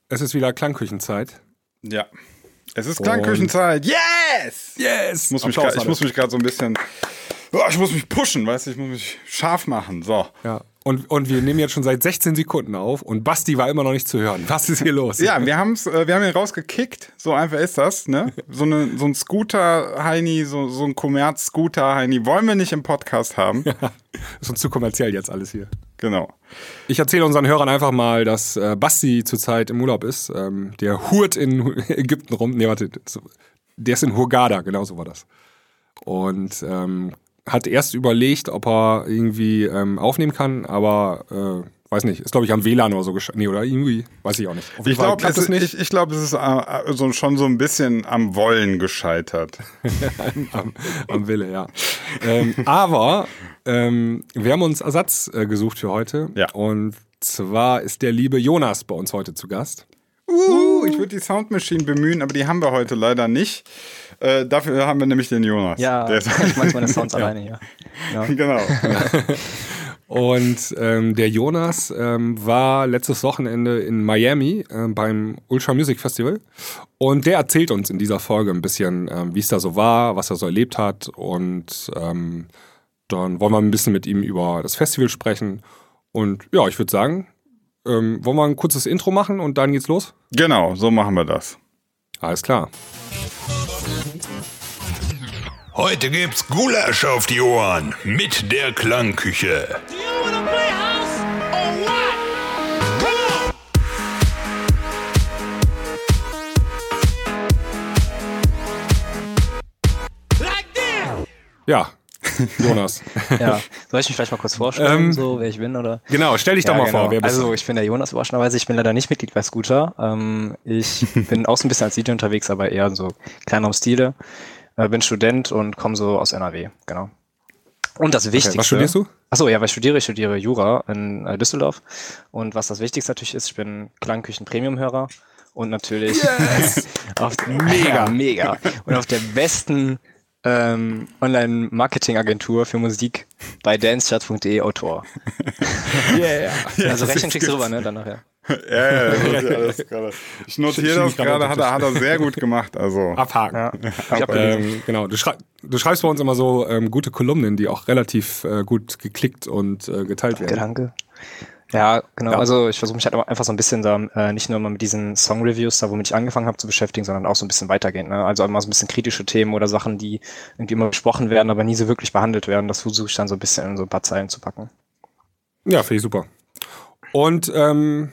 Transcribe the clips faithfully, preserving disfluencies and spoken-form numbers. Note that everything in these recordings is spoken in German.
Es ist wieder Klangküchenzeit. Ja. Es ist Klangküchenzeit. Yes! Yes! Ich muss mich grad, ich muss mich gerade so ein bisschen... Oh, ich muss mich pushen, weißt du? Ich muss mich scharf machen. So. Ja. Und, und wir nehmen jetzt schon seit sechzehn Sekunden auf und Basti war immer noch nicht zu hören. Was ist hier los? Ja, wir, haben's, äh, wir haben ihn rausgekickt. So einfach ist das, ne? So, eine, so ein Scooter-Heini, so, so ein Kommerz-Scooter-Heini wollen wir nicht im Podcast haben. Ja, ist uns zu kommerziell jetzt alles hier. Genau. Ich erzähle unseren Hörern einfach mal, dass äh, Basti zurzeit im Urlaub ist. Ähm, der hurt in Ägypten rum. Nee, warte. Der ist in Hurghada, genau so war das. Und ähm, hat erst überlegt, ob er irgendwie ähm, aufnehmen kann, aber äh, weiß nicht, ist glaube ich am W L A N oder so gescheitert. Nee, oder irgendwie, weiß ich auch nicht. Ich glaube, es, ist, ich, ich glaub, es ist äh, so, schon so ein bisschen am Wollen gescheitert. am, am Wille, ja. ähm, aber ähm, wir haben uns Ersatz äh, gesucht für heute. Ja. Und zwar ist der liebe Jonas bei uns heute zu Gast. Uh, ich würde die Sound Machine bemühen, aber die haben wir heute leider nicht. Äh, dafür haben wir nämlich den Jonas. Ja, der ist ich mache meine Sounds alleine hier. Ja. Genau. Und ähm, der Jonas ähm, war letztes Wochenende in Miami äh, beim Ultra Music Festival und der erzählt uns in dieser Folge ein bisschen, ähm, wie es da so war, was er so erlebt hat und ähm, dann wollen wir ein bisschen mit ihm über das Festival sprechen und ja, ich würde sagen, ähm, wollen wir ein kurzes Intro machen und dann geht's los? Genau, so machen wir das. Alles klar. Heute gibt's Gulasch auf die Ohren mit der Klangküche. Ja, Jonas. Ja, soll ich mich vielleicht mal kurz vorstellen, ähm, so wer ich bin? Oder? Genau, stell dich ja, doch mal genau. vor. Wer bist also du? ich bin der Jonas überraschenderweise, ich bin leider nicht Mitglied bei Scooter. Ähm, ich bin auch so ein bisschen als D J unterwegs, aber eher so kleinerem Stile. Äh, bin Student und komme so aus N R W, genau. Und das Wichtigste... Okay, was studierst du? Achso, ja, weil ich studiere, ich studiere Jura in äh, Düsseldorf. Und was das Wichtigste natürlich ist, ich bin Klangküchen-Premium-Hörer und natürlich Yes! auf mega, mega. Und auf der besten ähm, Online-Marketing-Agentur für Musik bei dancechat punkt de Autor. Yeah. Also Rechnung schickst du rüber, ne, dann nachher. Ja, ja, das ist alles gerade. Ich notiere das gerade, hat er, hat er sehr gut gemacht. Also. Abhaken. Ja. Ich hab, ähm, genau, du, schrei du schreibst bei uns immer so ähm, gute Kolumnen, die auch relativ äh, gut geklickt und äh, geteilt werden. Danke. Ja, genau. Ja. Also ich versuche mich halt einfach so ein bisschen da äh, nicht nur mal mit diesen Song-Reviews, da womit ich angefangen habe zu beschäftigen, sondern auch so ein bisschen weitergehend. Ne? Also immer so ein bisschen kritische Themen oder Sachen, die irgendwie immer besprochen werden, aber nie so wirklich behandelt werden. Das versuche ich dann so ein bisschen in so ein paar Zeilen zu packen. Ja, finde ich super. Und ähm,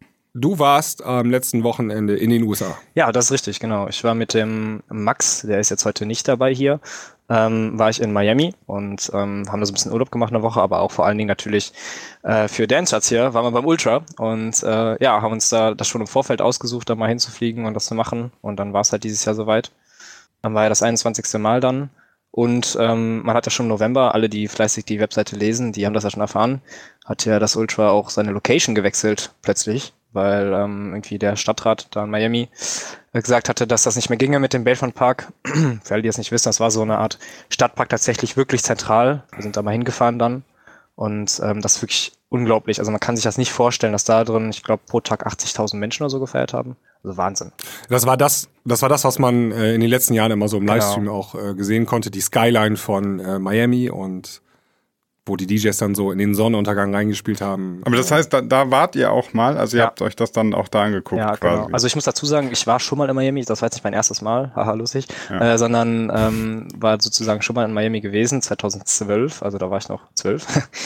du warst am letzten Wochenende in den U S A. Ja, das ist richtig, genau. Ich war mit dem Max, der ist jetzt heute nicht dabei hier, ähm, war ich in Miami und ähm, haben da so ein bisschen Urlaub gemacht eine Woche, aber auch vor allen Dingen natürlich äh, für Dancechat hier waren wir beim Ultra und äh, ja, haben uns da das schon im Vorfeld ausgesucht, da mal hinzufliegen und das zu machen und dann war es halt dieses Jahr soweit. Dann war ja das einundzwanzigste Mal dann und ähm, man hat ja schon im November, alle, die fleißig die Webseite lesen, die haben das ja schon erfahren, hat ja das Ultra auch seine Location gewechselt plötzlich, weil ähm, irgendwie der Stadtrat da in Miami äh, gesagt hatte, dass das nicht mehr ginge mit dem Bayfront Park. Für alle, die es nicht wissen, das war so eine Art Stadtpark tatsächlich wirklich zentral. Wir sind da mal hingefahren dann und ähm, das ist wirklich unglaublich. Also man kann sich das nicht vorstellen, dass da drin, ich glaube, pro Tag achtzigtausend Menschen oder so gefeiert haben. Also Wahnsinn. Das war das, das war das, was man äh, in den letzten Jahren immer so im Genau. Livestream auch äh, gesehen konnte, die Skyline von äh, Miami und wo die D Js dann so in den Sonnenuntergang reingespielt haben. Aber das heißt, da, da wart ihr auch mal, also ihr Ja. habt euch das dann auch da angeguckt Ja, quasi. genau. Also ich muss dazu sagen, ich war schon mal in Miami, das war jetzt nicht mein erstes Mal, haha, lustig, Ja. äh, sondern ähm, war sozusagen schon mal in Miami gewesen, zweitausendzwölf, also da war ich noch zwölf.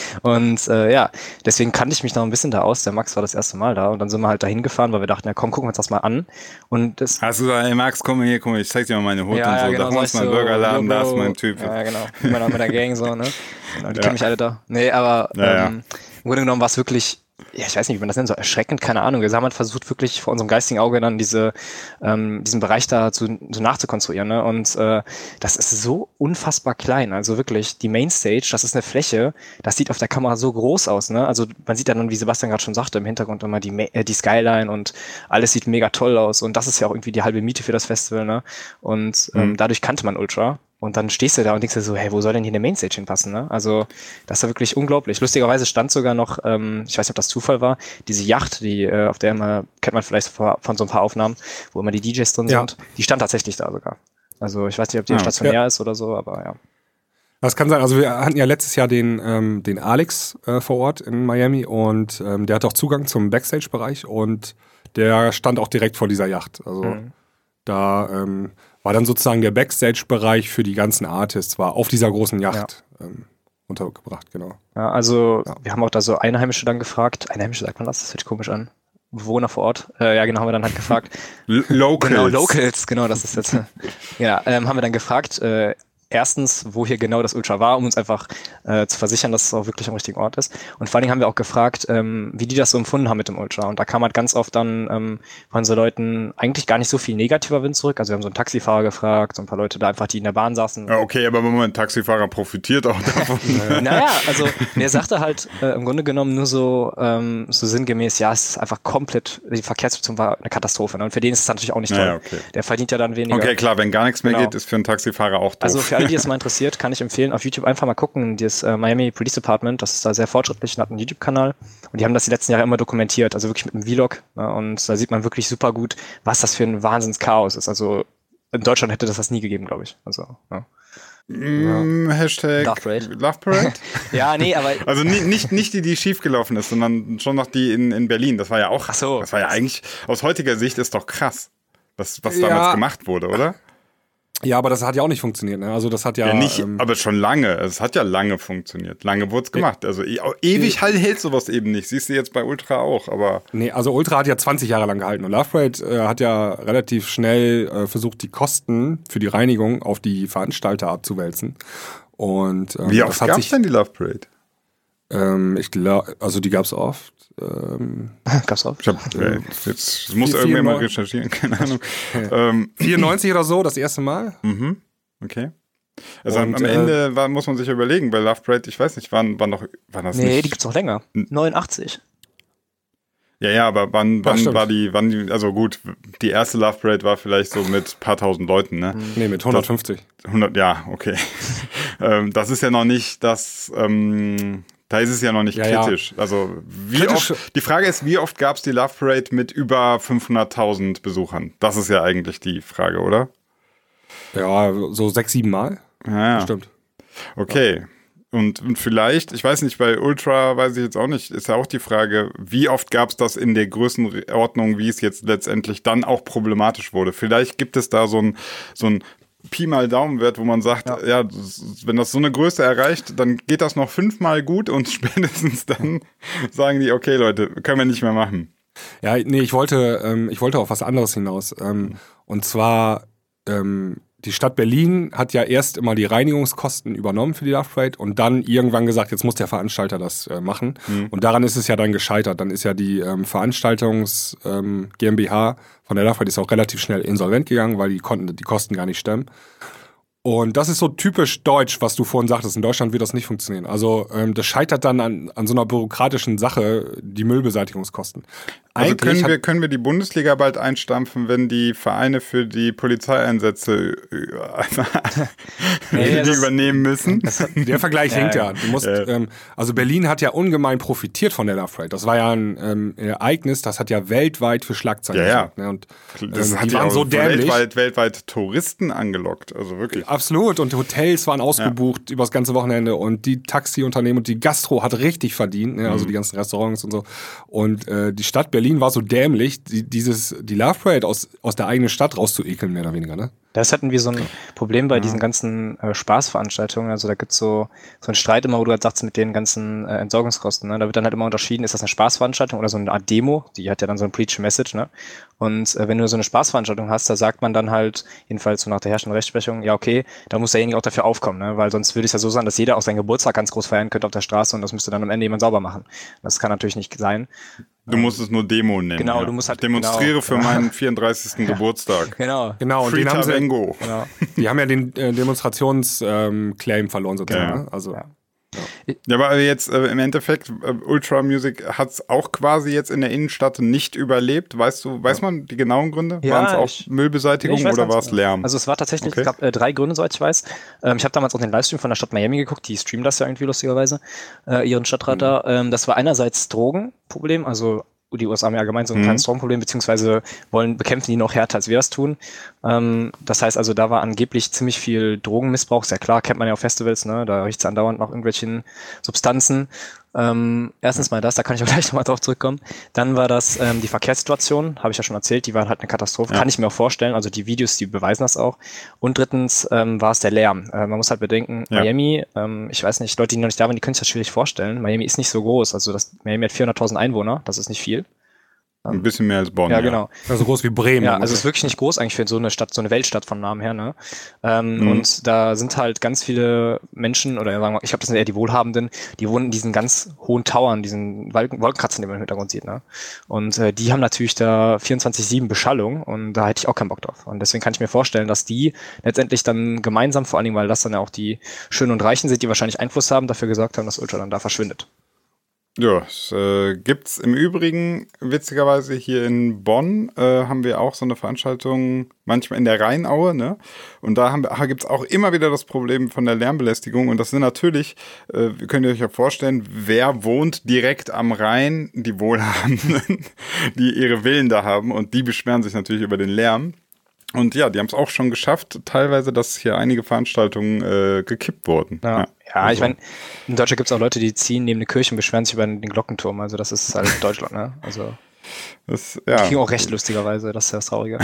Und äh, ja, deswegen kannte ich mich noch ein bisschen da aus. Der Max war das erste Mal da und dann sind wir halt dahin gefahren, weil wir dachten, ja komm, gucken wir uns das mal an. Und das Hast du gesagt, ey Max, komm mal hier, komm mal, ich zeig dir mal meine Hut und so, da sag ist ich mein so, Burgerladen, yo, da bro. ist mein Typ. Ja, genau. Immer noch mit der Gang so, ne? Genau, die Ja. kennen mich alle da. Nee, aber Ja, ja. ähm, im Grunde genommen war es wirklich, ja, ich weiß nicht, wie man das nennt, so erschreckend, keine Ahnung. Wir haben halt versucht, wirklich vor unserem geistigen Auge dann diese, ähm, diesen Bereich da zu, so nachzukonstruieren, ne? Und äh, das ist so unfassbar klein. Also wirklich, die Mainstage, das ist eine Fläche, das sieht auf der Kamera so groß aus, ne? Also man sieht dann, wie Sebastian gerade schon sagte, im Hintergrund immer die, Ma- äh, die Skyline und alles sieht mega toll aus. Und das ist ja auch irgendwie die halbe Miete für das Festival, ne? Und ähm, Mhm. dadurch kannte man Ultra. Und dann stehst du da und denkst dir so, hey, wo soll denn hier eine Mainstage hinpassen, ne? Also, das ist ja wirklich unglaublich. Lustigerweise stand sogar noch, ähm, ich weiß nicht, ob das Zufall war, diese Yacht, die, äh, auf der immer, kennt man vielleicht von so ein paar Aufnahmen, wo immer die D Js drin Ja. sind, die stand tatsächlich da sogar. Also, ich weiß nicht, ob die Ah, stationär ja. ist oder so, aber ja. Das kann sein. Also wir hatten ja letztes Jahr den, ähm, den Alex äh, vor Ort in Miami und ähm, der hat auch Zugang zum Backstage-Bereich und der stand auch direkt vor dieser Yacht. Also Mhm. da ähm, war dann sozusagen der Backstage-Bereich für die ganzen Artists, war auf dieser großen Yacht ähm, untergebracht, genau. Ja, also, Ja. wir haben auch da so Einheimische dann gefragt. Einheimische sagt man das? Das hört sich komisch an. Bewohner vor Ort. Äh, ja, genau, haben wir dann halt gefragt. L- Locals. Genau, Locals, genau, das ist jetzt. ja, ähm, haben wir dann gefragt, äh, erstens, wo hier genau das Ultra war, um uns einfach äh, zu versichern, dass es auch wirklich am richtigen Ort ist. Und vor allen Dingen haben wir auch gefragt, ähm, wie die das so empfunden haben mit dem Ultra. Und da kam halt ganz oft dann ähm, von so Leuten eigentlich gar nicht so viel negativer Wind zurück. Also wir haben so einen Taxifahrer gefragt, so ein paar Leute da einfach, die in der Bahn saßen. Ja, okay, aber Moment, Taxifahrer profitiert auch davon. Naja, also der sagte halt äh, im Grunde genommen nur so, ähm, so sinngemäß, ja, es ist einfach komplett, die Verkehrssituation war eine Katastrophe. Ne? Und für den ist es natürlich auch nicht toll. Naja, okay. Der verdient ja dann weniger. Okay, klar, wenn gar nichts mehr Genau. geht, ist für einen Taxifahrer auch doof. Also für alle, die es mal interessiert, kann ich empfehlen, auf YouTube einfach mal gucken, das äh, Miami Police Department, das ist da sehr fortschrittlich und hat einen YouTube-Kanal und die haben das die letzten Jahre immer dokumentiert, also wirklich mit einem Vlog, ne? Und da sieht man wirklich super gut, was das für ein Wahnsinnschaos ist. Also in Deutschland hätte das das nie gegeben, glaube ich. Also, ja. Mm, Hashtag Love Parade. Love Parade? ja, nee, aber Also nie, nicht, nicht die, die schiefgelaufen ist, sondern schon noch die in, in Berlin. Das war ja auch, Ach so. das war ja eigentlich, aus heutiger Sicht ist doch krass, was, was Ja. damals gemacht wurde, oder? Ja, aber das hat ja auch nicht funktioniert, ne? Also das hat ja, Ja, nicht, ähm, aber schon lange. Es hat ja lange funktioniert. Lange wurde es gemacht. Also e ewig halt hält sowas eben nicht. Siehst du jetzt bei Ultra auch, aber nee, also Ultra hat ja zwanzig Jahre lang gehalten und Love Parade äh, hat ja relativ schnell äh, versucht, die Kosten für die Reinigung auf die Veranstalter abzuwälzen. Und ähm, wie das oft hat gab es sich, denn die Love Parade? ähm, ich glaube, also die gab's oft. Ähm, gab's auch. Ich hab, äh, jetzt das muss vier- irgendwer mal neun- recherchieren, keine Ahnung. ähm, vierundneunzig oder so, das erste Mal. mhm. Okay. Also am, Und, am äh, Ende war, muss man sich überlegen, bei Love Parade, ich weiß nicht, wann, wann noch, wann das Nee, die nicht. gibt's noch länger. neunundachtzig. Ja, ja, aber wann, wann stimmt. war die, wann die, also gut, die erste Love Parade war vielleicht so mit paar tausend Leuten, ne? Nee, mit hundertfünfzig. hundert, ja, okay. ähm, das ist ja noch nicht das, ähm, da ist es ja noch nicht Ja, ja. kritisch. Also wie Kritisch- oft, die Frage ist, wie oft gab es die Love Parade mit über fünfhunderttausend Besuchern? Das ist ja eigentlich die Frage, oder? Ja, so sechs, sieben Mal. Ja, ja. Stimmt. Okay. Und, und vielleicht, ich weiß nicht, bei Ultra weiß ich jetzt auch nicht, ist ja auch die Frage, wie oft gab es das in der Größenordnung, wie es jetzt letztendlich dann auch problematisch wurde. Vielleicht gibt es da so ein, so ein Pi mal Daumenwert, wo man sagt, ja. ja, wenn das so eine Größe erreicht, dann geht das noch fünfmal gut und spätestens dann sagen die, okay Leute, können wir nicht mehr machen. Ja, nee, ich wollte, ähm, ich wollte auf was anderes hinaus. Ähm, und zwar, ähm, die Stadt Berlin hat ja erst immer die Reinigungskosten übernommen für die Love Parade und dann irgendwann gesagt, jetzt muss der Veranstalter das äh, machen. Mhm. Und daran ist es ja dann gescheitert. Dann ist ja die ähm, Veranstaltungs ähm, GmbH von der Love Parade ist auch relativ schnell insolvent gegangen, weil die konnten die Kosten gar nicht stemmen. Und das ist so typisch deutsch, was du vorhin sagtest. In Deutschland wird das nicht funktionieren. Also ähm, das scheitert dann an, an so einer bürokratischen Sache, die Müllbeseitigungskosten. Also Eigentlich können hat- wir, können wir die Bundesliga bald einstampfen, wenn die Vereine für die Polizeieinsätze äh, Nee, die das ist- übernehmen müssen? Der Vergleich Ja, hinkt ja. ja. Du musst, Ja. ähm, also Berlin hat ja ungemein profitiert von der Love Parade. Das war ja ein ähm, Ereignis, das hat ja weltweit für Schlagzeilen Ja, ja. gesorgt. Ne? Und Das ähm, hat die ja waren auch so dämlich. weltweit, weltweit Touristen angelockt, also wirklich. Absolut. Und die Hotels waren ausgebucht über das ganze Wochenende und die Taxiunternehmen und die Gastro hat richtig verdient, ne? Also die ganzen Restaurants und so. Und äh, die Stadt Berlin war so dämlich, die, dieses, die Love Parade aus, aus der eigenen Stadt rauszuekeln, mehr oder weniger, ne? Das hatten wir so ein Problem bei diesen ganzen äh, Spaßveranstaltungen. Also da gibt's so, so einen Streit immer, wo du halt sagst, mit den ganzen äh, Entsorgungskosten. Ne? Da wird dann halt immer unterschieden, ist das eine Spaßveranstaltung oder so eine Art Demo? Die hat ja dann so ein Preach-Message. Ne? Und äh, wenn du so eine Spaßveranstaltung hast, da sagt man dann halt, jedenfalls so nach der herrschenden Rechtsprechung, ja okay, da muss derjenige auch dafür aufkommen. Ne? Weil sonst würde es ja so sein, dass jeder auch seinen Geburtstag ganz groß feiern könnte auf der Straße und das müsste dann am Ende jemand sauber machen. Das kann natürlich nicht sein. Du musst es nur Demo nennen. Genau, ja. du musst halt- Ich demonstriere genau. für meinen vierunddreißigsten Geburtstag. Genau. Genau, und den haben sie, Tavengo. Genau. die haben ja den äh, Demonstrationsclaim ähm, Claim verloren sozusagen. Ja. Ne? Also, Ja. Ja, aber jetzt äh, im Endeffekt, äh, Ultra Music hat es auch quasi jetzt in der Innenstadt nicht überlebt. Weißt du, weiß man die genauen Gründe? Ja, Waren es auch ich, Müllbeseitigung nee, oder war es Lärm? Also es war tatsächlich, Okay. es gab äh, drei Gründe, soweit ich weiß. Ähm, ich habe damals auch den Livestream von der Stadt Miami geguckt, die streamen das ja irgendwie lustigerweise, äh, ihren Stadtrat Mhm. da. Ähm, das war einerseits Drogenproblem, also die U S A haben ja allgemein so ein Mhm. kleines Drogenproblem, beziehungsweise wollen bekämpfen die noch härter, als wir das tun. Ähm, das heißt also, da war angeblich ziemlich viel Drogenmissbrauch, sehr klar, kennt man ja auf Festivals, ne? Da riecht es andauernd nach irgendwelchen Substanzen. Ähm, erstens mal das, da kann ich auch gleich nochmal drauf zurückkommen. Dann war das ähm, die Verkehrssituation, habe ich ja schon erzählt, die war halt eine Katastrophe, Ja. kann ich mir auch vorstellen, also die Videos, die beweisen das auch. Und drittens ähm, war es der Lärm. Äh, man muss halt bedenken, Ja. Miami, ähm, ich weiß nicht, Leute, die noch nicht da waren, die können sich das schwierig vorstellen. Miami ist nicht so groß, also das, Miami hat vierhunderttausend Einwohner, das ist nicht viel. Ein bisschen mehr als Bonn. Ja, genau. Also groß wie Bremen. Ja, also es ist wirklich nicht groß eigentlich für so eine Stadt, so eine Weltstadt vom Namen her, ne? Ähm, Mhm. Und da sind halt ganz viele Menschen, oder sagen wir, ich glaube, das sind eher die Wohlhabenden, die wohnen in diesen ganz hohen Towern, diesen Wolken, Wolkenkratzern, die man im Hintergrund sieht, ne? Und äh, die haben natürlich da vierundzwanzig sieben Beschallung und da hätte ich auch keinen Bock drauf. Und deswegen kann ich mir vorstellen, dass die letztendlich dann gemeinsam, vor allen Dingen, weil das dann ja auch die Schönen und Reichen sind, die wahrscheinlich Einfluss haben, dafür gesorgt haben, dass Ultra dann da verschwindet. Ja, es äh, gibt's im Übrigen, witzigerweise hier in Bonn, äh, haben wir auch so eine Veranstaltung, manchmal in der Rheinaue, ne? Und da haben wir, ah, gibt's auch immer wieder das Problem von der Lärmbelästigung. Und das sind natürlich, äh, könnt ihr euch ja vorstellen, wer wohnt direkt am Rhein? Die Wohlhabenden, die ihre Villen da haben. Und die beschweren sich natürlich über den Lärm. Und ja, die haben es auch schon geschafft, teilweise, dass hier einige Veranstaltungen äh, gekippt wurden. Ja, ja, also. ich meine, in Deutschland gibt es auch Leute, die ziehen neben den Kirchen und beschweren sich über den Glockenturm. Also das ist halt Deutschland, ne? Also Das, die ja. kriegen auch recht, lustigerweise, das ist ja das Traurige.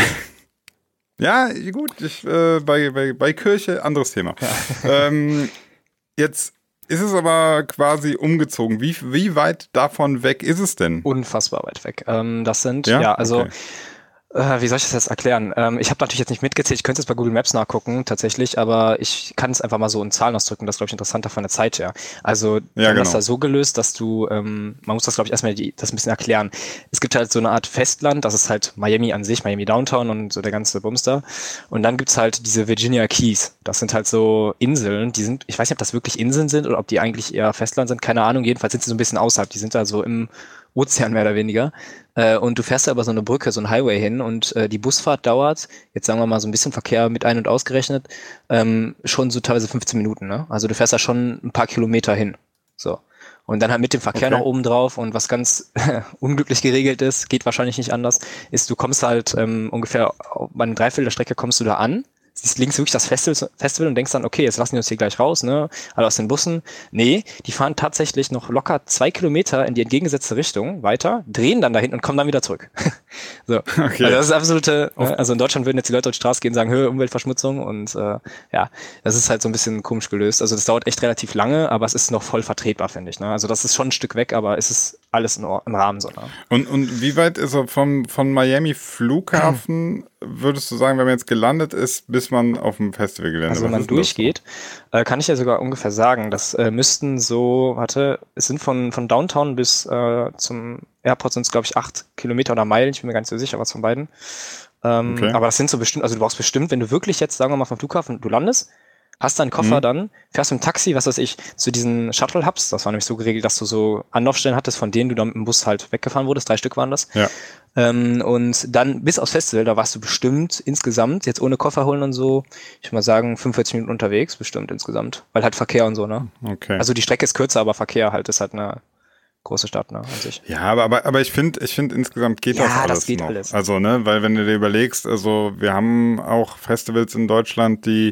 Ja, gut, ich, äh, bei, bei, bei Kirche, anderes Thema. Ja. Ähm, jetzt ist es aber quasi umgezogen. Wie, wie weit davon weg ist es denn? Unfassbar weit weg. Ähm, das sind, Ja? ja, also Okay. Äh, wie soll ich das jetzt erklären? Ähm, ich habe natürlich jetzt nicht mitgezählt, ich könnte es bei Google Maps nachgucken, tatsächlich, aber ich kann es einfach mal so in Zahlen ausdrücken, das ist, glaube ich, interessanter von der Zeit her. Also, wir Ja, haben das genau. da so gelöst, dass du, ähm, man muss das, glaube ich, erstmal die, das ein bisschen erklären. Es gibt halt so eine Art Festland, das ist halt Miami an sich, Miami Downtown und so der ganze Bums da. Und dann gibt's halt diese Virginia Keys. Das sind halt so Inseln, die sind, ich weiß nicht, ob das wirklich Inseln sind oder ob die eigentlich eher Festland sind, keine Ahnung, jedenfalls sind sie so ein bisschen außerhalb, die sind da so im Ozean mehr oder weniger. Äh, und du fährst da über so eine Brücke, so ein Highway hin und äh, die Busfahrt dauert, jetzt sagen wir mal so ein bisschen Verkehr mit ein- und ausgerechnet, ähm, schon so teilweise fünfzehn Minuten, ne? Also du fährst da schon ein paar Kilometer hin. So. Und dann halt mit dem Verkehr Okay. noch oben drauf und was ganz unglücklich geregelt ist, geht wahrscheinlich nicht anders, ist, du kommst halt ähm, ungefähr bei einer Dreiviertel der Strecke kommst du da an, siehst links wirklich das Festival, Festival und denkst dann, okay, jetzt lassen die uns hier gleich raus, ne? Alle aus den Bussen. Nee, die fahren tatsächlich noch locker zwei Kilometer in die entgegengesetzte Richtung weiter, drehen dann dahin und kommen dann wieder zurück. So. Okay. Also das ist absolute, ne? Also in Deutschland würden jetzt die Leute auf die Straße gehen und sagen, Hö, Umweltverschmutzung und äh, ja, das ist halt so ein bisschen komisch gelöst. Also das dauert echt relativ lange, aber es ist noch voll vertretbar, finde ich. Ne? Also das ist schon ein Stück weg, aber es ist alles in Or- im Rahmen so. Ne? Und, und wie weit ist er vom, von Miami Flughafen, würdest du sagen, wenn man jetzt gelandet ist, bis man auf dem Festivalgelände? Also wenn Was man ist denn das durchgeht, äh, kann ich ja sogar ungefähr sagen, das äh, müssten so, warte, es sind von, von Downtown bis äh, zum Airport sind es, glaube ich, acht Kilometer oder Meilen, ich bin mir gar nicht so sicher, was von beiden. Ähm, Okay. Aber das sind so bestimmt, also du brauchst bestimmt, wenn du wirklich jetzt, sagen wir mal, vom Flughafen, du landest, hast deinen Koffer Mhm. dann, fährst mit dem Taxi, was weiß ich, zu diesen Shuttle-Hubs, das war nämlich so geregelt, dass du so Anlaufstellen hattest, von denen du dann mit dem Bus halt weggefahren wurdest, drei Stück waren das. Ja. Ähm, und dann bis aufs Festival, da warst du bestimmt insgesamt, jetzt ohne Koffer holen und so, ich würde mal sagen, fünfundvierzig Minuten unterwegs, bestimmt insgesamt. Weil halt Verkehr und so, ne? Okay. Also die Strecke ist kürzer, aber Verkehr halt ist halt eine große Stadt, ne, an sich. Ja, aber, aber, aber ich finde, ich finde insgesamt geht Ja, das alles das geht noch. alles. Also, ne, weil wenn du dir überlegst, also wir haben auch Festivals in Deutschland, die,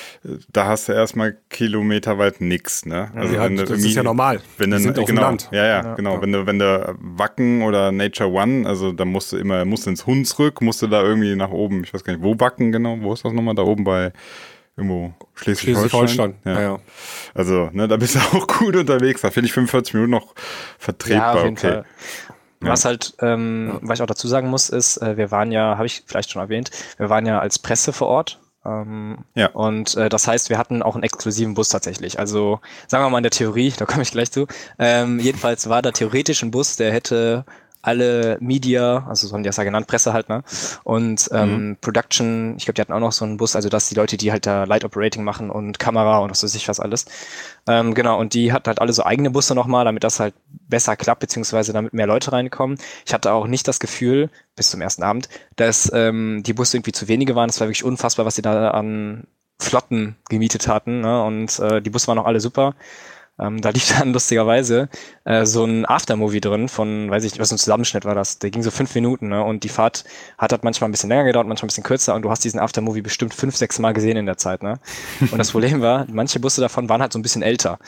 da hast du erstmal kilometerweit nix, ne? Also Ja, wenn du das irgendwie- ist ja normal. Wenn du, Die sind auf dem genau, Land. ja, ja, Ja. genau. Ja. Wenn du, wenn du Wacken oder Nature One, also da musst du immer, musst du ins Hunsrück, musst du da irgendwie nach oben, ich weiß gar nicht, wo Wacken genau, wo ist das nochmal? Da oben bei irgendwo Schleswig-Holstein. Schleswig-Holstein. Ja. Ja. Also, ne, da bist du auch gut unterwegs. Da finde ich fünfundvierzig Minuten noch vertretbar. Ja, auf jeden okay. Fall. Was halt, ähm, was ich auch dazu sagen muss, ist, äh, wir waren ja, habe ich vielleicht schon erwähnt, wir waren ja als Presse vor Ort. Ähm, Ja. Und äh, das heißt, wir hatten auch einen exklusiven Bus tatsächlich. Also sagen wir mal in der Theorie, da komme ich gleich zu. Ähm, jedenfalls war da theoretisch ein Bus, der hätte alle Media, also so haben die das ja genannt, Presse halt, ne? Und ähm, mhm. Production, ich glaube, die hatten auch noch so einen Bus, also das die Leute, die halt da Light Operating machen und Kamera und was weiß ich was alles. Ähm, genau, und die hatten halt alle so eigene Busse nochmal, damit das halt besser klappt, beziehungsweise damit mehr Leute reinkommen. Ich hatte auch nicht das Gefühl, bis zum ersten Abend, dass ähm, die Busse irgendwie zu wenige waren. Es war wirklich unfassbar, was sie da an Flotten gemietet hatten, ne? Und äh, die Busse waren auch alle super. Ähm, da lief dann lustigerweise äh, so ein Aftermovie drin von, weiß ich nicht, was ein Zusammenschnitt war das. Der ging so fünf Minuten, ne? Und die Fahrt hat halt manchmal ein bisschen länger gedauert, manchmal ein bisschen kürzer und du hast diesen Aftermovie bestimmt fünf, sechs Mal gesehen in der Zeit, ne? Und das Problem war, manche Busse davon waren halt so ein bisschen älter.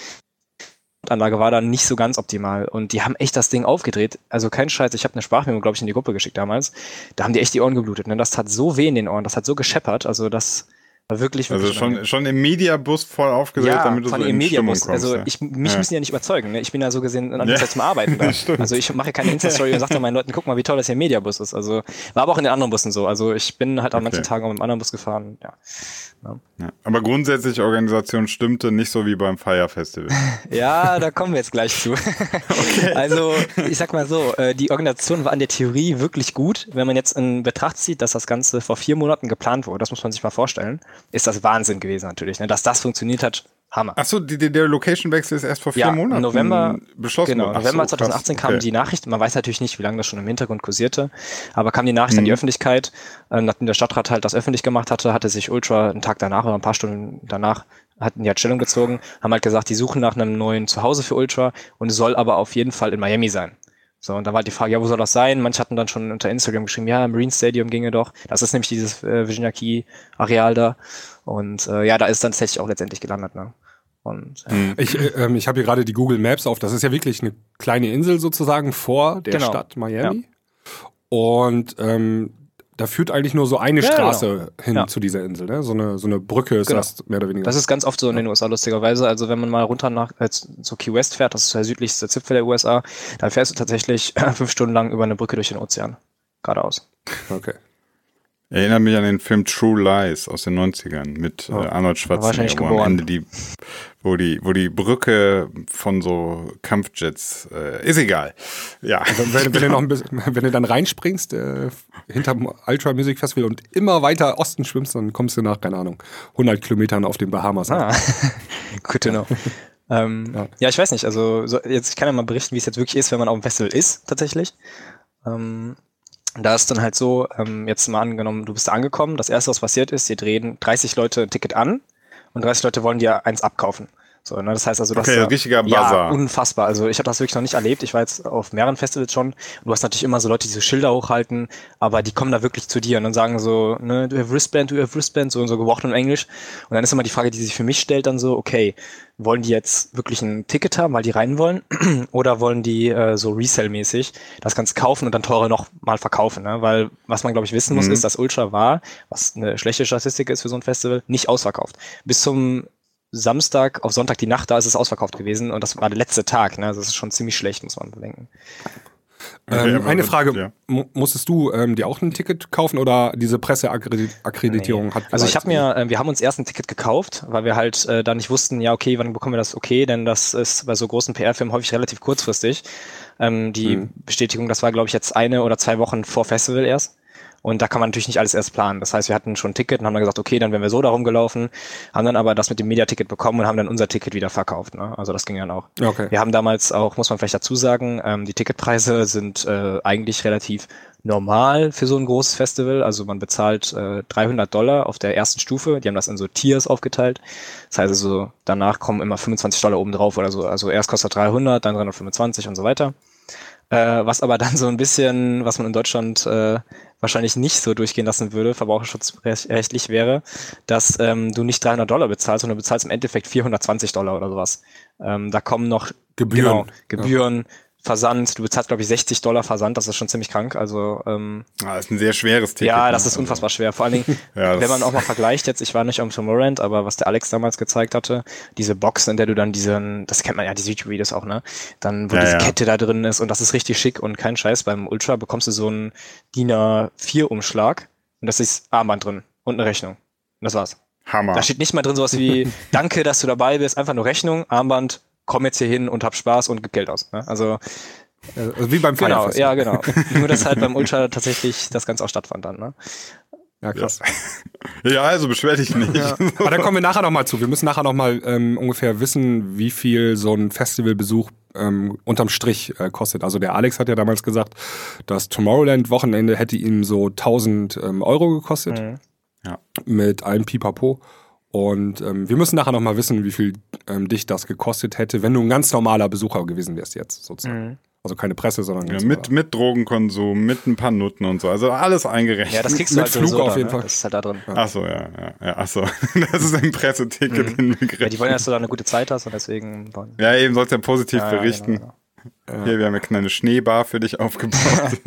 Die Anlage war dann nicht so ganz optimal und die haben echt das Ding aufgedreht. Also kein Scheiß, ich habe eine Sprachmemo, glaube ich, in die Gruppe geschickt damals. Da haben die echt die Ohren geblutet, ne? Das tat so weh in den Ohren, das hat so gescheppert, also das war wirklich, wirklich also schon, schon im Mediabus voll aufgedreht, ja, damit du so in Mediabus. Stimmung kommst. Also ja. ich, mich ja. müssen die ja nicht überzeugen. Ne? Ich bin ja so gesehen an ja. Zeit zum Arbeiten da. Also ich mache keine Insta-Story und sage dann meinen Leuten, guck mal, wie toll das hier ein Mediabus ist. Also war aber auch in den anderen Bussen so. Also ich bin halt an okay. manchen Tagen auch mit dem anderen Bus gefahren. Ja. Ja. Ja. Aber grundsätzlich Organisation stimmte nicht so wie beim Fire Festival. Ja, da kommen wir jetzt gleich zu. Okay. Also ich sag mal so, die Organisation war in der Theorie wirklich gut. Wenn man jetzt in Betracht zieht, dass das Ganze vor vier Monaten geplant wurde, das muss man sich mal vorstellen, ist das Wahnsinn gewesen natürlich. Ne? Dass das funktioniert hat, Hammer. Achso, der Location-Wechsel ist erst vor vier ja, Monaten im November, beschlossen. Genau, Ach November so, zwanzig achtzehn krass. kam Okay. die Nachricht, man weiß natürlich nicht, wie lange das schon im Hintergrund kursierte, aber kam die Nachricht mhm. an die Öffentlichkeit, äh, nachdem der Stadtrat halt das öffentlich gemacht hatte, hatte sich Ultra einen Tag danach oder ein paar Stunden danach, hatten die halt Stellung gezogen, haben halt gesagt, die suchen nach einem neuen Zuhause für Ultra und es soll aber auf jeden Fall in Miami sein. So, und da war halt die Frage, ja, wo soll das sein? Manche hatten dann schon unter Instagram geschrieben, ja, Marine Stadium ginge doch. Das ist nämlich dieses äh, Virginia Key Areal da. Und äh, ja, da ist dann tatsächlich auch letztendlich gelandet, ne? Und, ja. Ich, äh, ich habe hier gerade die Google Maps auf. Das ist ja wirklich eine kleine Insel sozusagen vor der genau. Stadt Miami. Ja. Und ähm, da führt eigentlich nur so eine ja, Straße genau. hin ja. zu dieser Insel. Ne? So eine, so eine Brücke ist genau. das mehr oder weniger. Das ist ganz oft so in den U S A lustigerweise. Also wenn man mal runter nach äh, zu Key West fährt, das ist der südlichste Zipfel der U S A, da fährst du tatsächlich fünf Stunden lang über eine Brücke durch den Ozean. Geradeaus. Okay. Erinnert mich an den Film True Lies aus den neunzigern mit oh, äh, Arnold Schwarzenegger, wo am Ende die, wo die, wo die Brücke von so Kampfjets, äh, ist egal. Ja. Also wenn, wenn, du noch ein bisschen, wenn du dann reinspringst, äh, hinterm Ultra Music Festival und immer weiter Osten schwimmst, dann kommst du nach, keine Ahnung, hundert Kilometern auf den Bahamas. Ah, gut to know. ähm, ja. ja, ich weiß nicht, also so, jetzt, ich kann ja mal berichten, wie es jetzt wirklich ist, wenn man auf dem Festival ist, tatsächlich. Ähm, Da ist dann halt so, ähm, jetzt mal angenommen, du bist da angekommen, das erste, was passiert ist, dir drehen dreißig Leute ein Ticket an und dreißig Leute wollen dir eins abkaufen. So, ne? Das heißt also, dass okay, da, richtiger ja, Bazar. unfassbar. Also ich habe das wirklich noch nicht erlebt. Ich war jetzt auf mehreren Festivals schon. Du hast natürlich immer so Leute, die so Schilder hochhalten, aber die kommen da wirklich zu dir und dann sagen so, ne, do you have wristband, do you have wristband, so und so gebrochen im Englisch. Und dann ist immer die Frage, die sich für mich stellt, dann so, okay, wollen die jetzt wirklich ein Ticket haben, weil die rein wollen, oder wollen die äh, so Resell-mäßig das Ganze kaufen und dann teurer noch mal verkaufen, ne? Weil was man, glaube ich, wissen muss, mhm. ist, dass Ultra war, was eine schlechte Statistik ist für so ein Festival, nicht ausverkauft. Bis zum Samstag auf Sonntag die Nacht, da ist es ausverkauft gewesen und das war der letzte Tag, ne? Also das ist schon ziemlich schlecht, muss man bedenken. Okay, ähm, eine Frage, ja. M- musstest du ähm, dir auch ein Ticket kaufen oder diese Presseakkreditierung nee. hat Also ich habe mir, äh, wir haben uns erst ein Ticket gekauft, weil wir halt äh, da nicht wussten, ja okay, wann bekommen wir das okay, denn das ist bei so großen P R-Firmen häufig relativ kurzfristig. Ähm, die hm. Bestätigung, das war glaube ich jetzt eine oder zwei Wochen vor Festival erst. Und da kann man natürlich nicht alles erst planen. Das heißt, wir hatten schon ein Ticket und haben dann gesagt, okay, dann wären wir so darum gelaufen, haben dann aber das mit dem Media-Ticket bekommen und haben dann unser Ticket wieder verkauft. Ne? Also das ging dann auch. Okay. Wir haben damals auch, muss man vielleicht dazu sagen, ähm, die Ticketpreise sind äh, eigentlich relativ normal für so ein großes Festival. Also man bezahlt äh, dreihundert Dollar auf der ersten Stufe. Die haben das in so Tiers aufgeteilt. Das heißt also, danach kommen immer fünfundzwanzig Dollar oben drauf oder so. Also erst kostet dreihundert, dann dreihundertfünfundzwanzig und so weiter. Äh, was aber dann so ein bisschen, was man in Deutschland äh, wahrscheinlich nicht so durchgehen lassen würde, verbraucherschutzrechtlich wäre, dass ähm, du nicht dreihundert Dollar bezahlst, sondern du bezahlst im Endeffekt vierhundertzwanzig Dollar oder sowas. Ähm, da kommen noch Gebühren. Genau, Gebühren, ja. Versand, du bezahlst, glaube ich, sechzig Dollar Versand, das ist schon ziemlich krank. Also ähm, ah, das ist ein sehr schweres Ticket. Ja, das ne? ist unfassbar schwer. Vor allen Dingen, ja, wenn man auch mal vergleicht jetzt, ich war nicht am Tomorrowland, aber was der Alex damals gezeigt hatte, diese Box, in der du dann diesen, das kennt man ja, diese YouTube-Videos auch, ne? Dann, wo ja, diese ja. Kette da drin ist und das ist richtig schick und kein Scheiß. Beim Ultra bekommst du so einen D I N A vier Umschlag und das ist Armband drin und eine Rechnung. Und das war's. Hammer. Da steht nicht mal drin sowas wie, danke, dass du dabei bist, einfach nur Rechnung, Armband, komm jetzt hier hin und hab Spaß und gib Geld aus. Ne? Also Also wie beim Fire Genau, Festival. ja, genau. Nur, dass halt beim Ultra tatsächlich das Ganze auch stattfand dann, ne? Ja, krass. Ja, also beschwer dich nicht. Ja. Aber da kommen wir nachher nochmal zu. Wir müssen nachher nochmal ähm, ungefähr wissen, wie viel so ein Festivalbesuch ähm, unterm Strich äh, kostet. Also der Alex hat ja damals gesagt, das Tomorrowland-Wochenende hätte ihm so tausend ähm, Euro gekostet. Mhm. Ja. Mit allem Pipapo. Und ähm, wir müssen nachher nochmal wissen, wie viel ähm, dich das gekostet hätte, wenn du ein ganz normaler Besucher gewesen wärst jetzt sozusagen. Mhm. Also keine Presse, sondern Ja, ganz mit, mit Drogenkonsum, mit ein paar Nutten und so. Also alles eingerechnet. Ja, das kriegst du Mit halt Flug sowieso auf da, jeden ne? Fall. Das ist halt da drin. Ja, Ach so, ja, ja, ja, ach so. Das ist im Presseticket mhm. inbegriffen. Ja, die wollen, dass du da eine gute Zeit hast und deswegen wollen. Ja, eben sollst ja positiv Ja, berichten. genau, genau. Hier, wir haben eine kleine Schneebar für dich aufgebaut.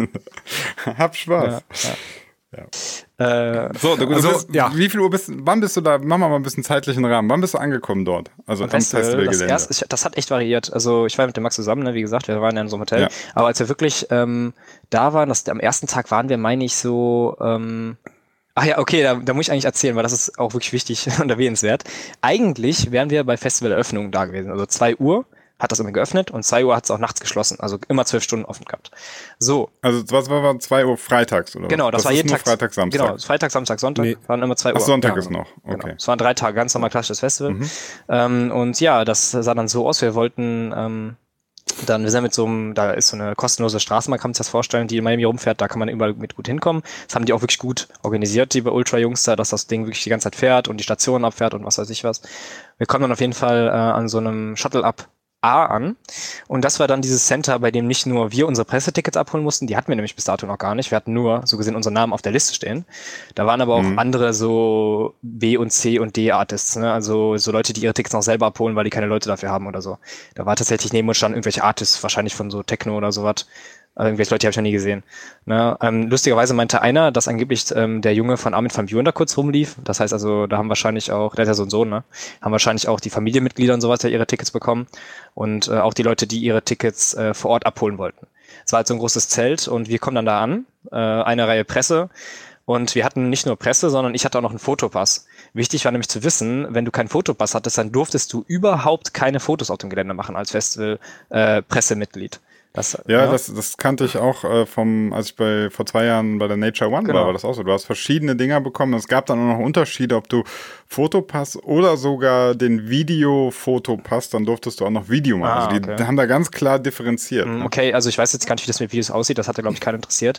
Hab Spaß. Ja, ja. Ja. Äh, So, du, Also, du bist, ja. wie viel Uhr bist wann bist du da, machen wir mal ein bisschen zeitlichen Rahmen, wann bist du angekommen dort? Also am Festival, das, Festivalgelände. erst, ich, das hat echt variiert. Also ich war mit dem Max zusammen, ne, wie gesagt, wir waren ja in so einem Hotel. Ja. Aber als wir wirklich ähm, da waren, das, am ersten Tag waren wir, meine ich, so... Ähm, ach ja, okay, da, da muss ich eigentlich erzählen, weil das ist auch wirklich wichtig und erwähnenswert. Eigentlich wären wir bei Festivaleröffnung da gewesen. Also zwei Uhr hat das immer geöffnet und zwei Uhr hat es auch nachts geschlossen. Also immer zwölf Stunden offen gehabt. So. Also was war zwei Uhr freitags, oder? Genau, das, das war ist jeden nur Tag. Freitag, Samstag. Genau, Freitag, Samstag, Sonntag Nee. waren immer zwei Uhr. Ach, Sonntag ja, ist noch, okay. Genau. Es waren drei Tage, ganz normal klassisches Festival. Mhm. Ähm, und ja, das sah dann so aus, wir wollten ähm, dann, wir sind mit so einem, da ist so eine kostenlose Straßenbahn, kann man sich das vorstellen, die in Miami rumfährt, da kann man überall mit gut hinkommen. Das haben die auch wirklich gut organisiert, die bei Ultra-Jungs da, dass das Ding wirklich die ganze Zeit fährt und die Stationen abfährt und was weiß ich was. Wir kommen dann auf jeden Fall äh, an so einem Shuttle-Up A an. Und das war dann dieses Center, bei dem nicht nur wir unsere Pressetickets abholen mussten, die hatten wir nämlich bis dato noch gar nicht. Wir hatten nur, so gesehen, unseren Namen auf der Liste stehen. Da waren aber auch Mhm. andere so B- und C- und D-Artists, ne? Also so Leute, die ihre Tickets noch selber abholen, weil die keine Leute dafür haben oder so. Da war tatsächlich neben uns standen irgendwelche Artists, wahrscheinlich von so Techno oder sowas. Also irgendwelche Leute, die habe ich noch nie gesehen. Ne? Ähm, lustigerweise meinte einer, dass angeblich ähm, der Junge von Armin van Buuren da kurz rumlief. Das heißt also, da haben wahrscheinlich auch, der hat ja so einen Sohn, ne? Haben wahrscheinlich auch die Familienmitglieder und sowas ja ihre Tickets bekommen. Und äh, auch die Leute, die ihre Tickets äh, vor Ort abholen wollten. Es war halt so ein großes Zelt und wir kommen dann da an, äh, eine Reihe Presse. Und wir hatten nicht nur Presse, sondern ich hatte auch noch einen Fotopass. Wichtig war nämlich zu wissen, wenn du keinen Fotopass hattest, dann durftest du überhaupt keine Fotos auf dem Gelände machen als Festival-Pressemitglied. Das, Ja, ja. das, das kannte ich auch äh, vom, als ich bei vor zwei Jahren bei der Nature One Genau. war, war das auch so. Du hast verschiedene Dinger bekommen. Es gab dann auch noch Unterschiede, ob du Fotopass oder sogar den Video-Fotopass, dann durftest du auch noch Video machen. Ah, also die okay. haben da ganz klar differenziert. Mm, Ne? Okay, also ich weiß jetzt gar nicht, wie das mit Videos aussieht, das hat ja, glaube ich, keinen interessiert.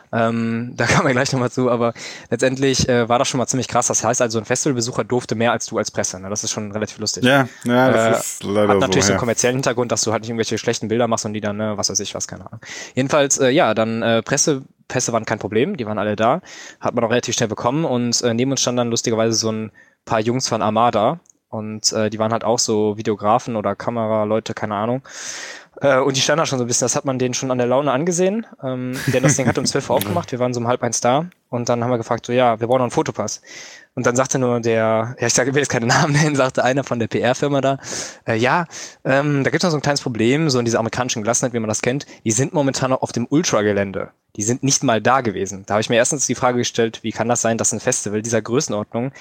Ähm, da kommen wir gleich nochmal zu, aber letztendlich äh, war das schon mal ziemlich krass. Das heißt also, ein Festivalbesucher durfte mehr als du als Presse. Ne? Das ist schon relativ lustig. Ja, ja, das Äh, ist leider Hat natürlich so so. einen Ja. kommerziellen Hintergrund, dass du halt nicht irgendwelche schlechten Bilder machst und die dann, ne, was weiß ich was, keine Ahnung. Jedenfalls, äh, ja, dann äh, Presse, Pässe waren kein Problem, die waren alle da, hat man auch relativ schnell bekommen und äh, neben uns stand dann lustigerweise so ein paar Jungs von Armada und äh, die waren halt auch so Videografen oder Kameraleute, keine Ahnung. Äh, und die standen da schon so ein bisschen, das hat man denen schon an der Laune angesehen, ähm, denn das Ding hat um zwölf Uhr aufgemacht, wir waren so um halb eins da und dann haben wir gefragt, so ja, wir brauchen noch einen Fotopass. Und dann sagte nur der, ja ich sage, ich will jetzt keine Namen nennen, sagte einer von der P R-Firma da, äh, ja, ähm, da gibt es noch so ein kleines Problem, so in dieser amerikanischen Glassnet, wie man das kennt, die sind momentan noch auf dem Ultra-Gelände. Die sind nicht mal da gewesen. Da habe ich mir erstens die Frage gestellt, wie kann das sein, dass ein Festival dieser Größenordnung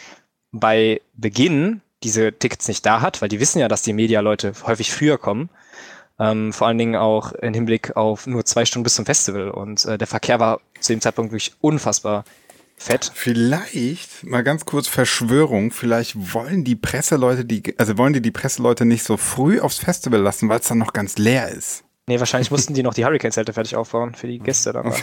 bei Beginn diese Tickets nicht da hat, weil die wissen ja, dass die Media-Leute häufig früher kommen. Ähm, vor allen Dingen auch im Hinblick auf nur zwei Stunden bis zum Festival. Und äh, der Verkehr war zu dem Zeitpunkt wirklich unfassbar fett. Vielleicht, mal ganz kurz Verschwörung, vielleicht wollen die Presseleute, die, also wollen die die Presseleute nicht so früh aufs Festival lassen, weil es dann noch ganz leer ist. Nee, wahrscheinlich mussten die noch die Hurricane-Zelte fertig aufbauen für die Gäste dann.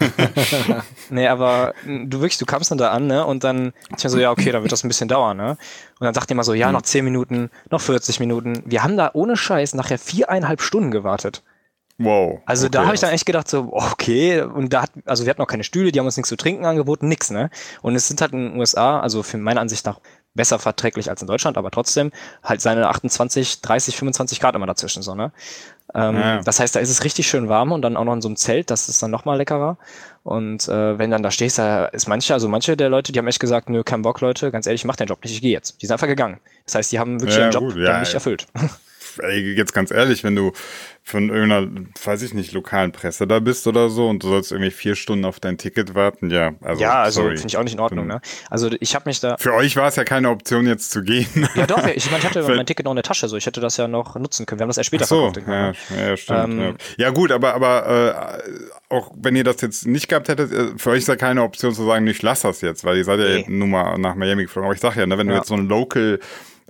Nee, aber du wirklich, du kamst dann da an, ne, und dann ich mir so, ja, okay, dann wird das ein bisschen dauern, ne. Und dann sagt die immer so, ja, noch zehn Minuten, noch vierzig Minuten. Wir haben da ohne Scheiß nachher viereinhalb Stunden gewartet. Wow. Also okay. da habe ich dann echt gedacht so, okay, und da hat, also wir hatten auch keine Stühle, die haben uns nichts zu trinken angeboten, nix, ne. Und es sind halt in den U S A, also für meine Ansicht nach besser verträglich als in Deutschland, aber trotzdem halt seine achtundzwanzig, dreißig, fünfundzwanzig Grad immer dazwischen, so, ne. Ähm, Ja. Das heißt, da ist es richtig schön warm und dann auch noch in so einem Zelt, das ist dann nochmal leckerer. Und äh, wenn dann da stehst, da ist manche, also manche der Leute, die haben echt gesagt, nö, kein Bock, Leute, ganz ehrlich, ich mach den Job nicht, ich gehe jetzt. Die sind einfach gegangen. Das heißt, die haben wirklich Ja, ihren Job gut, ja, dann nicht ja. erfüllt. ey, jetzt ganz ehrlich, wenn du von irgendeiner, weiß ich nicht, lokalen Presse da bist oder so und du sollst irgendwie vier Stunden auf dein Ticket warten, ja. Also, ja, also sorry. finde ich auch nicht in Ordnung, ne? Also ich habe mich da... Für euch war es ja keine Option, jetzt zu gehen. Ja doch, ich, ich, mein, ich hatte mein Ticket noch in der Tasche, so ich hätte das ja noch nutzen können. Wir haben das erst später Ach so, verkauft. ja, ja, stimmt. Ähm, ja. ja gut, aber, aber äh, auch wenn ihr das jetzt nicht gehabt hättet, äh, für euch ist ja keine Option zu sagen, ich lasse das jetzt, weil ihr seid ja Nee. nur mal nach Miami geflogen. Aber ich sag ja, ne, wenn Ja. du jetzt so ein Local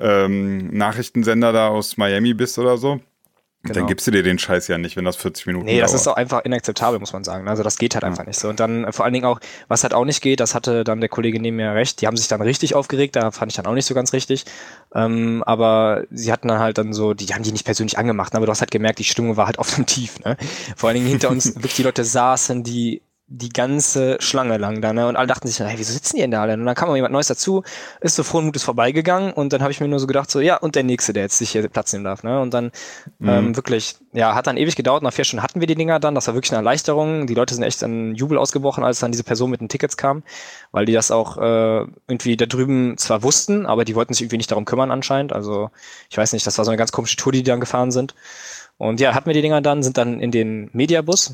ähm, Nachrichtensender da aus Miami bist oder so, Genau. dann gibst du dir den Scheiß ja nicht, wenn das vierzig Minuten Nee, das dauert. ist auch einfach inakzeptabel, muss man sagen. Also das geht halt einfach nicht so. Und dann äh, vor allen Dingen auch, was halt auch nicht geht, das hatte dann der Kollege neben mir recht, die haben sich dann richtig aufgeregt, da fand ich dann auch nicht so ganz richtig. Ähm, aber sie hatten dann halt dann so, die haben die nicht persönlich angemacht, ne? Aber du hast halt gemerkt, die Stimmung war halt auf dem Tief. Ne? Vor allen Dingen hinter uns wirklich die Leute saßen, die die ganze Schlange lang da, ne? Und alle dachten sich, hey, wieso sitzen die denn da alle? Und dann kam auch jemand Neues dazu, ist so frohen Mutes vorbeigegangen und dann habe ich mir nur so gedacht, so, ja, und der Nächste, der jetzt sich hier Platz nehmen darf, ne? Und dann Mhm. ähm, wirklich, ja, hat dann ewig gedauert, nach vier Stunden hatten wir die Dinger dann, das war wirklich eine Erleichterung, die Leute sind echt in Jubel ausgebrochen, als dann diese Person mit den Tickets kam, weil die das auch äh, irgendwie da drüben zwar wussten, aber die wollten sich irgendwie nicht darum kümmern anscheinend, also ich weiß nicht, das war so eine ganz komische Tour, die die dann gefahren sind. Und ja, hatten wir die Dinger dann, sind dann in den Mediabus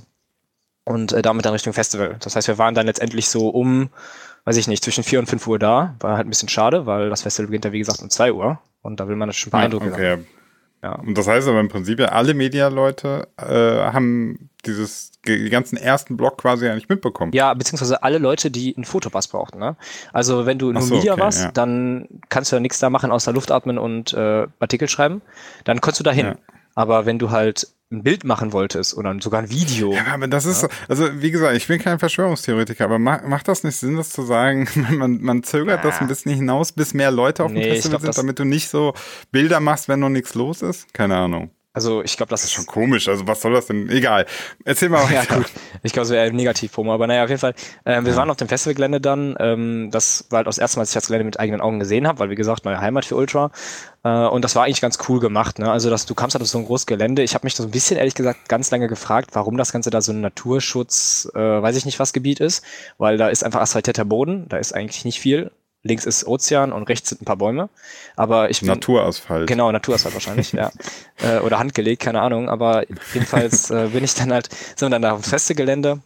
und äh, damit dann Richtung Festival. Das heißt, wir waren dann letztendlich so um, weiß ich nicht, zwischen vier und fünf Uhr da. War halt ein bisschen schade, weil das Festival beginnt ja, wie gesagt, um zwei Uhr. Und da will man schon ein paar Ja, Eindrücke okay. sammeln. Ja. Und das heißt aber im Prinzip ja, alle Media-Leute äh, haben dieses, die ganzen ersten Block quasi ja nicht mitbekommen. Ja, beziehungsweise alle Leute, die einen Fotopass brauchten. Ne? Also wenn du nur Ach so, Media okay, warst, ja. dann kannst du ja nichts da machen, außer Luft atmen und äh, Artikel schreiben. Dann konntest du da hin. Ja. Aber wenn du halt ein Bild machen wolltest oder sogar ein Video. Ja, aber das ist, also wie gesagt, ich bin kein Verschwörungstheoretiker, aber ma macht das nicht Sinn, das zu sagen? Man, man zögert Ja. das ein bisschen hinaus, bis mehr Leute auf dem Nee, ich Festival glaub, sind, das- damit du nicht so Bilder machst, wenn noch nichts los ist? Keine Ahnung. Also ich glaube, das, Das ist schon komisch, also was soll das denn? Egal. Erzähl mal Ja, weiter. gut. Ich glaube, es wäre Negativ-Promo, aber naja, auf jeden Fall. Äh, wir waren auf dem Festivalgelände dann. Ähm, das war halt das erste Mal, dass ich das Gelände mit eigenen Augen gesehen habe, weil, wie gesagt, neue Heimat für Ultra. Äh, und das war eigentlich ganz cool gemacht. Ne? Also, dass du kamst halt auf so ein großes Gelände. Ich habe mich da so ein bisschen, ehrlich gesagt, ganz lange gefragt, warum das Ganze da so ein Naturschutz, äh, weiß ich nicht, was Gebiet ist. Weil da ist einfach asphaltierter Boden, da ist eigentlich nicht viel. Links ist Ozean und rechts sind ein paar Bäume. Aber ich bin, Naturasphalt. Genau, Naturasphalt wahrscheinlich, ja. Äh, oder handgelegt, keine Ahnung. Aber jedenfalls äh, bin ich dann halt, sind wir dann da aufs Festegelände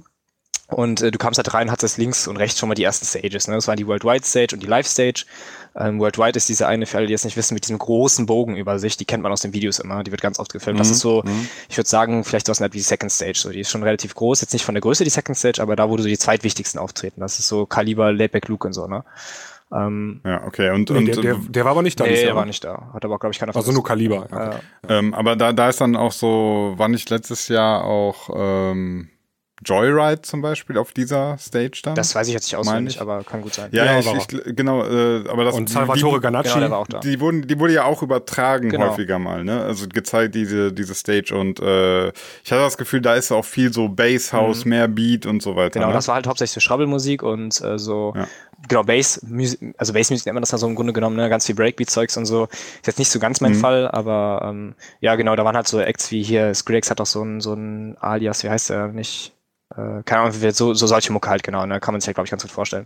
und äh, du kamst halt rein, hattest links und rechts schon mal die ersten Stages. Ne? Das waren die Worldwide Stage und die Live Stage. Ähm, Worldwide ist diese eine, für alle, die es nicht wissen, mit diesem großen Bogen über sich. Die kennt man aus den Videos immer. Die wird ganz oft gefilmt. Das ist so, ich würde sagen, vielleicht sowas wie die Second Stage. So, die ist schon relativ groß. Jetzt nicht von der Größe die Second Stage, aber da, wo so die zweitwichtigsten auftreten. Das ist so Kaliber, Laidback Luke und so, ne? Ähm, Ja, okay. Und, Nee, und der, der, der war aber nicht da. nee, dieses der Jahr, war ne? nicht da. Hat aber, glaube ich, keiner Also nur Kaliber. Ja. Äh, ähm, aber da, da ist dann auch so, war nicht letztes Jahr auch ähm, Joyride zum Beispiel auf dieser Stage dann? Das weiß ich jetzt nicht Meine auswendig, ich. aber kann gut sein. ja, Ja, ja, ich, war ich, genau, äh, aber das Und Salvatore die, Ganacci. Genau, der war auch da. Die, wurden, die wurde ja auch übertragen Genau. häufiger mal, ne? Also gezeigt, diese, diese Stage. Und äh, ich hatte das Gefühl, da ist auch viel so Basshouse, mehr Beat und so weiter. Genau, ne? das war halt hauptsächlich so Schrabbelmusik und äh, so, Ja. genau, Bass, Musik, also Bassmusik nennt man das dann so im Grunde genommen, ne? Ganz viel Breakbeat-Zeugs und so. Ist jetzt nicht so ganz mein Mhm. Fall, aber ähm, ja, genau, da waren halt so Acts wie hier, Skrillex hat auch so ein, so ein Alias, wie heißt der nicht? Äh, keine Ahnung, wie- so, so solche Mucke halt, genau, ne? Kann man sich ja, glaube ich, ganz gut vorstellen.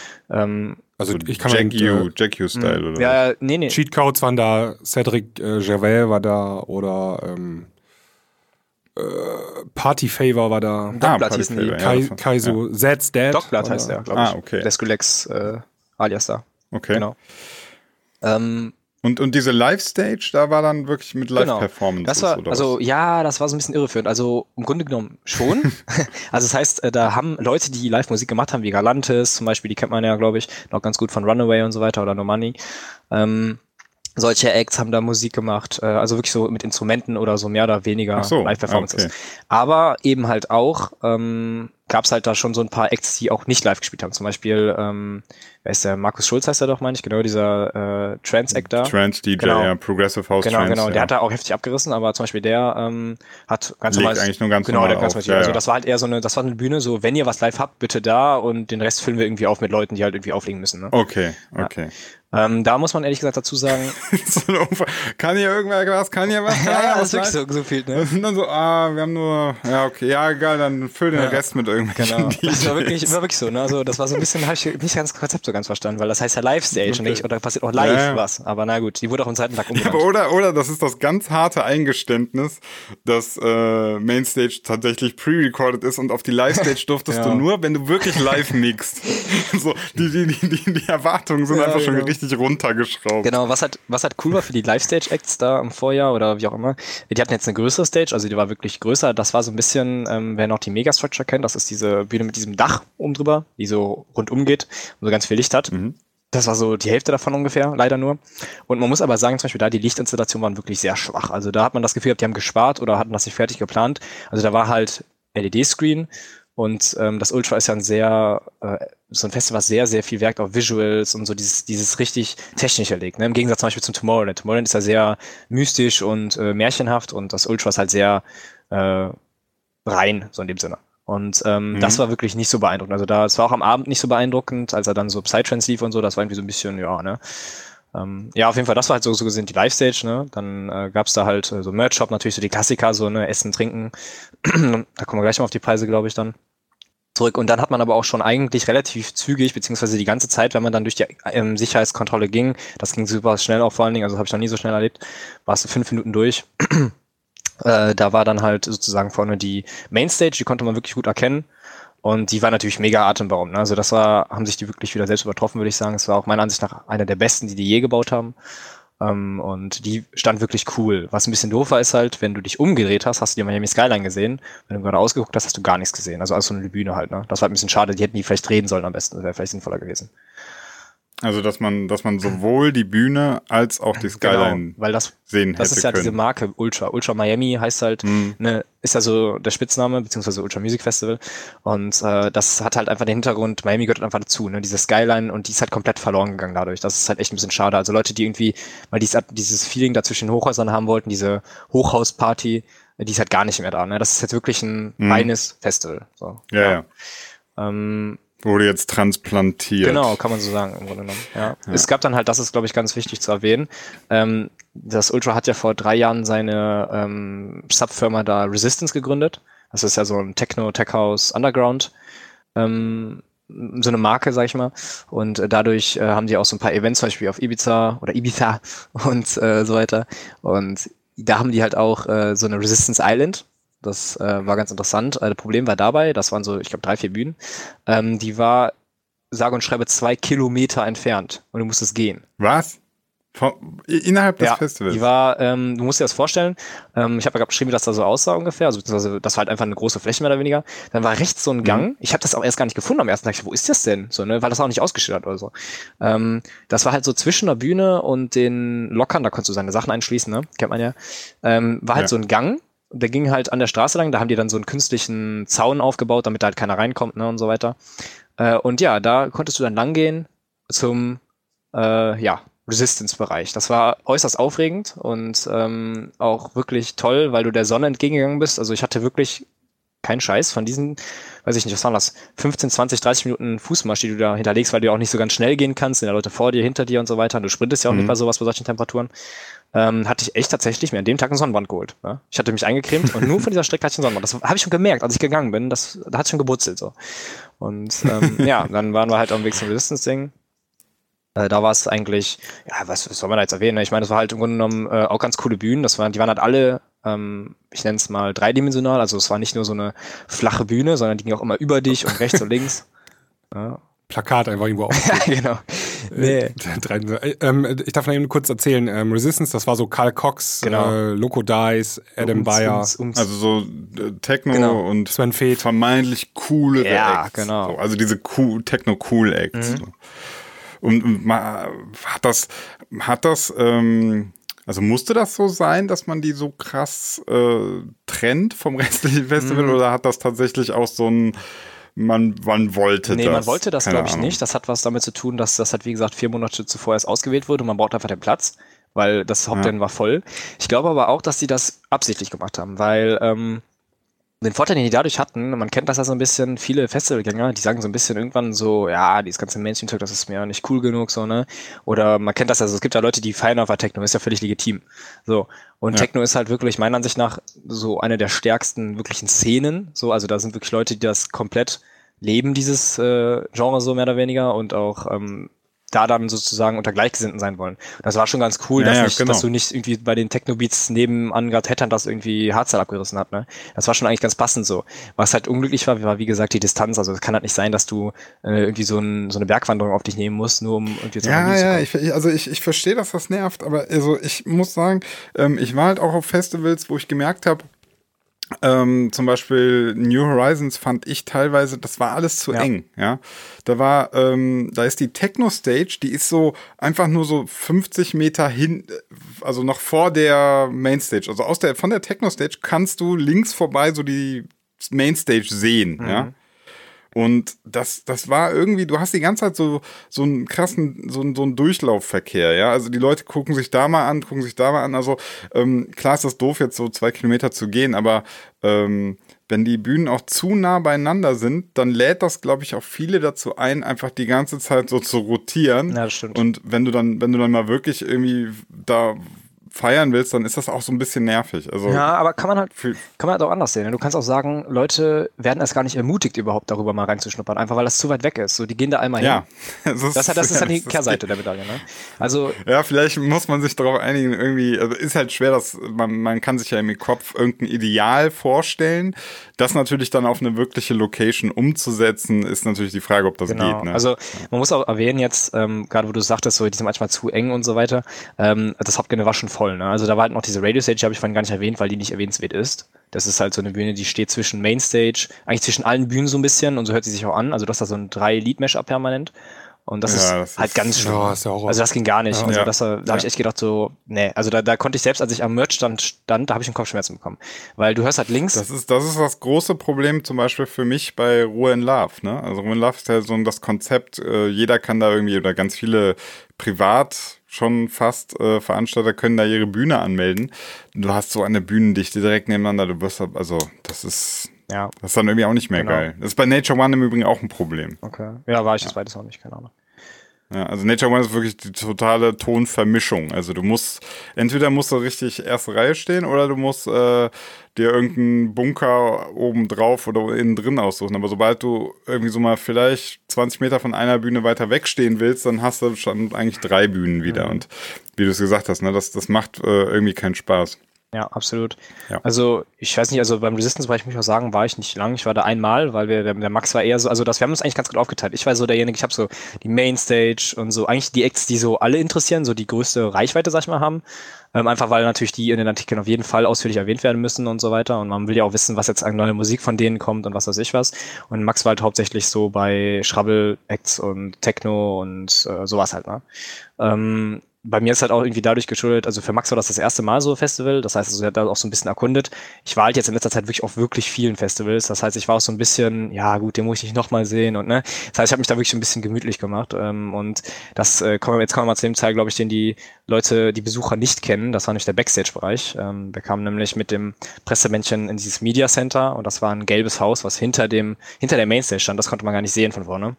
Ähm, Also so ich kann Jack mir, U, äh, Jack U-Style oder ja, ja, nee, nee. Cheatcodes waren da, Cedric äh, Gervais war da oder ähm, äh, Party Favor war da. Ah, Dogblatt Party hießen die. Favor, ja, Kai, das war- Kaiso, Zed's Dad. Dogblatt war heißt da. der, glaube ich. Ah, okay. Der Skrillex äh, Alias da, Okay. genau. Ähm, Und, und diese Live-Stage, da war dann wirklich mit Live-Performance. Das war, oder also was? ja, das war so ein bisschen irreführend. Also im Grunde genommen schon. Also das heißt, äh, da haben Leute, die Live-Musik gemacht haben, wie Galantis zum Beispiel, die kennt man ja, glaube ich, noch ganz gut von Runaway und so weiter oder No Money. Ähm, solche Acts haben da Musik gemacht, äh, also wirklich so mit Instrumenten oder so mehr oder weniger Ach so, Live-Performances. okay. Aber eben halt auch ähm, gab es halt da schon so ein paar Acts, die auch nicht live gespielt haben. Zum Beispiel, ähm, wer ist der? Markus Schulz heißt er doch, meine ich, genau, dieser äh, Trance-Act da. Trance-D J, Genau. ja, Progressive House Genau, Trance. genau. ja. Der hat da auch heftig abgerissen, aber zum Beispiel der ähm, hat ganz Legt normal. eigentlich nur ganz genau, normal der ganz auf, normal. ja, Also ja. das war halt eher so eine, das war eine Bühne, so wenn ihr was live habt, bitte da und den Rest füllen wir irgendwie auf mit Leuten, die halt irgendwie auflegen müssen. Ne? Okay, okay. Ähm, da muss man ehrlich gesagt dazu sagen, So ein Unfall. Kann hier irgendwer was? Kann hier was? Kann ja, hier ja, das was ist wirklich sein? so, so viel, ne? Das sind dann so, ah, wir haben nur, ja, okay, ja, egal, dann füll den Ja. Rest mit Ja, irgendwelchen Genau. D Js. Das war wirklich, war wirklich so, ne? Also das war so ein bisschen, habe ich nicht ganz das Konzept so ganz verstanden, weil das heißt ja Live-Stage und nicht, oder passiert auch live Ja, ja. was. Aber na gut, die wurde auch im zweiten Tag Ja, umbenannt. aber oder, oder das ist das ganz harte Eingeständnis, dass äh, Mainstage tatsächlich pre-recorded ist und auf die Live-Stage durftest Ja. du nur, wenn du wirklich live mixt. So, die, die, die, die, die Erwartungen sind Ja, einfach schon genau. richtig runtergeschraubt. Genau, was halt, was halt cool war für die Live-Stage-Acts da im Vorjahr oder wie auch immer, die hatten jetzt eine größere Stage, also die war wirklich größer. Das war so ein bisschen, ähm, wer noch die Megastructure kennt, das ist diese Bühne mit diesem Dach oben drüber, die so rundum geht und so ganz viel Licht hat. Mhm. Das war so die Hälfte davon ungefähr, leider nur. Und man muss aber sagen, zum Beispiel da, die Lichtinstallationen waren wirklich sehr schwach. Also da hat man das Gefühl gehabt, die haben gespart oder hatten das nicht fertig geplant. Also da war halt L E D-Screen und ähm, das Ultra ist ja ein sehr, äh, so ein Festival, was sehr, sehr viel Wert auf Visuals und so dieses, dieses richtig Technische legt. Ne? Im Gegensatz zum Beispiel zum Tomorrowland. Tomorrowland ist ja sehr mystisch und äh, märchenhaft und das Ultra ist halt sehr äh, rein, so in dem Sinne. Und ähm, Mhm. das war wirklich nicht so beeindruckend. Also da, es war auch am Abend nicht so beeindruckend, als er dann so Psytrance lief und so, das war irgendwie so ein bisschen, ja, ne. Ähm, ja, auf jeden Fall, das war halt so, so gesehen die Live-Stage, ne. Dann äh, gab's da halt äh, so Merch-Shop, natürlich so die Klassiker, so, ne, Essen, Trinken. Da kommen wir gleich mal auf die Preise, glaube ich, dann zurück. Und dann hat man aber auch schon eigentlich relativ zügig, beziehungsweise die ganze Zeit, wenn man dann durch die ähm, Sicherheitskontrolle ging, das ging super schnell auch vor allen Dingen, also habe ich noch nie so schnell erlebt, war es so fünf Minuten durch. Äh, da war dann halt sozusagen vorne die Mainstage, die konnte man wirklich gut erkennen und die war natürlich mega atemberaubend. Ne? Also das war, haben sich die wirklich wieder selbst übertroffen, würde ich sagen. Es war auch meiner Ansicht nach einer der besten, die die je gebaut haben. Ähm, und die stand wirklich cool. Was ein bisschen doof war, ist halt, wenn du dich umgedreht hast, hast du die Miami Skyline gesehen. Wenn du gerade ausgeguckt hast, hast du gar nichts gesehen. Also alles so eine Bühne halt. Ne? Das war ein bisschen schade. Die hätten die vielleicht reden sollen am besten. Das wäre vielleicht sinnvoller gewesen. Also, dass man, dass man sowohl die Bühne als auch die Skyline Genau, weil das sehen Das hätte ist ja können. diese Marke Ultra. Ultra Miami heißt halt, Mhm. ne, ist ja so der Spitzname, beziehungsweise Ultra Music Festival. Und äh, das hat halt einfach den Hintergrund, Miami gehört einfach dazu, ne, diese Skyline, und die ist halt komplett verloren gegangen dadurch. Das ist halt echt ein bisschen schade. Also Leute, die irgendwie mal dieses, dieses Feeling da zwischen den Hochhäusern haben wollten, diese Hochhausparty, die ist halt gar nicht mehr da. Ne? Das ist jetzt wirklich ein Mhm. reines Festival. So. Ja, ja. Ähm, Wurde jetzt transplantiert. Genau, kann man so sagen, im Grunde genommen. Ja. Ja. Es gab dann halt, das ist, glaube ich, ganz wichtig zu erwähnen, ähm, das Ultra hat ja vor drei Jahren seine ähm, Subfirma da Resistance gegründet. Das ist ja so ein Techno, Tech House, Underground, ähm, so eine Marke, sag ich mal. Und äh, dadurch äh, haben die auch so ein paar Events, zum Beispiel auf Ibiza oder Ibiza und äh, so weiter. Und da haben die halt auch äh, so eine Resistance Island. Das äh, war ganz interessant. Äh, das Problem war dabei, das waren so, ich glaube, drei, vier Bühnen. Ähm, die war, sage und schreibe, zwei Kilometer entfernt und du musstest gehen. Was? Von, innerhalb des ja, Festivals? Die war, ähm, du musst dir das vorstellen, ähm, ich habe ja gerade beschrieben, wie das da so aussah ungefähr, also beziehungsweise das war halt einfach eine große Fläche mehr oder weniger. Dann war rechts so ein Gang, Mhm. ich habe das auch erst gar nicht gefunden am ersten Tag, ich, wo ist das denn? So, ne, weil das auch nicht ausgeschildert oder so. Ähm, das war halt so zwischen der Bühne und den Lockern, da konntest du seine Sachen einschließen, ne, kennt man ja. Ähm, war halt Ja. so ein Gang, der ging halt an der Straße lang, da haben die dann so einen künstlichen Zaun aufgebaut, damit da halt keiner reinkommt, ne, und so weiter. Äh, und ja, da konntest du dann lang gehen zum, äh, ja, Resistance-Bereich. Das war äußerst aufregend und ähm, auch wirklich toll, weil du der Sonne entgegengegangen bist. Also ich hatte wirklich keinen Scheiß von diesen, weiß ich nicht, was waren das, fünfzehn, zwanzig, dreißig Minuten Fußmarsch, die du da hinterlegst, weil du ja auch nicht so ganz schnell gehen kannst, sind ja Leute vor dir, hinter dir und so weiter. Und du sprintest ja auch Mhm. nicht bei sowas, bei solchen Temperaturen. Ähm, hatte ich echt tatsächlich mir an dem Tag ein Sonnenbrand geholt. Ne? Ich hatte mich eingecremt und nur von dieser Strecke hatte ich einen Sonnenbrand. Das habe ich schon gemerkt, als ich gegangen bin. Das, da hat es schon gebrutzelt so. Und ähm, ja, dann waren wir halt auf dem Weg zum Resistance-Ding. Äh, da war es eigentlich, ja, was, was soll man da jetzt erwähnen? Ne? Ich meine, das war halt im Grunde genommen äh, auch ganz coole Bühnen. Das waren, die waren halt alle, ähm, ich nenne es mal dreidimensional. Also es war nicht nur so eine flache Bühne, sondern die ging auch immer über dich und rechts und links. Ja. Plakat einfach irgendwo auf. Ja, genau. Nee. Drei- äh, ähm, ich darf noch eben kurz erzählen, ähm, Resistance, das war so Carl Cox, Genau. äh, Loco Dice, Adam Ums- Beyer, ums- ums- Also so äh, Techno Genau. und Sven Feth. vermeintlich coolere Ja, Acts. genau. So, also diese cool, Techno-Cool-Acts. Mhm. So. Und, und ma, hat das, hat das, ähm, also musste das so sein, dass man die so krass äh, trennt vom restlichen Festival, Mhm. oder hat das tatsächlich auch so ein, man, man wollte Nee, das? man wollte das, Keine glaube ich, Ahnung. nicht. Das hat was damit zu tun, dass das halt, wie gesagt, vier Monate zuvor erst ausgewählt wurde und man braucht einfach den Platz, weil das Hauptrennen war voll. Ich glaube aber auch, dass die das absichtlich gemacht haben, weil ähm, Den Vorteil, den die dadurch hatten, man kennt das ja so ein bisschen, viele Festivalgänger, die sagen so ein bisschen irgendwann so, ja, dieses ganze Mainstream-Zeug, das ist mir nicht cool genug, so, ne? Oder man kennt das ja, also es gibt ja Leute, die feiern auf Techno, ist ja völlig legitim. So. Und ja. Techno ist halt wirklich, meiner Ansicht nach, so eine der stärksten wirklichen Szenen, so, also da sind wirklich Leute, die das komplett leben, dieses äh, Genre so mehr oder weniger und auch ähm, da dann sozusagen unter Gleichgesinnten sein wollen. Und das war schon ganz cool, ja, dass, ja, nicht, genau. dass du nicht irgendwie bei den Techno-Beats nebenan gerade Headhunt das irgendwie Hardstyle abgerissen hat, ne? Das war schon eigentlich ganz passend so. Was halt unglücklich war, war wie gesagt die Distanz. Also es kann halt nicht sein, dass du äh, irgendwie so, ein, so eine Bergwanderung auf dich nehmen musst, nur um irgendwie zu Ja, ja, ich, ich, also ich, ich verstehe, dass das nervt, aber also ich muss sagen, ähm, ich war halt auch auf Festivals, wo ich gemerkt habe, Ähm, zum Beispiel New Horizons fand ich teilweise, das war alles zu ja. eng, ja. Da war, ähm, da ist die Techno-Stage, die ist so einfach nur so fünfzig Meter hin, also noch vor der Mainstage. Also aus der, von der Techno-Stage kannst du links vorbei so die Mainstage sehen, mhm. ja. Und das, das war irgendwie, du hast die ganze Zeit so, so einen krassen, so, so einen Durchlaufverkehr, ja. Also die Leute gucken sich da mal an, gucken sich da mal an. Also ähm, klar ist das doof, jetzt so zwei Kilometer zu gehen, aber ähm, wenn die Bühnen auch zu nah beieinander sind, dann lädt das, glaube ich, auch viele dazu ein, einfach die ganze Zeit so zu rotieren. Ja, das stimmt. Und wenn du dann, wenn du dann mal wirklich irgendwie da feiern willst, dann ist das auch so ein bisschen nervig. Also ja, aber kann man halt kann man halt auch anders sehen. Du kannst auch sagen, Leute werden erst gar nicht ermutigt, überhaupt darüber mal reinzuschnuppern, einfach weil das zu weit weg ist. So, die gehen da einmal ja, hin. Das ist, das, das ist dann die Kehrseite der Medaille, ne? Also ja, vielleicht muss man sich darauf einigen, irgendwie, also ist halt schwer, dass man, man kann sich ja im Kopf irgendein Ideal vorstellen. Das natürlich dann auf eine wirkliche Location umzusetzen, ist natürlich die Frage, ob das genau. geht. Ne? Also man muss auch erwähnen jetzt, ähm, gerade wo du sagtest, so die sind manchmal zu eng und so weiter, ähm, das Hauptgelände war schon voll. Ne? Also da war halt noch diese Radio Stage, die habe ich vorhin gar nicht erwähnt, weil die nicht erwähnenswert ist. Das ist halt so eine Bühne, die steht zwischen Mainstage, eigentlich zwischen allen Bühnen so ein bisschen und so hört sie sich auch an. Also du hast da so ein drei-Lied-Mesh-Up permanent. Und das, ja, ist das halt ist, ganz schlimm. Ja, ist ja auch also das ging gar nicht. Ja. Also Ja. das, da Ja. habe ich echt gedacht so, nee, also da, da konnte ich selbst, als ich am Merch-Stand stand, da habe ich einen Kopfschmerzen bekommen. Weil du hörst halt links. Das ist, das ist das große Problem zum Beispiel für mich bei Ruhe in Love. Ne? Also Ruhe in Love ist ja so das Konzept, äh, jeder kann da irgendwie, oder ganz viele privat schon fast äh, Veranstalter können da ihre Bühne anmelden. Du hast so eine Bühnendichte direkt nebeneinander, du wirst, also das ist, ja. das ist dann irgendwie auch nicht mehr Genau. geil. Das ist bei Nature One im Übrigen auch ein Problem. Okay. Ja, war ich das beides auch nicht, keine Ahnung. Ja, also Nature One ist wirklich die totale Tonvermischung. Also du musst, entweder musst du richtig erste Reihe stehen oder du musst äh, dir irgendeinen Bunker oben drauf oder innen drin aussuchen. Aber sobald du irgendwie so mal vielleicht zwanzig Meter von einer Bühne weiter wegstehen willst, dann hast du schon eigentlich drei Bühnen wieder. Mhm. Und wie du es gesagt hast, ne, das, das macht äh, irgendwie keinen Spaß. Ja, absolut. Ja. Also ich weiß nicht, also beim Resistance-Bereich muss ich auch sagen, war ich nicht lang. Ich war da einmal, weil wir, der, der Max war eher so, also das, wir haben uns eigentlich ganz gut aufgeteilt. Ich war so derjenige, ich habe so die Mainstage und so, eigentlich die Acts, die so alle interessieren, so die größte Reichweite, sag ich mal, haben. Ähm, einfach weil natürlich die in den Artikeln auf jeden Fall ausführlich erwähnt werden müssen und so weiter. Und man will ja auch wissen, was jetzt an neue Musik von denen kommt und was weiß ich was. Und Max war halt hauptsächlich so bei Schrabbel-Acts und Techno und äh, sowas halt, ne? Ähm, Bei mir ist halt auch irgendwie dadurch geschuldet, also für Max war das das erste Mal so Festival, das heißt, also er hat da auch so ein bisschen erkundet. Ich war halt jetzt in letzter Zeit wirklich auf wirklich vielen Festivals, das heißt, ich war auch so ein bisschen, ja gut, den muss ich nicht nochmal sehen und ne, das heißt, ich habe mich da wirklich ein bisschen gemütlich gemacht ähm, und das, äh, kommen wir, jetzt kommen wir mal zu dem Teil, glaube ich, den die Leute, die Besucher nicht kennen, das war nämlich der Backstage-Bereich. Ähm, wir kamen nämlich mit dem Pressemännchen in dieses Media Center und das war ein gelbes Haus, was hinter dem, hinter der Mainstage stand, das konnte man gar nicht sehen von vorne.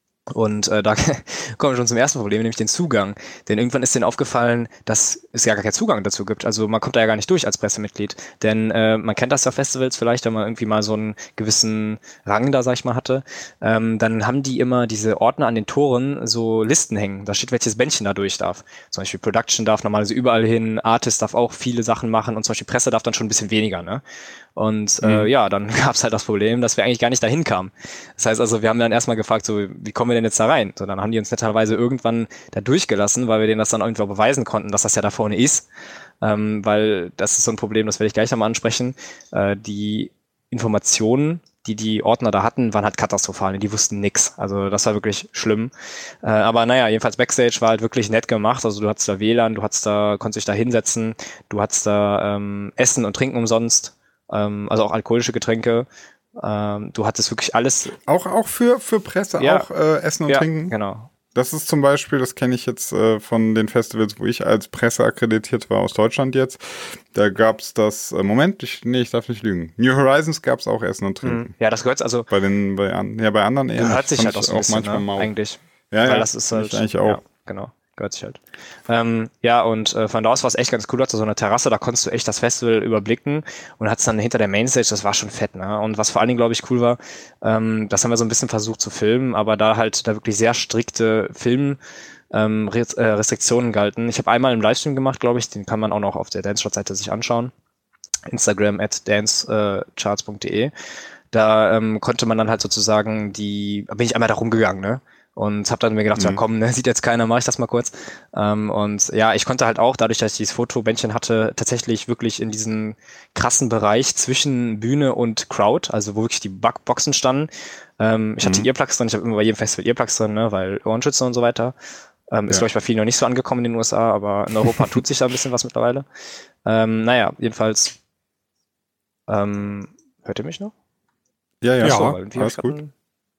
Und äh, da kommen wir schon zum ersten Problem, nämlich den Zugang. Denn irgendwann ist denen aufgefallen, dass es ja gar keinen Zugang dazu gibt. Also man kommt da ja gar nicht durch als Pressemitglied. Denn äh, man kennt das ja Festivals vielleicht, wenn man irgendwie mal so einen gewissen Rang da, sag ich mal, hatte. Ähm, dann haben die immer diese Ordner an den Toren so Listen hängen. Da steht, welches Bändchen da durch darf. Zum Beispiel Production darf normalerweise überall hin, Artist darf auch viele Sachen machen und zum Beispiel Presse darf dann schon ein bisschen weniger, ne? Und mhm. äh, ja, dann gab es halt das Problem, dass wir eigentlich gar nicht dahin kamen. Das heißt also, wir haben dann erstmal gefragt, so, wie kommen wir denn jetzt da rein? So, dann haben die uns netterweise irgendwann da durchgelassen, weil wir denen das dann irgendwo beweisen konnten, dass das ja da vorne ist. Ähm, weil das ist so ein Problem, das werde ich gleich nochmal ansprechen. Äh, die Informationen, die die Ordner da hatten, waren halt katastrophal. Die wussten nix. Also das war wirklich schlimm. Äh, aber naja, jedenfalls Backstage war halt wirklich nett gemacht. Also du hattest da W L A N, du hattest da, konntest dich da hinsetzen, du hattest da ähm, Essen und Trinken umsonst. Also auch alkoholische Getränke. Ähm, du hattest wirklich alles. Auch, auch für, für Presse, ja. auch äh, Essen und ja, Trinken? Genau. Das ist zum Beispiel, das kenne ich jetzt äh, von den Festivals, wo ich als Presse akkreditiert war aus Deutschland jetzt. Da gab's das, äh, Moment, ich, nee, ich darf nicht lügen. New Horizons gab's auch Essen und Trinken. Ja, das gehört also. Bei den, bei, an, ja, bei anderen eher. Hört sich halt auch so ein bisschen, manchmal ne? mau. Eigentlich. Ja, Weil ja, das ist halt. eigentlich auch. Ja, genau. Gehört sich halt. Ähm, ja, und äh, von da aus war es echt ganz cool, hatte so eine Terrasse, da konntest du echt das Festival überblicken und hattest dann hinter der Mainstage, das war schon fett, ne? Und was vor allen Dingen, glaube ich, cool war, ähm, das haben wir so ein bisschen versucht zu filmen, aber da halt da wirklich sehr strikte Film ähm, Re- äh, Restriktionen galten. Ich habe einmal einen Livestream gemacht, glaube ich, den kann man auch noch auf der Dance-Seite sich anschauen. Instagram at dancecharts punkt de. Da ähm, konnte man dann halt sozusagen die, da bin ich einmal da rumgegangen, ne? Und habe dann mir gedacht, mhm. ja komm, ne, sieht jetzt keiner, mache ich das mal kurz. Ähm, und ja, ich konnte halt auch, dadurch, dass ich dieses Fotobändchen hatte, tatsächlich wirklich in diesen krassen Bereich zwischen Bühne und Crowd, also wo wirklich die Boxen standen. Ähm, ich hatte Mhm. Earplugs drin, ich habe immer bei jedem Festival Earplugs drin, ne, weil Ohrenschützer und so weiter. Ähm, ist, Ja. glaube ich, bei vielen noch nicht so angekommen in den U S A, aber in Europa tut sich da ein bisschen was mittlerweile. Ähm, naja, jedenfalls. Ähm, hört ihr mich noch? Ja, ja, Ja, so, weil irgendwie hab alles ich grad gut. einen-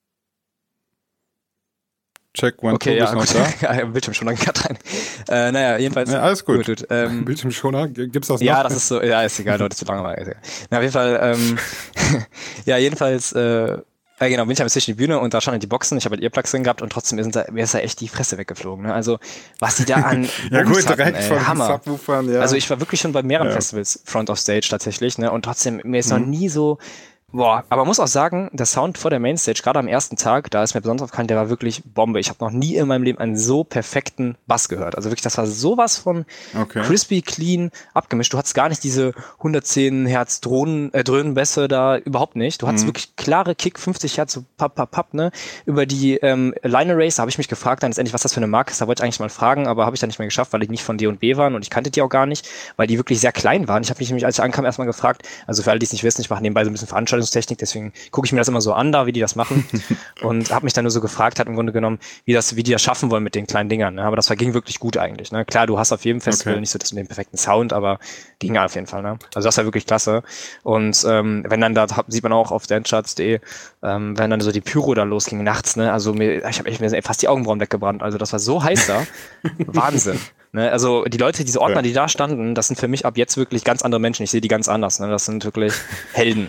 Check, one, Okay, two, ja, bist gut. noch da? Ja, Bildschirm schon gerade rein. Äh, naja, jedenfalls. Ja, alles gut. gut, gut. Ähm, Bildschirmschoner, gibt's das noch? ja, das ist so, ja, ist egal, Leute, zu lange war. Ist egal. Na, auf jeden Fall, ähm, ja, jedenfalls, äh, ja, genau, bin ich halt zwischen die Bühne und da standen die Boxen, ich habe halt Earplugs drin gehabt und trotzdem ist da, mir ist da echt die Fresse weggeflogen, ne? Also, was die da an Ja Bums gut, direkt hatten, von ey, den Hammer. Subwoofern, ja. Also ich war wirklich schon bei mehreren Ja. Festivals Front of Stage tatsächlich, ne? Und trotzdem, mir ist noch Mhm. nie so, boah, aber muss auch sagen, der Sound vor der Mainstage, gerade am ersten Tag, da ist mir besonders aufgefallen, der war wirklich Bombe. Ich habe noch nie in meinem Leben einen so perfekten Bass gehört. Also wirklich, das war sowas von Okay. crispy, clean, abgemischt. Du hattest gar nicht diese hundertzehn Hertz Drohnen, äh, Dröhnenbässe da, überhaupt nicht. Du hattest Mhm. wirklich klare Kick, fünfzig Hertz, so papp, papp, papp, ne? Über die ähm, Line Arrays, da habe ich mich gefragt, dann letztendlich, was das für eine Marke ist. Da wollte ich eigentlich mal fragen, aber habe ich dann nicht mehr geschafft, weil die nicht von D und B waren und ich kannte die auch gar nicht, weil die wirklich sehr klein waren. Ich habe mich nämlich, als ich ankam, erstmal gefragt, also für alle, die es nicht wissen, ich mache nebenbei so ein bisschen Veranstaltungstechnik, deswegen gucke ich mir das immer so an da, wie die das machen und habe mich dann nur so gefragt, hat im Grunde genommen, wie das, wie die das schaffen wollen mit den kleinen Dingern, ne? Aber das war, ging wirklich gut eigentlich, ne? Klar, du hast auf jedem Festival Okay. nicht so das, den perfekten Sound, aber ging auf jeden Fall, ne? Also das war wirklich klasse und ähm, wenn dann da, sieht man auch auf dancecharts punkt de, ähm, wenn dann so die Pyro da losging nachts, ne? Also mir, ich habe echt mir fast die Augenbrauen weggebrannt, also das war so heiß da, Wahnsinn. Ne? Also die Leute, diese Ordner, Ja. die da standen, das sind für mich ab jetzt wirklich ganz andere Menschen, ich sehe die ganz anders, ne? Das sind wirklich Helden.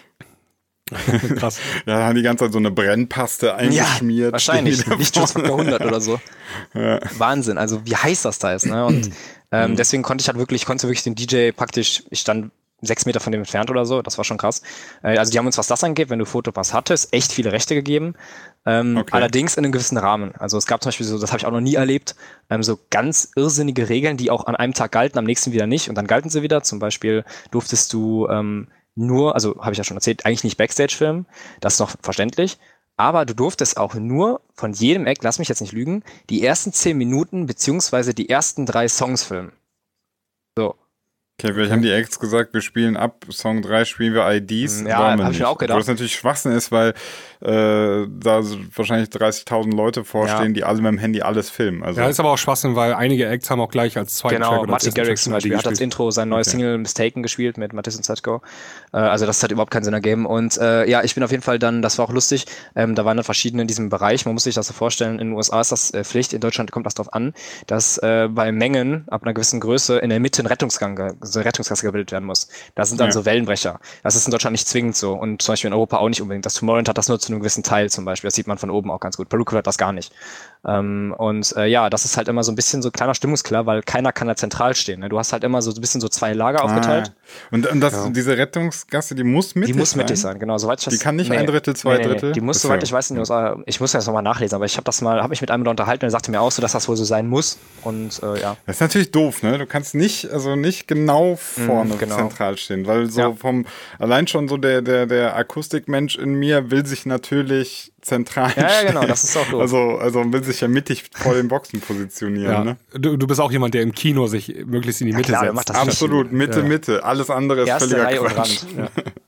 Krass. Ja, da haben die ganze Zeit so eine Brennpaste eingeschmiert. wahrscheinlich. Stehen die Lichtschutzfaktor hundert oder so. Ja. Wahnsinn, also wie heiß das da ist. Ne? Und ähm, Mhm. deswegen konnte ich halt wirklich, konnte wirklich den D J praktisch, ich stand sechs Meter von dem entfernt oder so, das war schon krass. Äh, also die haben uns, was das angeht, wenn du Fotopass hattest, echt viele Rechte gegeben. Ähm, Okay. Allerdings in einem gewissen Rahmen. Also es gab zum Beispiel so, das habe ich auch noch nie erlebt, ähm, so ganz irrsinnige Regeln, die auch an einem Tag galten, am nächsten wieder nicht und dann galten sie wieder. Zum Beispiel durftest du ähm, nur, also habe ich ja schon erzählt, eigentlich nicht Backstage filmen, das ist noch verständlich, aber du durftest auch nur von jedem Act, lass mich jetzt nicht lügen, die ersten zehn Minuten beziehungsweise die ersten drei Songs filmen. So. Okay, vielleicht haben die Acts gesagt, wir spielen ab Song drei spielen wir I Ds. Ja, wollen wir hab ich mir nicht. auch gedacht. Obwohl das natürlich Schwachsinn ist, weil äh, da so wahrscheinlich dreißigtausend Leute vorstehen, Ja. die alle mit dem Handy alles filmen. Also, Ja, ist aber auch Schwachsinn, weil einige Acts haben auch gleich als zweiten Track Genau, oder als Martin ersten Garrix Track zum Beispiel die hat als gespielt. Intro sein neues Okay. Single Mistaken gespielt mit Mattis und Zetko. Äh, also das hat überhaupt keinen Sinn ergeben. Und äh, ja, ich bin auf jeden Fall dann, das war auch lustig, ähm, da waren dann verschiedene in diesem Bereich. Man muss sich das so vorstellen, in den U S A ist das äh, Pflicht, in Deutschland kommt das drauf an, dass äh, bei Mengen ab einer gewissen Größe in der Mitte ein Rettungsgang, so eine Rettungsgasse gebildet werden muss. Das sind dann Ja. so Wellenbrecher. Das ist in Deutschland nicht zwingend so und zum Beispiel in Europa auch nicht unbedingt. Das Tomorrowland hat das nur zu einem gewissen Teil zum Beispiel. Das sieht man von oben auch ganz gut. Peruka hat das gar nicht. Ähm, und äh, ja, das ist halt immer so ein bisschen so kleiner Stimmungskiller, weil keiner kann da zentral stehen. Ne? Du hast halt immer so ein bisschen so zwei Lager aufgeteilt. Ah. Und, und das, diese Rettungsgasse, die muss mittig Die muss sein? mittig sein, genau. Soweit ich das, Die kann nicht ein Drittel, zwei Drittel? Die muss, Das ist soweit ja- ich weiß, in den U S A, ich muss das nochmal nachlesen, aber ich habe das mal, habe mich mit einem da unterhalten und er sagte mir auch so, dass das wohl so sein muss. Und äh, ja. Das ist natürlich doof, ne? Du kannst nicht, also nicht genau vorne Mm, genau. zentral stehen, weil so Ja. vom, allein schon so der, der, der Akustikmensch in mir will sich natürlich zentral Ja, ja, stehen. genau, das ist auch doof. Also, also will sich ja mittig vor den Boxen positionieren, Ja. ne? Du, du bist auch jemand, der im Kino sich möglichst in die Mitte klar, der setzt. macht das Absolut, Mitte, Ja. Mitte. Alles andere ist Erste völliger Reihe und Quatsch. Rand. Ja.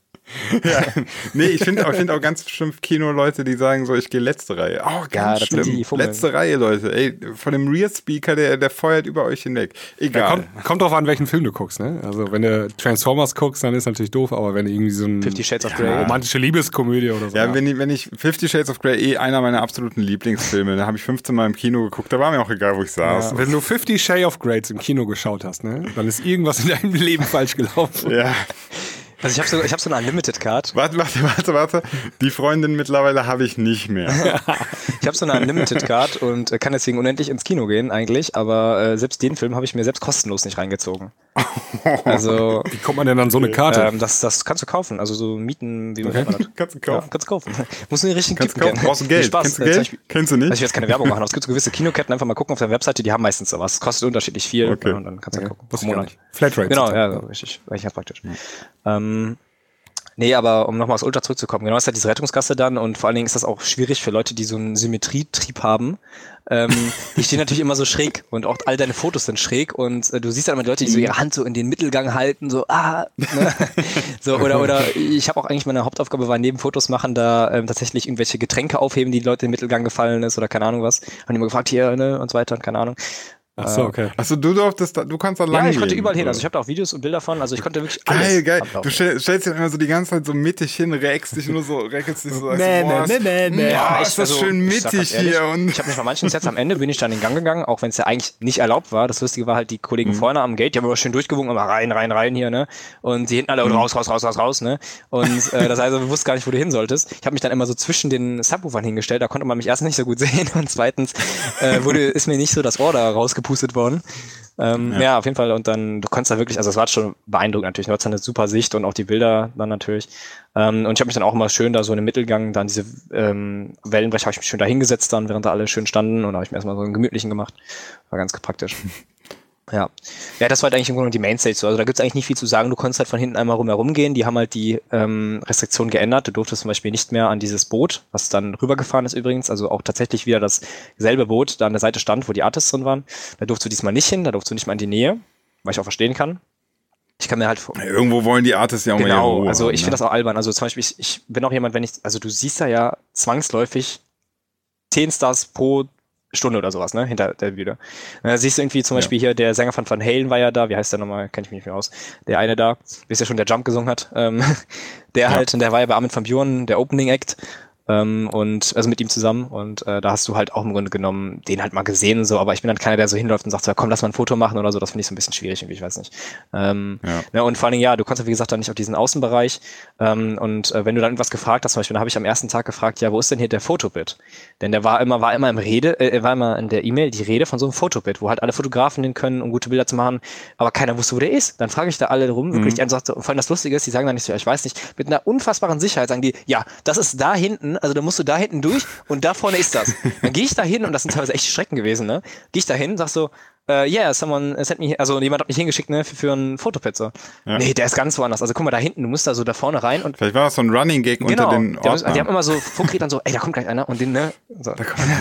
Ja. Nee, ich finde auch, find auch ganz schlimm Kino-Leute, die sagen so, ich gehe letzte Reihe. Oh, ganz Ja, das sind schlimm. die Fummeln. Letzte Reihe, Leute. Ey, von dem Rear-Speaker, der, der feuert über euch hinweg. Egal. Ja, kommt, kommt drauf an, welchen Film du guckst, ne? Also wenn du Transformers guckst, dann ist natürlich doof, aber wenn du irgendwie so ein Fifty Shades of ja, Grey. romantische Liebeskomödie oder so. Ja, wenn ich, wenn ich Fifty Shades of Grey eh einer meiner absoluten Lieblingsfilme, da habe ich fünfzehn Mal im Kino geguckt, da war mir auch egal, wo ich saß. Ja, wenn du Fifty Shades of Grey im Kino geschaut hast, ne, dann ist irgendwas in deinem Leben falsch gelaufen. Ja. Also ich habe so, ich hab so eine Unlimited-Card. Warte, warte, warte, warte. Die Freundin mittlerweile habe ich nicht mehr. Ich habe so eine Unlimited-Card und kann deswegen unendlich ins Kino gehen eigentlich, aber äh, selbst den Film habe ich mir selbst kostenlos nicht reingezogen. Also Wie kommt man denn an so eine Karte? ähm, das, das kannst du kaufen, also so mieten, wie Okay. man das? Kannst du Ja, kaufen. kannst du kaufen. Musst du den richtigen Kannst du Typen kaufen. kennen. Brauchst du Geld? Viel Spaß. Kennst du Äh, Geld? zum Beispiel- Kennst du nicht? Also ich will jetzt keine Werbung machen, aber es gibt so gewisse Kinoketten, einfach mal gucken auf der Webseite, die haben meistens sowas. Es kostet unterschiedlich viel Okay. und dann kannst du Okay. gucken. Wusste Pro ich gar Monat. nicht. Flatrate. Genau, sozusagen. ja, so, richtig. Eigentlich ganz praktisch. Ähm, nee, aber um nochmal aufs Ultra zurückzukommen, genau, ist halt diese Rettungsgasse dann und vor allen Dingen ist das auch schwierig für Leute, die so einen Symmetrietrieb haben. Ähm, die stehen natürlich immer so schräg und auch all deine Fotos sind schräg und äh, du siehst dann immer die Leute, die so ihre Hand so in den Mittelgang halten, so, ah, ne? so, oder, oder ich habe auch eigentlich meine Hauptaufgabe war, neben Fotos machen, da ähm, tatsächlich irgendwelche Getränke aufheben, die, die Leute im Mittelgang gefallen ist oder keine Ahnung was. Haben die immer gefragt, hier, ne, und so weiter und keine Ahnung. Ach so, okay. Achso, du durftest da, du kannst da lang Ja, ich konnte gehen. überall hin, also ich habe da auch Videos und Bilder von, also ich konnte wirklich Geil, alles geil. ablaufen. Du stell, stellst dich immer so die ganze Zeit so mittig hin, reckst dich nur so, reckelst dich so, sagst, Nee, boah, nee, ist- nee, nee. boah, Ja, ist das also, schön ich sag mittig ganz ehrlich, hier und Ich habe mich bei manchen Sets am Ende bin ich dann in den Gang gegangen, auch wenn es ja eigentlich nicht erlaubt war. Das Lustige war halt, die Kollegen vorne am Gate, die haben immer schön durchgewunken, immer rein, rein, rein hier, ne? Und die hinten alle raus, raus, raus, raus, raus, ne? Und äh, das heißt, du wusstest gar nicht, wo du hin solltest. Ich habe mich dann immer so zwischen den Subwoofern hingestellt, da konnte man mich erst nicht so gut sehen und zweitens äh, wurde, ist mir nicht so das Ohr da rausgepustet worden. Ähm, ja. ja, auf jeden Fall. Und dann, du konntest da wirklich, also es war schon beeindruckend natürlich. Du hattest eine super Sicht und auch die Bilder dann natürlich. Ähm, und ich habe mich dann auch immer schön da so in den Mittelgang, dann diese ähm, Wellenbrecher habe ich mich schön da hingesetzt dann, während da alle schön standen und da habe ich mir erstmal so einen gemütlichen gemacht. War ganz praktisch. Ja. Ja, das war halt eigentlich im Grunde die Mainstage so. Also da gibt's eigentlich nicht viel zu sagen. Du konntest halt von hinten einmal rumherum gehen. Die haben halt die ähm, Restriktionen geändert. Du durftest zum Beispiel nicht mehr an dieses Boot, was dann rübergefahren ist übrigens, also auch tatsächlich wieder dasselbe Boot da an der Seite stand, wo die Artists drin waren. Da durfst du diesmal nicht hin, da durfst du nicht mal in die Nähe, weil ich auch verstehen kann. Ich kann mir halt vor irgendwo wollen die Artists ja auch mal ihre Genau, Ruhe also haben, ich ne? finde das auch albern. Also zum Beispiel, ich, ich bin auch jemand, wenn ich, also du siehst da ja zwangsläufig zehn Stars pro Stunde oder sowas, ne, hinter der Bühne. Da siehst du irgendwie zum Beispiel hier, der Sänger von Van Halen war ja da, wie heißt der nochmal, kenn ich mich nicht mehr aus, der eine da, bis ja schon der Jump gesungen hat, ähm, der Ja. halt, und der war ja bei Armin van Buuren, der Opening Act, ähm, und also mit ihm zusammen und äh, da hast du halt auch im Grunde genommen den halt mal gesehen und so, aber ich bin dann keiner, der so hinläuft und sagt so, komm, lass mal ein Foto machen oder so, das finde ich so ein bisschen schwierig irgendwie, ich weiß nicht. Ähm, Ja. ne, und vor allen Dingen, ja, du konntest wie gesagt dann nicht auf diesen Außenbereich ähm, und äh, wenn du dann irgendwas gefragt hast, zum Beispiel, dann habe ich am ersten Tag gefragt, ja, wo ist denn hier der Fotobit? Denn der war immer, war immer im Rede, äh, war immer in der E-Mail die Rede von so einem Fotobit, wo halt alle Fotografen hin können, um gute Bilder zu machen, aber keiner wusste, wo der ist. Dann frage ich da alle rum, wirklich, mhm. und vor allem das Lustige ist, die sagen dann nicht so, ja, ich weiß nicht, mit einer unfassbaren Sicherheit sagen die, ja, das ist da hinten, also da musst du da hinten durch und da vorne ist das. Dann gehe ich da hin und das sind teilweise echt Strecken gewesen, ne? Gehe ich da hin, sag so, Uh, yeah, someone sent me, also jemand hat mich hingeschickt, ne, für, für einen Fotopad, so. Ja. Nee, der ist ganz woanders. Also guck mal da hinten, du musst da so da vorne rein und. Vielleicht war das so ein Running Gag Genau, unter den die haben, Ordnern. die haben immer so Funkgerät dann so, ey, da kommt gleich einer und den, ne, so.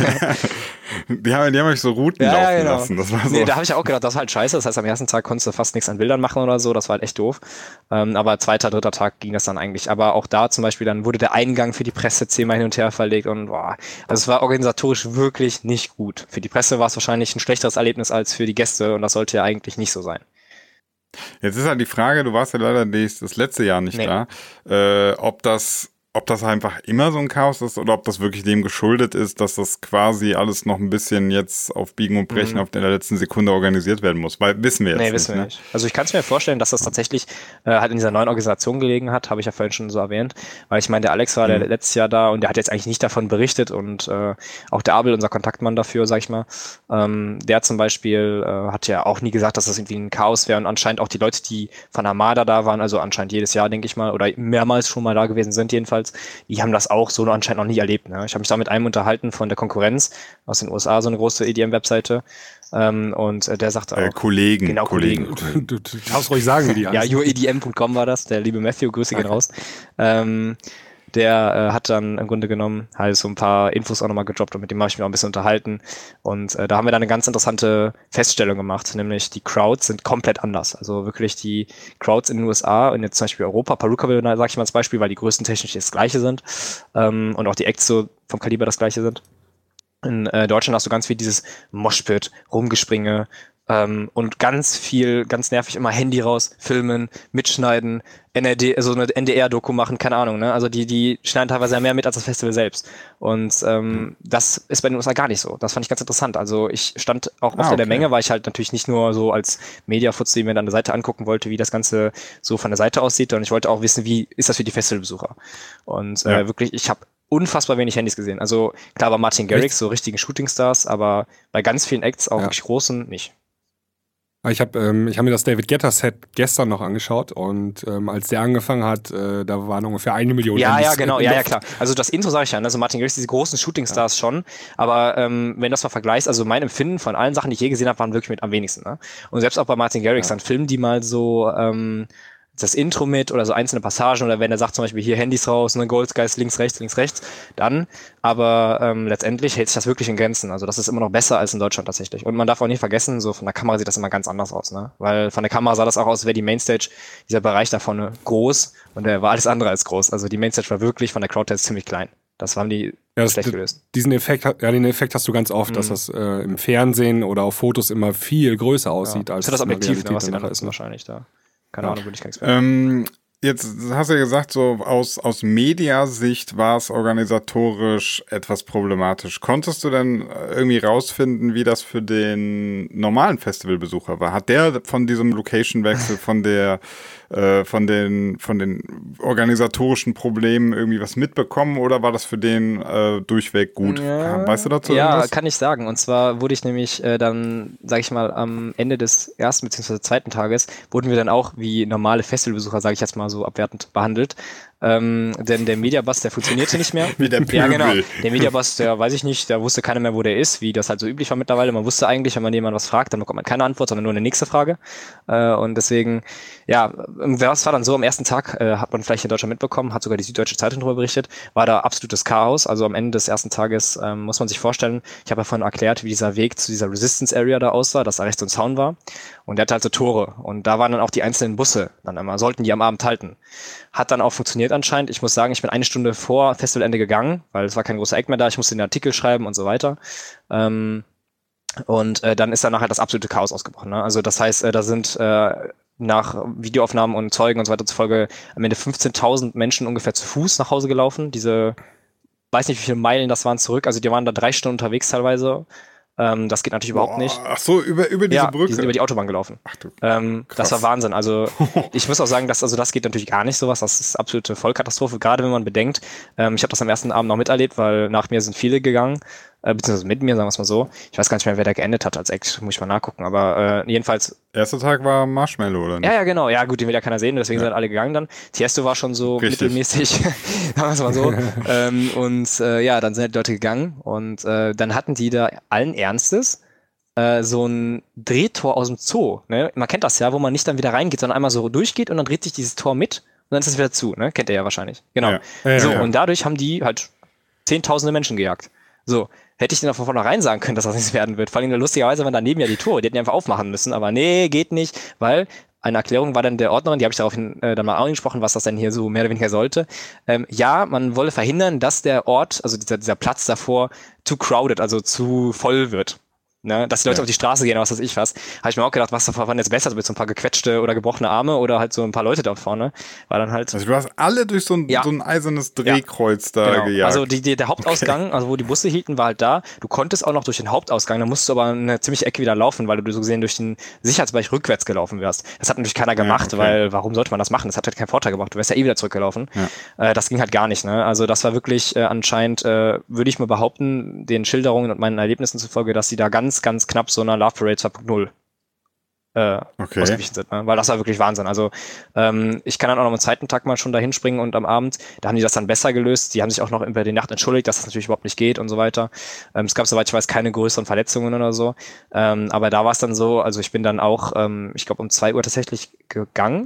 die, haben, die haben euch so Routen Ja, laufen ja, genau. lassen. Das war so. Nee, da habe ich ja auch gedacht, das war halt scheiße. Das heißt, am ersten Tag konntest du fast nichts an Bildern machen oder so. Das war halt echt doof. Ähm, aber zweiter, dritter Tag ging das dann eigentlich. Aber auch da zum Beispiel, dann wurde der Eingang für die Presse zehnmal hin und her verlegt und boah. Also es war organisatorisch wirklich nicht gut. Für die Presse war es wahrscheinlich ein schlechteres Erlebnis als für die Gäste und das sollte ja eigentlich nicht so sein. Jetzt ist halt die Frage, du warst ja leider das letzte Jahr nicht Nee. da, äh, ob das ob das einfach immer so ein Chaos ist oder ob das wirklich dem geschuldet ist, dass das quasi alles noch ein bisschen jetzt auf Biegen und Brechen Mhm. auf der letzten Sekunde organisiert werden muss. Weil wissen wir jetzt Nee, nicht. wissen wir ne? nicht. Also ich kann es mir vorstellen, dass das tatsächlich äh, halt in dieser neuen Organisation gelegen hat, habe ich ja vorhin schon so erwähnt, weil ich meine, der Alex war Mhm. der letztes Jahr da und der hat jetzt eigentlich nicht davon berichtet und äh, auch der Abel, unser Kontaktmann dafür, sag ich mal, ähm, der zum Beispiel äh, hat ja auch nie gesagt, dass das irgendwie ein Chaos wäre und anscheinend auch die Leute, die von Armada da waren, also anscheinend jedes Jahr, denke ich mal, oder mehrmals schon mal da gewesen sind jedenfalls, die haben das auch so anscheinend noch nie erlebt. Ne? Ich habe mich da mit einem unterhalten von der Konkurrenz aus den U S A, so eine große E D M-Webseite ähm, und äh, der sagte auch, Äh, Kollegen. Genau, Kollegen. Du, du, du darfst ruhig sagen, wie die ja, heißen. your E D M Punkt com war das, der liebe Matthew, Grüße gehen raus. Ähm, der äh, hat dann im Grunde genommen halt so ein paar Infos auch nochmal gedroppt und mit dem habe ich mich auch ein bisschen unterhalten. Und äh, da haben wir dann eine ganz interessante Feststellung gemacht, nämlich die Crowds sind komplett anders. Also wirklich die Crowds in den U S A und jetzt zum Beispiel Europa, Perukaville, sage ich mal als Beispiel, weil die Größen technisch das gleiche sind ähm, und auch die Acts so vom Kaliber das gleiche sind. In äh, Deutschland hast du ganz viel dieses Moshpit, Rumgespringe, Ähm, und ganz viel, ganz nervig immer Handy raus, filmen, mitschneiden, N R D, also eine N D R-Doku machen, keine Ahnung, ne? Also die, die schneiden teilweise ja mehr mit als das Festival selbst. Und ähm, mhm. das ist bei den U S A gar nicht so. Das fand ich ganz interessant. Also ich stand auch oft ah, okay. in der Menge, weil ich halt natürlich nicht nur so als Mediafutz, die mir dann an der Seite angucken wollte, wie das Ganze so von der Seite aussieht, sondern ich wollte auch wissen, wie ist das für die Festivalbesucher. Und äh, ja. wirklich, ich habe unfassbar wenig Handys gesehen. Also klar war Martin Garrix, so richtigen Shootingstars, aber bei ganz vielen Acts, auch ja. wirklich großen, nicht. Ich habe ähm, ich hab mir das David Guetta-Set gestern noch angeschaut und ähm, als der angefangen hat, äh, da waren ungefähr eine Million. Ja, ja, genau, ja, ja, klar. Also das Intro sage ich ja, also Martin Garrix, diese großen Shootingstars ja. schon, aber ähm, wenn du das mal vergleichst, also mein Empfinden von allen Sachen, die ich je gesehen habe, waren wirklich mit am wenigsten. Ne? Und selbst auch bei Martin Garrix, ja. dann filmen die mal so ähm, das Intro mit oder so einzelne Passagen oder wenn er sagt zum Beispiel hier Handys raus, ne, Gold Guys links, rechts, links, rechts, dann, aber ähm, letztendlich hält sich das wirklich in Grenzen. Also das ist immer noch besser als in Deutschland tatsächlich. Und man darf auch nicht vergessen, so von der Kamera sieht das immer ganz anders aus, ne? Weil von der Kamera sah das auch aus, als wäre die Mainstage, dieser Bereich da vorne groß und der war alles andere als groß. Also die Mainstage war wirklich von der Crowd-Test ziemlich klein. Das haben die ja, schlecht gelöst. Diesen Effekt, ja, den Effekt hast du ganz oft, mhm. dass das äh, im Fernsehen oder auf Fotos immer viel größer aussieht, ja. als das, das Objektiv, ne, was sie dann ist wahrscheinlich da. Keine ja. Ahnung, bin ich kein Experte. Ähm, jetzt hast du ja gesagt, so aus, aus Mediasicht war es organisatorisch etwas problematisch. Konntest du denn irgendwie rausfinden, wie das für den normalen Festivalbesucher war? Hat der von diesem Location-Wechsel, von der äh, von den von den organisatorischen Problemen irgendwie was mitbekommen oder war das für den äh, durchweg gut? Ja, weißt du dazu ja, irgendwas? Kann ich sagen. Und zwar wurde ich nämlich äh, dann, sag ich mal, am Ende des ersten bzw. zweiten Tages wurden wir dann auch wie normale Festivalbesucher, sage ich jetzt mal so abwertend, behandelt. Ähm, denn der Mediabus, der funktionierte nicht mehr. Wie der Pöbel. Ja, genau. Der Mediabus, der weiß ich nicht, da wusste keiner mehr, wo der ist, wie das halt so üblich war mittlerweile. Man wusste eigentlich, wenn man jemanden was fragt, dann bekommt man keine Antwort, sondern nur eine nächste Frage. Äh, und deswegen, ja, das war dann so, am ersten Tag, äh, hat man vielleicht in Deutschland mitbekommen, hat sogar die Süddeutsche Zeitung darüber berichtet, war da absolutes Chaos. Also am Ende des ersten Tages ähm, muss man sich vorstellen, ich habe ja vorhin erklärt, wie dieser Weg zu dieser Resistance Area da aussah, dass da rechts so ein Zaun war. Und der hatte halt so Tore. Und da waren dann auch die einzelnen Busse dann immer, sollten die am Abend halten. Hat dann auch funktioniert anscheinend. Ich muss sagen, ich bin eine Stunde vor Festivalende gegangen, weil es war kein großer Eck mehr da. Ich musste den Artikel schreiben und so weiter. Ähm, und äh, dann ist dann nachher das absolute Chaos ausgebrochen. Ne? Also das heißt, äh, da sind äh, nach Videoaufnahmen und Zeugen und so weiter zufolge am Ende fünfzehntausend Menschen ungefähr zu Fuß nach Hause gelaufen. Diese, weiß nicht, wie viele Meilen das waren zurück. Also die waren da drei Stunden unterwegs teilweise. Ähm, das geht natürlich Boah, überhaupt nicht. Ach so, über, über diese ja, Brücke? die sind über die Autobahn gelaufen. Ach du, ähm, das war Wahnsinn. Also ich muss auch sagen, dass, also das geht natürlich gar nicht sowas. Das ist absolute Vollkatastrophe, gerade wenn man bedenkt. Ähm, ich habe das am ersten Abend noch miterlebt, weil nach mir sind viele gegangen. Äh, beziehungsweise mit mir, sagen wir es mal so. Ich weiß gar nicht mehr, wer da geendet hat als Act, muss ich mal nachgucken. Aber äh, jedenfalls... Erster Tag war Marshmallow, oder nicht? Ja, ja, genau. Ja, gut, den will ja keiner sehen, deswegen ja. sind alle gegangen dann. Tiesto war schon so Richtig. mittelmäßig, sagen wir es mal so. ähm, und äh, ja, dann sind die Leute gegangen und äh, dann hatten die da allen Ernstes äh, so ein Drehtor aus dem Zoo. Ne? Man kennt das ja, wo man nicht dann wieder reingeht, sondern einmal so durchgeht und dann dreht sich dieses Tor mit und dann ist es wieder zu. Ne? Kennt ihr ja wahrscheinlich. Genau. Ja. Ja, so, ja. und dadurch haben die halt zehntausende Menschen gejagt. So, hätte ich denen von vornherein sagen können, dass das nichts werden wird. Vor allem lustigerweise waren daneben ja die Tore, die hätten die einfach aufmachen müssen, aber nee, geht nicht, weil eine Erklärung war dann der Ordnerin, die habe ich daraufhin äh, dann mal angesprochen, was das denn hier so mehr oder weniger sollte. Ähm, ja, man wolle verhindern, dass der Ort, also dieser, dieser Platz davor, zu crowded, also zu voll wird. Ne, dass die Leute ja. auf die Straße gehen oder was weiß ich was. Habe ich mir auch gedacht, was war jetzt besser, mit so ein paar gequetschte oder gebrochene Arme oder halt so ein paar Leute da vorne. War dann halt. Also du hast alle durch so ein, ja. so ein eisernes Drehkreuz ja. da genau. gejagt. Also die, die, der Hauptausgang, okay. also wo die Busse hielten, war halt da. Du konntest auch noch durch den Hauptausgang, da musst du aber eine ziemliche Ecke wieder laufen, weil du so gesehen durch den Sicherheitsbereich rückwärts gelaufen wärst. Das hat natürlich keiner gemacht, ja, okay. weil warum sollte man das machen? Das hat halt keinen Vorteil gebracht. Du wärst ja eh wieder zurückgelaufen. Ja. Äh, das ging halt gar nicht. Ne? Also das war wirklich äh, anscheinend, äh, würde ich mal behaupten, den Schilderungen und meinen Erlebnissen zufolge, dass die da ganz, ganz knapp so einer Love Parade zwei Punkt null äh, okay. ausgewichen sind, ne? Weil das war wirklich Wahnsinn. Also ähm, ich kann dann auch noch am zweiten Tag mal schon da hinspringen und am Abend, da haben die das dann besser gelöst. Die haben sich auch noch über die Nacht entschuldigt, dass das natürlich überhaupt nicht geht und so weiter. Ähm, es gab, soweit ich weiß, keine größeren Verletzungen oder so. Ähm, aber da war es dann so, also ich bin dann auch, ähm, ich glaube um zwei Uhr tatsächlich gegangen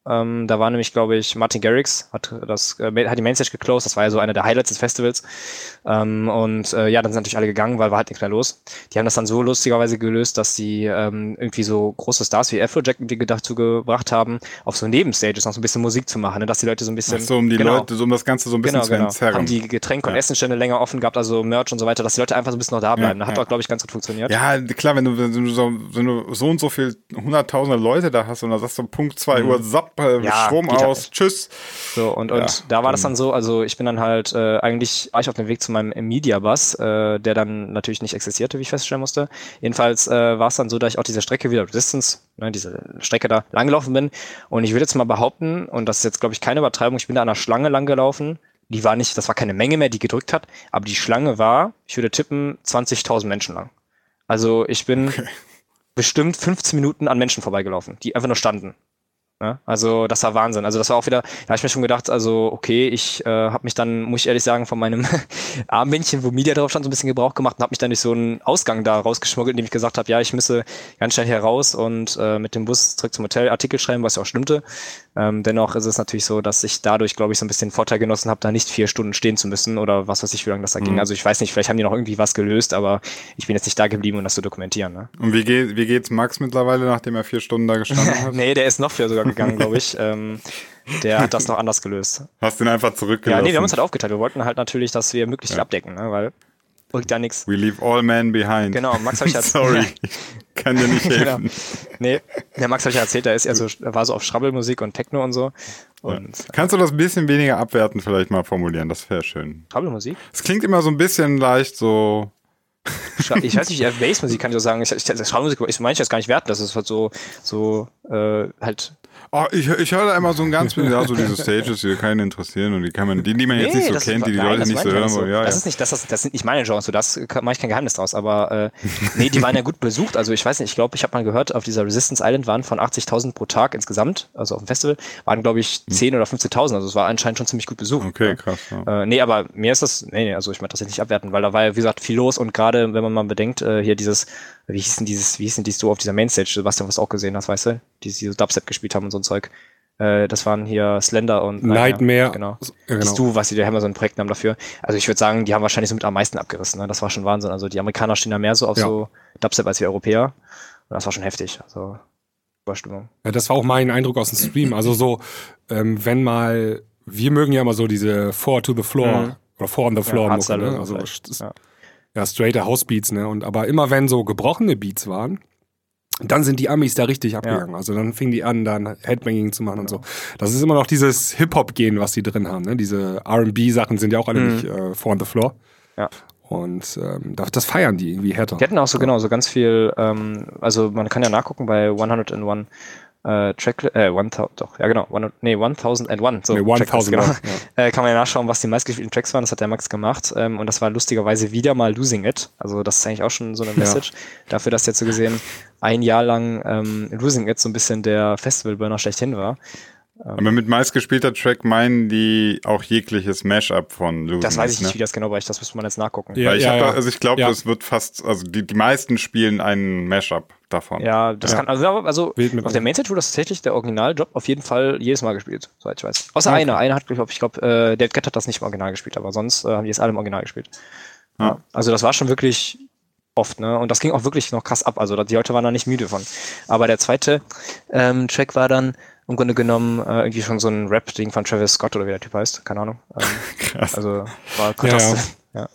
Ähm, da war nämlich, glaube ich, Martin Garrix, hat das äh, hat die Mainstage geclosed, das war ja so einer der Highlights des Festivals. Ähm, und äh, ja, dann sind natürlich alle gegangen, weil war halt nichts mehr los. Die haben das dann so lustigerweise gelöst, dass sie ähm, irgendwie so große Stars wie Afrojack mit die dazu gebracht haben, auf so Nebenstages noch so ein bisschen Musik zu machen, ne? Dass die Leute so ein bisschen... Ach so, um die genau, Leute, so um das Ganze so ein bisschen genau, zu genau. entzerren. Haben die Getränke- und Ja. Essenstände länger offen gehabt, also Merch und so weiter, dass die Leute einfach so ein bisschen noch da bleiben. Ja, Hat ja. auch, glaube ich, ganz gut funktioniert. Ja, klar, wenn du, wenn du, so, wenn du so und so viel hunderttausende Leute da hast und dann sagst du Punkt zwei Uhr, zapp, äh, Ja, Strom geht halt aus, nicht. tschüss. So, und, und Ja, da war das dann so, also ich bin dann halt, äh, eigentlich war ich auf dem Weg zu meinem Media-Bus, äh, der dann natürlich nicht existierte, wie ich feststellen musste. Jedenfalls äh, war es dann so, dass ich auch diese Strecke wieder, Resistance, ne, diese Strecke da langgelaufen bin. Und ich würde jetzt mal behaupten, und das ist jetzt, glaube ich, keine Übertreibung, ich bin da an einer Schlange langgelaufen. Die war nicht, das war keine Menge mehr, die gedrückt hat, aber die Schlange war, ich würde tippen, zwanzigtausend Menschen lang. Also ich bin Okay. bestimmt fünfzehn Minuten an Menschen vorbeigelaufen, die einfach nur standen. Ja, also das war Wahnsinn. Also das war auch wieder, da habe ich mir schon gedacht, also okay, ich äh, habe mich dann, muss ich ehrlich sagen, von meinem Armbändchen, wo Media drauf stand, so ein bisschen Gebrauch gemacht und habe mich dann durch so einen Ausgang da rausgeschmuggelt, indem ich gesagt habe, ja, ich müsse ganz schnell hier raus und äh, mit dem Bus zurück zum Hotel Artikel schreiben, was ja auch stimmte. Ähm, dennoch ist es natürlich so, dass ich dadurch, glaube ich, so ein bisschen Vorteil genossen habe, da nicht vier Stunden stehen zu müssen oder was weiß ich, wie lange das da ging. Mhm. Also ich weiß nicht, vielleicht haben die noch irgendwie was gelöst, aber ich bin jetzt nicht da geblieben, um das zu dokumentieren. Ne? Und wie, geht, wie geht's Max mittlerweile, nachdem er vier Stunden da gestanden hat? Nee, der ist noch früher sogar gegangen, glaube ich. ähm, der hat das noch anders gelöst. Hast ihn einfach Ja, zurückgelassen? nee, wir haben uns halt aufgeteilt. Wir wollten halt natürlich, dass wir möglichst viel abdecken, ne? Weil bringt ja nichts. We leave all men behind. Genau, Max habe ich halt... Sorry, kann dir nicht Genau. helfen. Nee, der Max habe ich ja erzählt, der ist eher so, er war so auf Schrabbelmusik und Techno und so. Und Kannst du das ein bisschen weniger abwertend vielleicht mal formulieren? Das wäre schön. Schrabbelmusik? Es klingt immer so ein bisschen leicht so... Schra- Ich weiß nicht, eher Bassmusik kann ich so sagen. Ich, ich, Schrabbelmusik, ich meine ich jetzt gar nicht werten, das ist halt so, so äh, halt... Oh, ich, ich höre da immer so ein ganz bisschen, ja, so diese Stages, die keinen interessieren und die kann man, die, die man jetzt nicht so das kennt, die die nein, Leute das nicht so meine ich hören gar wollen. Ja, das ja. ist nicht, das, das, das sind nicht meine Genres, so das mache ich kein Geheimnis draus, aber äh, nee, die waren ja gut besucht, also ich weiß nicht, ich glaube, ich habe mal gehört, auf dieser Resistance Island waren von achtzigtausend pro Tag insgesamt, also auf dem Festival, waren glaube ich zehn oder fünfzehntausend, also es war anscheinend schon ziemlich gut besucht. Okay, ja. krass. Ja. Äh, nee, aber mir ist das, nee, nee, also ich möchte das jetzt nicht abwerten, weil da war ja, wie gesagt, viel los und gerade, wenn man mal bedenkt, äh, hier dieses, wie hieß denn dieses, wie hieß denn dieses du auf dieser Mainstage, Sebastian, was du auch gesehen hast, weißt du, die diese Dubstep gespielt haben und so ein Zeug. Äh, das waren hier Slender und Nightmare. Genau. Ja, Das genau. Du, was die, die haben ja so einen Projektnamen dafür. Also ich würde sagen, die haben wahrscheinlich so mit am meisten abgerissen. Ne? Das war schon Wahnsinn. Also die Amerikaner stehen da mehr so auf Ja. so Dubstep als wir Europäer. Und das war schon heftig. Also Überstimmung. Ja, das war auch mein Eindruck aus dem Stream. Also so, ähm, wenn mal, wir mögen ja immer so diese Four to the Floor Mhm. oder Four on the Floor Ja, Mucke, Hardstyle ne? oder Also vielleicht. das- Ja. ja, straighter Housebeats, ne? Und aber immer wenn so gebrochene Beats waren, dann sind die Amis da richtig abgegangen. Also dann fingen die an, dann Headbanging zu machen und so. Das ist immer noch dieses Hip-Hop-Gen, was die drin haben. Ne? Diese R and B-Sachen sind ja auch alle Mhm. nicht äh, Four on the Floor. Ja. Und ähm, das, das feiern die irgendwie härter. Die hatten auch so genau so ganz viel, ähm, also man kann ja nachgucken bei hundertundeins äh, Track, äh, tausend, doch, ja genau, hundert, nee, tausendeins, so, Nee, Tracklist, tausend, genau. ja. Äh, kann man ja nachschauen, was die meistgespielten Tracks waren, das hat der Max gemacht, ähm, und das war lustigerweise wieder mal Losing It, also das ist eigentlich auch schon so eine Message, dafür, dass jetzt so gesehen ein Jahr lang ähm, Losing It so ein bisschen der Festivalburner schlechthin war. Aber mit meistgespielter Track meinen die auch jegliches Mashup von Losing Das weiß It, ich nicht, ne? wie das genau war, ich, das müsste man jetzt nachgucken. Ja, Weil ich ja, hab ja. Da, also ich glaube, Ja. es wird fast, also die, die meisten spielen einen Mashup davon. Ja, das Ja. kann, also, also Wild mit auf der Mainstage wurde das tatsächlich der Originaljob auf jeden Fall jedes Mal gespielt, soweit ich weiß. Außer einer, einer hat, glaub ich glaube, äh, Dead Cat hat das nicht im Original gespielt, aber sonst äh, haben die es alle im Original gespielt. Ja. Ja. Also das war schon wirklich oft, ne? Und das ging auch wirklich noch krass ab, also die Leute waren da nicht müde von. Aber der zweite ähm, Track war dann im Grunde genommen äh, irgendwie schon so ein Rap-Ding von Travis Scott oder wie der Typ heißt, keine Ahnung. Ähm, Krass. also war fantastisch. Ja,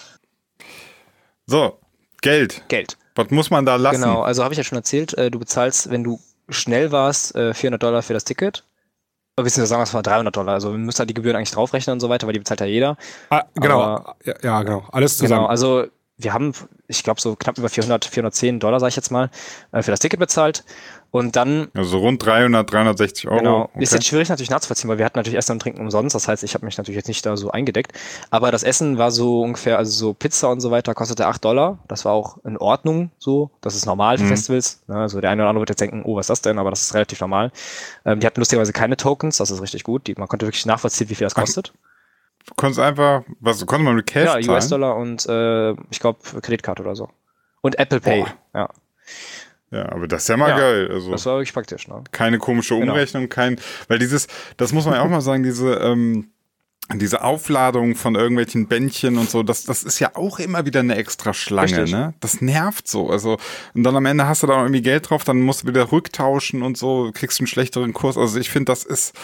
So, Geld. Geld. Was muss man da lassen? Genau, also habe ich ja schon erzählt, äh, du bezahlst, wenn du schnell warst, äh, vierhundert Dollar für das Ticket. Oder beziehungsweise sagen wir es mal dreihundert Dollar. Also wir müssen halt die Gebühren eigentlich draufrechnen und so weiter, weil die bezahlt ja jeder. Ah, genau, Aber- ja, ja, genau. Alles zusammen. Genau, also wir haben, ich glaube, so knapp über vierhundert, vierhundertzehn Dollar, sage ich jetzt mal, äh, für das Ticket bezahlt. Und dann, Also rund dreihundert, dreihundertsechzig Euro. genau, Okay. ist jetzt schwierig natürlich nachzuvollziehen, weil wir hatten natürlich Essen und Trinken umsonst. Das heißt, ich habe mich natürlich jetzt nicht da so eingedeckt. Aber das Essen war so ungefähr, also so Pizza und so weiter, kostete acht Dollar. Das war auch in Ordnung so. Das ist normal für Mhm. Festivals. Ne? Also der eine oder andere wird jetzt denken, oh, was ist das denn? Aber das ist relativ normal. Ähm, die hatten lustigerweise keine Tokens, das ist richtig gut. Die, man konnte wirklich nachvollziehen, wie viel das kostet. Du konntest einfach, was, konnte man mit Cash Ja, zahlen? U S-Dollar und äh, ich glaube Kreditkarte oder so. Und Apple Pay. Boah. Ja. Ja, aber das ist ja mal Ja, geil. Also das war wirklich praktisch, ne? keine komische Genau. Umrechnung, kein, weil dieses, das muss man ja auch mal sagen, diese, ähm, diese Aufladung von irgendwelchen Bändchen und so, das, das ist ja auch immer wieder eine extra Schlange, Richtig. ne? Das nervt so. Also, und dann am Ende hast du da noch irgendwie Geld drauf, dann musst du wieder rücktauschen und so, kriegst einen schlechteren Kurs. Also ich finde, das ist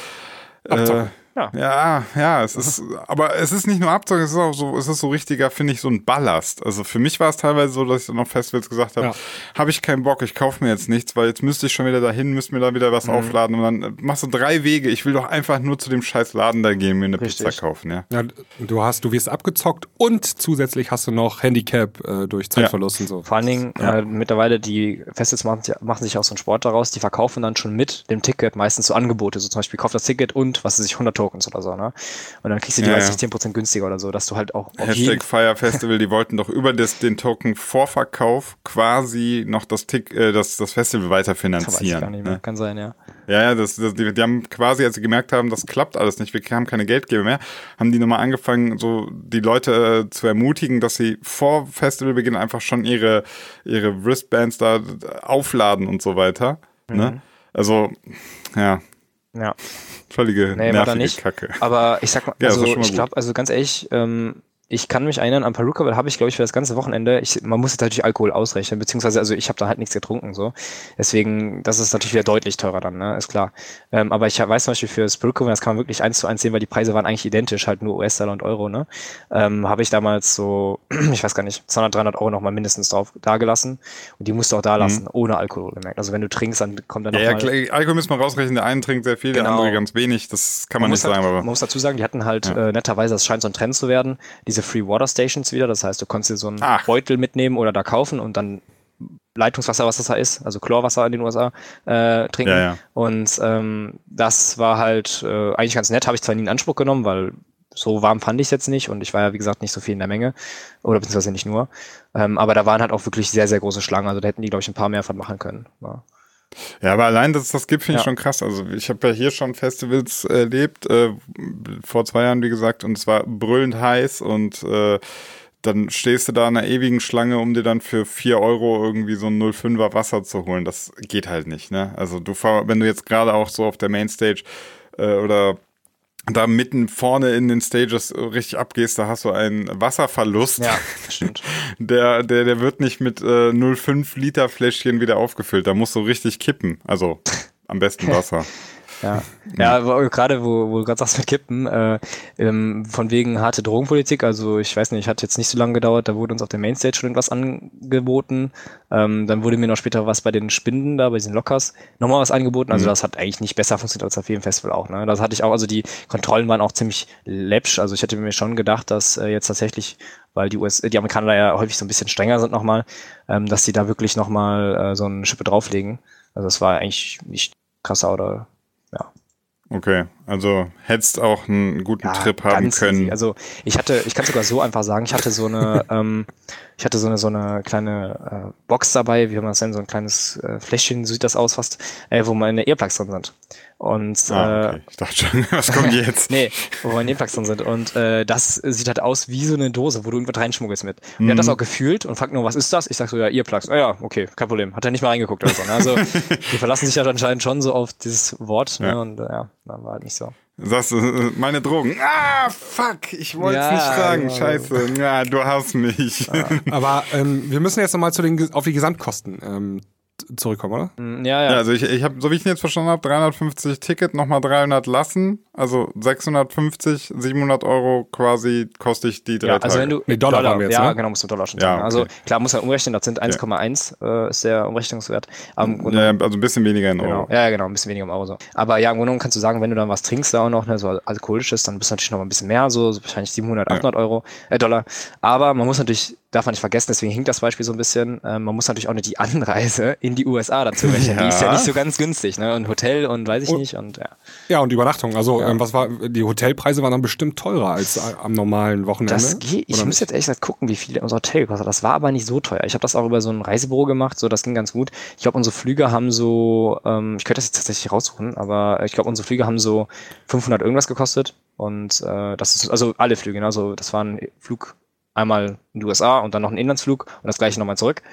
äh, Ja. ja, ja, es ist, aber es ist nicht nur Abzocken, es ist auch so, es ist so richtiger, finde ich, so ein Ballast. Also für mich war es teilweise so, dass ich dann auf Festivals gesagt habe, Ja. habe ich keinen Bock, ich kaufe mir jetzt nichts, weil jetzt müsste ich schon wieder dahin, müsste mir da wieder was aufladen und dann machst du drei Wege. Ich will doch einfach nur zu dem scheiß Laden da gehen, mir eine Richtig. Pizza kaufen, ja. Ja, du hast, du wirst abgezockt und zusätzlich hast du noch Handicap äh, durch Zeitverlust und so. Vor allen Dingen Ja. äh, mittlerweile, die Festivals machen, sich- machen sich auch so einen Sport daraus, die verkaufen dann schon mit dem Ticket meistens so Angebote, so zum Beispiel kauf das Ticket und was weiß ich, hundert Tokens oder so, ne? Und dann kriegst du die Ja, meistens ja. zehn Prozent günstiger oder so, dass du halt auch auf jeden Hashtag Fire Festival, die wollten doch über das, den Token-Vorverkauf quasi noch das, Tick, äh, das, das Festival weiß ich weiterfinanzieren. gar nicht mehr. Ne? Kann sein, ja. Ja, ja, das, das, die, die haben quasi, als sie gemerkt haben, das klappt alles nicht, wir haben keine Geldgeber mehr, haben die nochmal angefangen, so die Leute äh, zu ermutigen, dass sie vor Festivalbeginn einfach schon ihre, ihre Wristbands da aufladen und so weiter. Ne? Also, ja, Ja. völlige Nee, war da nervige nicht. Kacke. Aber ich sag mal, Ja, das also war schon mal ich gut. glaube, also ganz ehrlich, ähm, ich kann mich erinnern, an Perukaville habe ich, glaube ich, für das ganze Wochenende, ich, man muss jetzt natürlich Alkohol ausrechnen, beziehungsweise, also ich habe da halt nichts getrunken, so. Deswegen, das ist natürlich wieder deutlich teurer dann, ne, ist klar. Ähm, aber ich weiß zum Beispiel für das Perukaville, das kann man wirklich eins zu eins sehen, weil die Preise waren eigentlich identisch, halt nur U S-Dollar und Euro, ne. Ähm, habe ich damals so, ich weiß gar nicht, zweihundert, dreihundert Euro nochmal mindestens drauf dagelassen. Und die musst du auch da lassen, ohne Alkohol gemerkt. Also wenn du trinkst, dann kommt dann Mhm. Ja, ja, nochmal. klar, Alkohol müssen wir rausrechnen, der eine trinkt sehr viel, der Genau. andere ganz wenig, das kann man, Man nicht muss halt, sagen, aber man muss dazu sagen, die hatten halt äh, netterweise, das scheint so ein Trend zu werden, diese Free Water Stations wieder. Das heißt, du konntest dir so einen Ach. Beutel mitnehmen oder da kaufen und dann Leitungswasser, was das da ist, also Chlorwasser in den U S A, äh, trinken. Ja, ja. Und ähm, das war halt äh, eigentlich ganz nett, habe ich zwar nie in Anspruch genommen, weil so warm fand ich es jetzt nicht und ich war ja, wie gesagt, nicht so viel in der Menge oder beziehungsweise nicht nur. Ähm, aber da waren halt auch wirklich sehr, sehr große Schlangen. Also da hätten die, glaube ich, ein paar mehr von machen können. Ja. Ja, aber allein, dass es das gibt, finde ich Ja. schon krass. Also ich habe ja hier schon Festivals erlebt, äh, vor zwei Jahren, wie gesagt, und es war brüllend heiß und äh, dann stehst du da in einer ewigen Schlange, um dir dann für vier Euro irgendwie so ein null Komma fünfer Wasser zu holen. Das geht halt nicht, ne? Also du fahr, wenn du jetzt gerade auch so auf der Mainstage äh, oder da mitten vorne in den Stages richtig abgehst, da hast du einen Wasserverlust. Ja, stimmt. Der, der, der wird nicht mit äh, null Komma fünf Liter Fläschchen wieder aufgefüllt. Da musst du richtig kippen. Also am besten Wasser. Ja, ja, wo- gerade wo, wo du gerade sagst mit Kippen, äh, ähm, von wegen harte Drogenpolitik, also ich weiß nicht, hat jetzt nicht so lange gedauert, da wurde uns auf der Mainstage schon irgendwas angeboten, ähm, dann wurde mir noch später was bei den Spinden da, bei diesen Lockers, nochmal was angeboten, also Mhm. das hat eigentlich nicht besser funktioniert als auf jedem Festival auch, ne, das hatte ich auch, also die Kontrollen waren auch ziemlich läppsch, also ich hätte mir schon gedacht, dass äh, jetzt tatsächlich, weil die U S, die Amerikaner da ja häufig so ein bisschen strenger sind nochmal, ähm, dass die da wirklich nochmal äh, so eine Schippe drauflegen, also das war eigentlich nicht krasser oder ja. Okay, also hättest auch einen guten Trip haben ganz können. easy. Also ich hatte, ich kann sogar so einfach sagen, ich hatte so eine, ähm, ich hatte so eine so eine kleine äh, Box dabei, wie soll man das nennen, so ein kleines äh, Fläschchen, so sieht das aus fast, äh, wo meine Earplugs drin sind. Und Ah, äh, okay. Ich dachte schon, was kommt jetzt? nee, wo meine Earplugs drin sind. Und äh, das sieht halt aus wie so eine Dose, wo du irgendwas reinschmuggelst mit. Und der hat das auch gefühlt und fragt nur, was ist das? Ich sag so, ja, Earplugs. Ah ja, okay, kein Problem. Hat er nicht mal reingeguckt oder so. Ne? Also die verlassen sich halt anscheinend schon so auf dieses Wort. Ne? Ja. Und äh, ja, dann war halt nicht so. Sagst du, äh, meine Drogen. Ah, fuck, ich wollte es Ja, nicht fragen. ja. Scheiße. Ja, du hast mich. Aber ähm, wir müssen jetzt nochmal zu den, Ge- auf die Gesamtkosten ähm, t- zurückkommen, oder? Mm, Ja, ja. Ja, also ich, ich habe, so wie ich ihn jetzt verstanden habe, dreihundertfünfzig Ticket, nochmal dreihundert lassen. Also sechshundertfünfzig, siebenhundert Euro quasi koste ich die drei Ja, Tage. also wenn du Nee, Dollar waren wir jetzt, ja, ne? genau, musst du Dollar schon Ja, sagen. Also okay. klar, muss man umrechnen, das sind eins Komma eins äh, ist der Umrechnungswert. Aber im Grunde ja, also ein bisschen weniger in Genau. Euro. Ja, ja, genau, ein bisschen weniger im Euro so. Aber ja, im Grunde genommen kannst du sagen, wenn du dann was trinkst da auch noch, ne, so alkoholisches, dann bist du natürlich noch mal ein bisschen mehr, so, so wahrscheinlich siebenhundert, achthundert Euro, äh, Dollar. Aber man muss natürlich, darf man nicht vergessen, deswegen hinkt das Beispiel so ein bisschen, äh, man muss natürlich auch nicht die Anreise in die U S A dazu rechnen. Ja. Die ist ja nicht so ganz günstig, ne? Und Hotel und weiß ich Und- nicht und ja. Ja, und Übernachtung. Also, ähm, was war, die Hotelpreise waren dann bestimmt teurer als äh, am normalen Wochenende. Das geht. Ich oder muss nicht? jetzt ehrlich gesagt gucken, wie viel unser Hotel kostet. Das war aber nicht so teuer. Ich habe das auch über so ein Reisebüro gemacht, so das ging ganz gut. Ich glaube, unsere Flüge haben so, ähm, ich könnte das jetzt tatsächlich raussuchen, aber ich glaube, unsere Flüge haben so fünfhundert irgendwas gekostet. Und äh, das ist, also alle Flüge, ne? Also das war ein Flug einmal in die U S A und dann noch ein Inlandsflug und das gleiche nochmal zurück.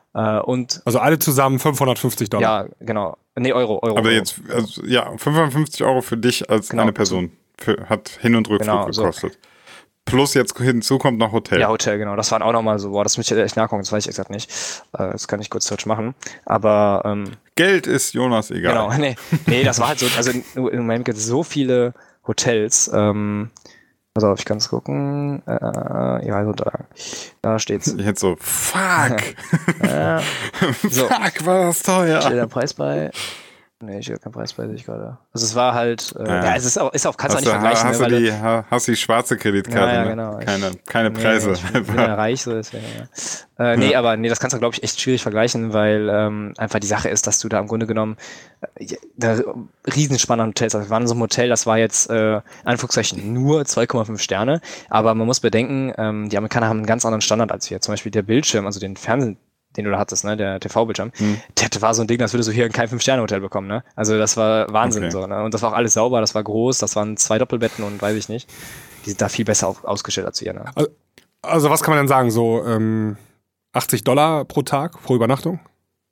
Äh, und Also alle zusammen fünfhundertfünfzig Dollar. ja, genau. Nee, Euro, Euro. Aber Euro. jetzt, also, ja, fünfhundertfünfzig Euro für dich als Genau. eine Person. Für, hat Hin- und Rückflug Genau, so. gekostet. Plus jetzt hinzu kommt noch Hotel. Ja, Hotel, genau. Das waren auch nochmal so, boah, das müsste ich echt nachgucken, das weiß ich exakt nicht. Äh, das kann ich kurz Search machen. Aber, ähm, Geld ist Jonas egal. genau, nee, nee, das war halt so, also in, in Miami gibt es so viele Hotels, ähm, also ich kann es gucken, äh, ja, also da, da steht's. Ich hätte so, fuck. Äh, so. Fuck, war das teuer. Steht der Preis bei? Nee, steht kein Preis bei, sehe ich gerade. Also es war halt, äh, ja. Ja. ja, es ist auch, ist auch kannst du auch Hast nicht du, vergleichen. hast, ne, du weil die, ha- hast die schwarze Kreditkarte, Ja, ja, ne? genau. Keine, keine Nee, Preise. Ich bin ja reich, so deswegen, ja. Äh, nee, aber nee, das kannst du, glaube ich, echt schwierig vergleichen, weil ähm, einfach die Sache ist, dass du da im Grunde genommen äh, da Riesenspanne an Hotels hast. Wir waren in so einem Hotel, das war jetzt äh, in Anführungszeichen nur zwei Komma fünf Sterne, aber man muss bedenken, ähm, die Amerikaner haben einen ganz anderen Standard als wir. Zum Beispiel der Bildschirm, also den Fernsehen, den du da hattest, ne, der T V-Bildschirm, Hm. der war so ein Ding, das würdest du hier in kein Fünf-Sterne-Hotel bekommen, ne? Also das war Wahnsinn Okay. so, ne? Und das war auch alles sauber, das war groß, das waren zwei Doppelbetten und weiß ich nicht. Die sind da viel besser auf, ausgestellt als wir, ne? Also was kann man denn sagen? So ähm, achtzig Dollar pro Tag, pro Übernachtung?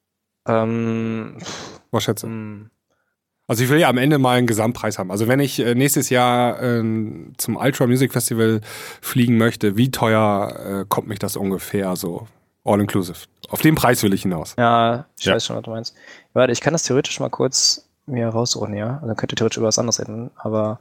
Ähm, Was schätze? mh, Also ich will ja am Ende mal einen Gesamtpreis haben. Also wenn ich äh, nächstes Jahr äh, zum Ultra Music Festival fliegen möchte, wie teuer äh, kommt mich das ungefähr so all inclusive? Auf den Preis will ich hinaus. ja, ich Ja. weiß schon, was du meinst. Warte, ich kann das theoretisch mal kurz mir raussuchen, ja? Also könnt ihr theoretisch über was anderes reden, aber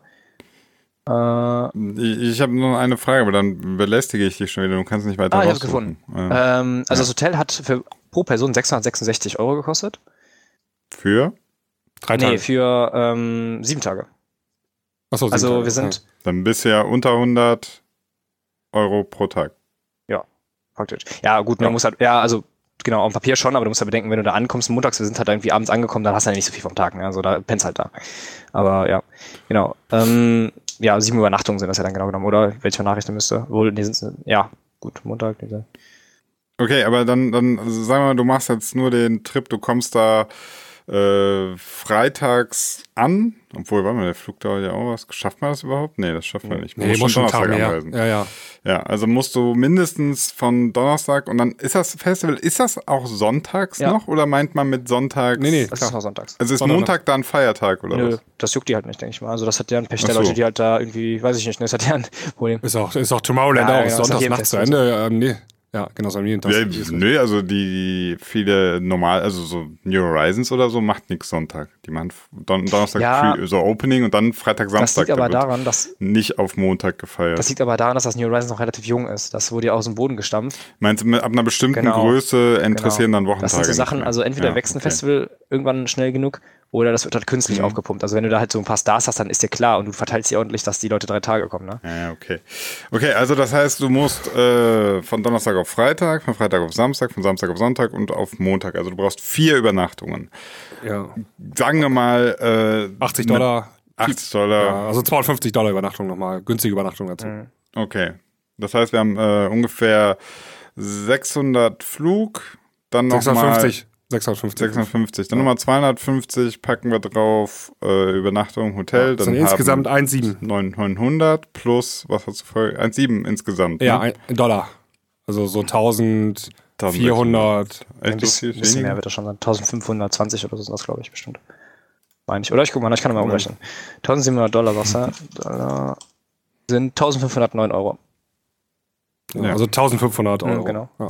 äh, Ich, ich habe nur eine Frage, aber dann belästige ich dich schon wieder. Du kannst nicht weiter Ah, ich hab's raussuchen. Äh, ähm, also das Hotel hat für pro Person sechshundertsechsundsechzig Euro gekostet. für? Drei Nee, Tage. für ähm, sieben Tage. Achso, Also Tage. wir sind Dann bisher unter hundert Euro pro Tag. praktisch. Ja, gut, man Ja. muss halt, ja, also genau, auf dem Papier schon, aber du musst ja bedenken, wenn du da ankommst, montags, wir sind halt irgendwie abends angekommen, dann hast du ja nicht so viel vom Tag, ne? Also da pennst halt da. Aber ja, genau. Ähm, ja, sieben Übernachtungen sind das ja dann genau genommen, oder? Welche nachrichten müsste? Wohl, nee, sind, ja, gut, Montag, diese. Okay, aber dann, dann also sagen wir mal, du machst jetzt nur den Trip, du kommst da äh, freitags an, obwohl, warte mal, der Flug dauert ja auch was. Schafft man das überhaupt? Nee, das schafft man nicht. Man Nee, muss schon einen Tag Donnerstag mehr. anreisen. Ja, ja. Ja, also musst du mindestens von Donnerstag und dann ist das Festival, ist das auch sonntags Ja. noch oder meint man mit sonntags? Nee, nee. Das Klar. ist noch sonntags. Also ist Sondern Montag dann Feiertag oder Nö, was? das juckt die halt nicht, denke ich mal. Also das hat ja ein Pech der Ach so. Leute, die halt da irgendwie, weiß ich nicht, ne, das hat ja ein Problem. Ist auch, ist auch Tomorrowland Ja, auch. genau, ist auf Sonntags jedem nachts zu Festival Ende. Ähm, nee. Ja, genau, so am jeden Tag. Ja, nö, also die viele normal, also so New Horizons oder so macht nix Sonntag. Die machen Don Donnerstag Ja. Pre- so Opening und dann Freitag, Das Samstag. liegt aber da wird daran, dass nicht auf Montag gefeiert. das liegt aber daran, dass das New Horizons noch relativ jung ist. Das wurde ja aus dem Boden gestampft. Meinst du, mit- ab einer bestimmten Genau. Größe interessieren dann Wochentage? Das sind so nicht Sachen, mehr? also entweder Ja, wächst ein okay. Festival irgendwann schnell genug oder das wird halt künstlich Mhm. aufgepumpt. Also wenn du da halt so ein paar Stars hast, dann ist dir klar und du verteilst sie ordentlich, dass die Leute drei Tage kommen, ne? Ja, okay. Okay, also das heißt, du musst äh, von Donnerstag auf Freitag, von Freitag auf Samstag, von Samstag auf Sonntag und auf Montag. Also du brauchst vier Übernachtungen. Ja. Sagen wir mal äh, achtzig Dollar. achtzig Dollar. Ja, also zweihundertfünfzig Dollar Übernachtung nochmal. Günstige Übernachtung dazu. Mhm. Okay. Das heißt, wir haben äh, ungefähr sechshundert Flug, dann nochmal sechshundertfünfzig. sechshundertfünfzig. sechshundertfünfzig, dann nochmal zweihundertfünfzig packen wir drauf, äh, Übernachtung, Hotel. Das dann sind insgesamt haben eins Komma sieben. neunhundert plus, was hast du vorher? eins Komma sieben insgesamt. Ja, ne? ein Dollar. Also so eintausendvierhundert. Ein Echt so bisschen, viel bisschen mehr weniger? wird das schon sein. eintausendfünfhundertzwanzig oder so sind das, glaube ich, bestimmt. Meine ich. Oder ich guck mal, ich kann mal umrechnen. eintausendsiebenhundert Dollar, sagst du? Dollar sind eintausendfünfhundertneun Euro. Ja. Also eintausendfünfhundert Mhm, Euro. genau. Ja.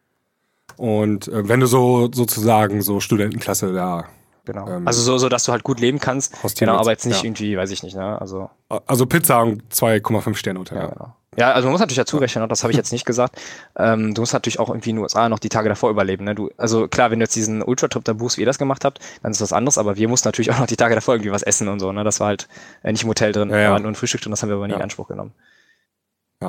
Und äh, wenn du so sozusagen so Studentenklasse da, Genau. Ähm, also so, so, dass du halt gut leben kannst. Hostieren Genau, willst, aber jetzt nicht ja. irgendwie, weiß ich nicht, ne? Also, also Pizza und zwei Komma fünf Sterne Hotel. ja, Ja. genau. Ja, also man muss natürlich dazu rechnen, das habe ich jetzt nicht gesagt. Ähm, du musst natürlich auch irgendwie in den U S A noch die Tage davor überleben. Ne? Du, also klar, wenn du jetzt diesen Ultratrip da buchst, wie ihr das gemacht habt, dann ist das anderes, aber wir mussten natürlich auch noch die Tage davor irgendwie was essen und so. Ne? Das war halt äh, nicht im Hotel drin, Ja, ja. da war nur ein Frühstück drin, das haben wir aber nie Ja. in Anspruch genommen. Ja,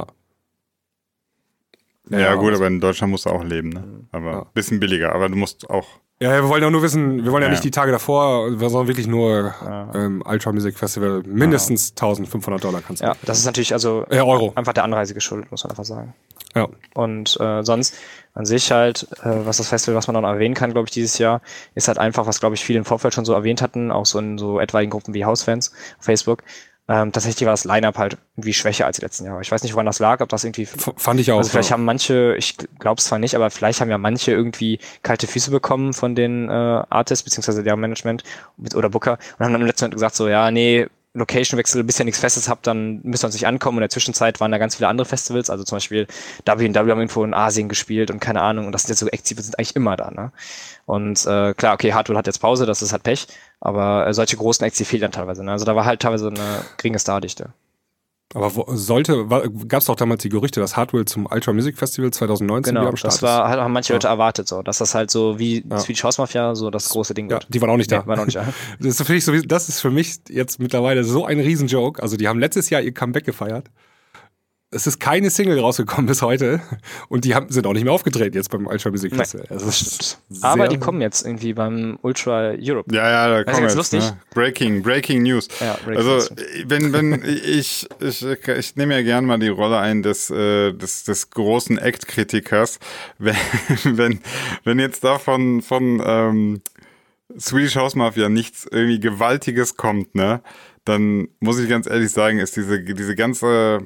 Ja, gut, und- aber in Deutschland musst du auch leben, ne? Aber Ja. bisschen billiger, aber du musst auch. Ja, wir wollen ja nur wissen, wir wollen ja, Ja. nicht die Tage davor, wir sollen wirklich nur Ja. ähm, Ultra Music Festival mindestens eintausendfünfhundert Dollar kannst du. Ja, das ist natürlich also Äh, Euro. einfach der Anreise geschuldet, muss man einfach sagen. Ja. Und äh, sonst an sich halt, äh, was das Festival, was man noch erwähnen kann, glaube ich, dieses Jahr, ist halt einfach, was, glaube ich, viele im Vorfeld schon so erwähnt hatten, auch so in so etwaigen Gruppen wie Hausfans auf Facebook. Ähm, tatsächlich war das Line-Up halt irgendwie schwächer als die letzten Jahre. Ich weiß nicht, woran das lag, ob das irgendwie... F- fand ich auch. Also vielleicht ja. haben manche, ich glaube es zwar nicht, aber vielleicht haben ja manche irgendwie kalte Füße bekommen von den äh, Artists, beziehungsweise deren Management oder Booker und haben dann im letzten Moment gesagt so, ja, nee, Location-Wechsel, bis ihr nichts Festes habt, dann müsst ihr uns nicht ankommen. Und in der Zwischenzeit waren da ganz viele andere Festivals, also zum Beispiel W und W haben irgendwo in Asien gespielt und keine Ahnung. Und das sind jetzt so Acts, die sind eigentlich immer da, ne? Und äh, klar, okay, Hardwell hat jetzt Pause, das ist halt Pech, aber äh, solche großen Acts, die fehlen dann teilweise, ne? Also da war halt teilweise eine geringe Stardichte. Aber wo, sollte, gab es doch damals die Gerüchte, dass Hardwell zum Ultra Music Festival zwanzig neunzehn Genau, wieder am Start das war, ist. haben manche Ja. Leute erwartet, so, dass das halt so wie Ja. Swedish House Mafia so das große Ding Ja, wird. die waren auch nicht da. Nee, waren auch nicht da. Das ist, für mich so, das ist für mich jetzt mittlerweile so ein Riesenjoke. Also die haben letztes Jahr ihr Comeback gefeiert. Es ist keine Single rausgekommen bis heute. Und die haben, sind auch nicht mehr aufgetreten jetzt beim Ultra Music Nee, Festival. Also das ist Aber sehr- die kommen jetzt irgendwie beim Ultra Europe. Ja, ja, da ist kommen ganz jetzt, lustig. ne? Breaking, Breaking News. Ja, Breaking also, News. wenn, wenn, ich, ich, ich nehme ja gern mal die Rolle ein des, äh, des, des großen Act-Kritikers. Wenn, wenn, wenn jetzt da von, von, ähm, Swedish House Mafia nichts irgendwie Gewaltiges kommt, ne, dann muss ich ganz ehrlich sagen, ist diese, diese ganze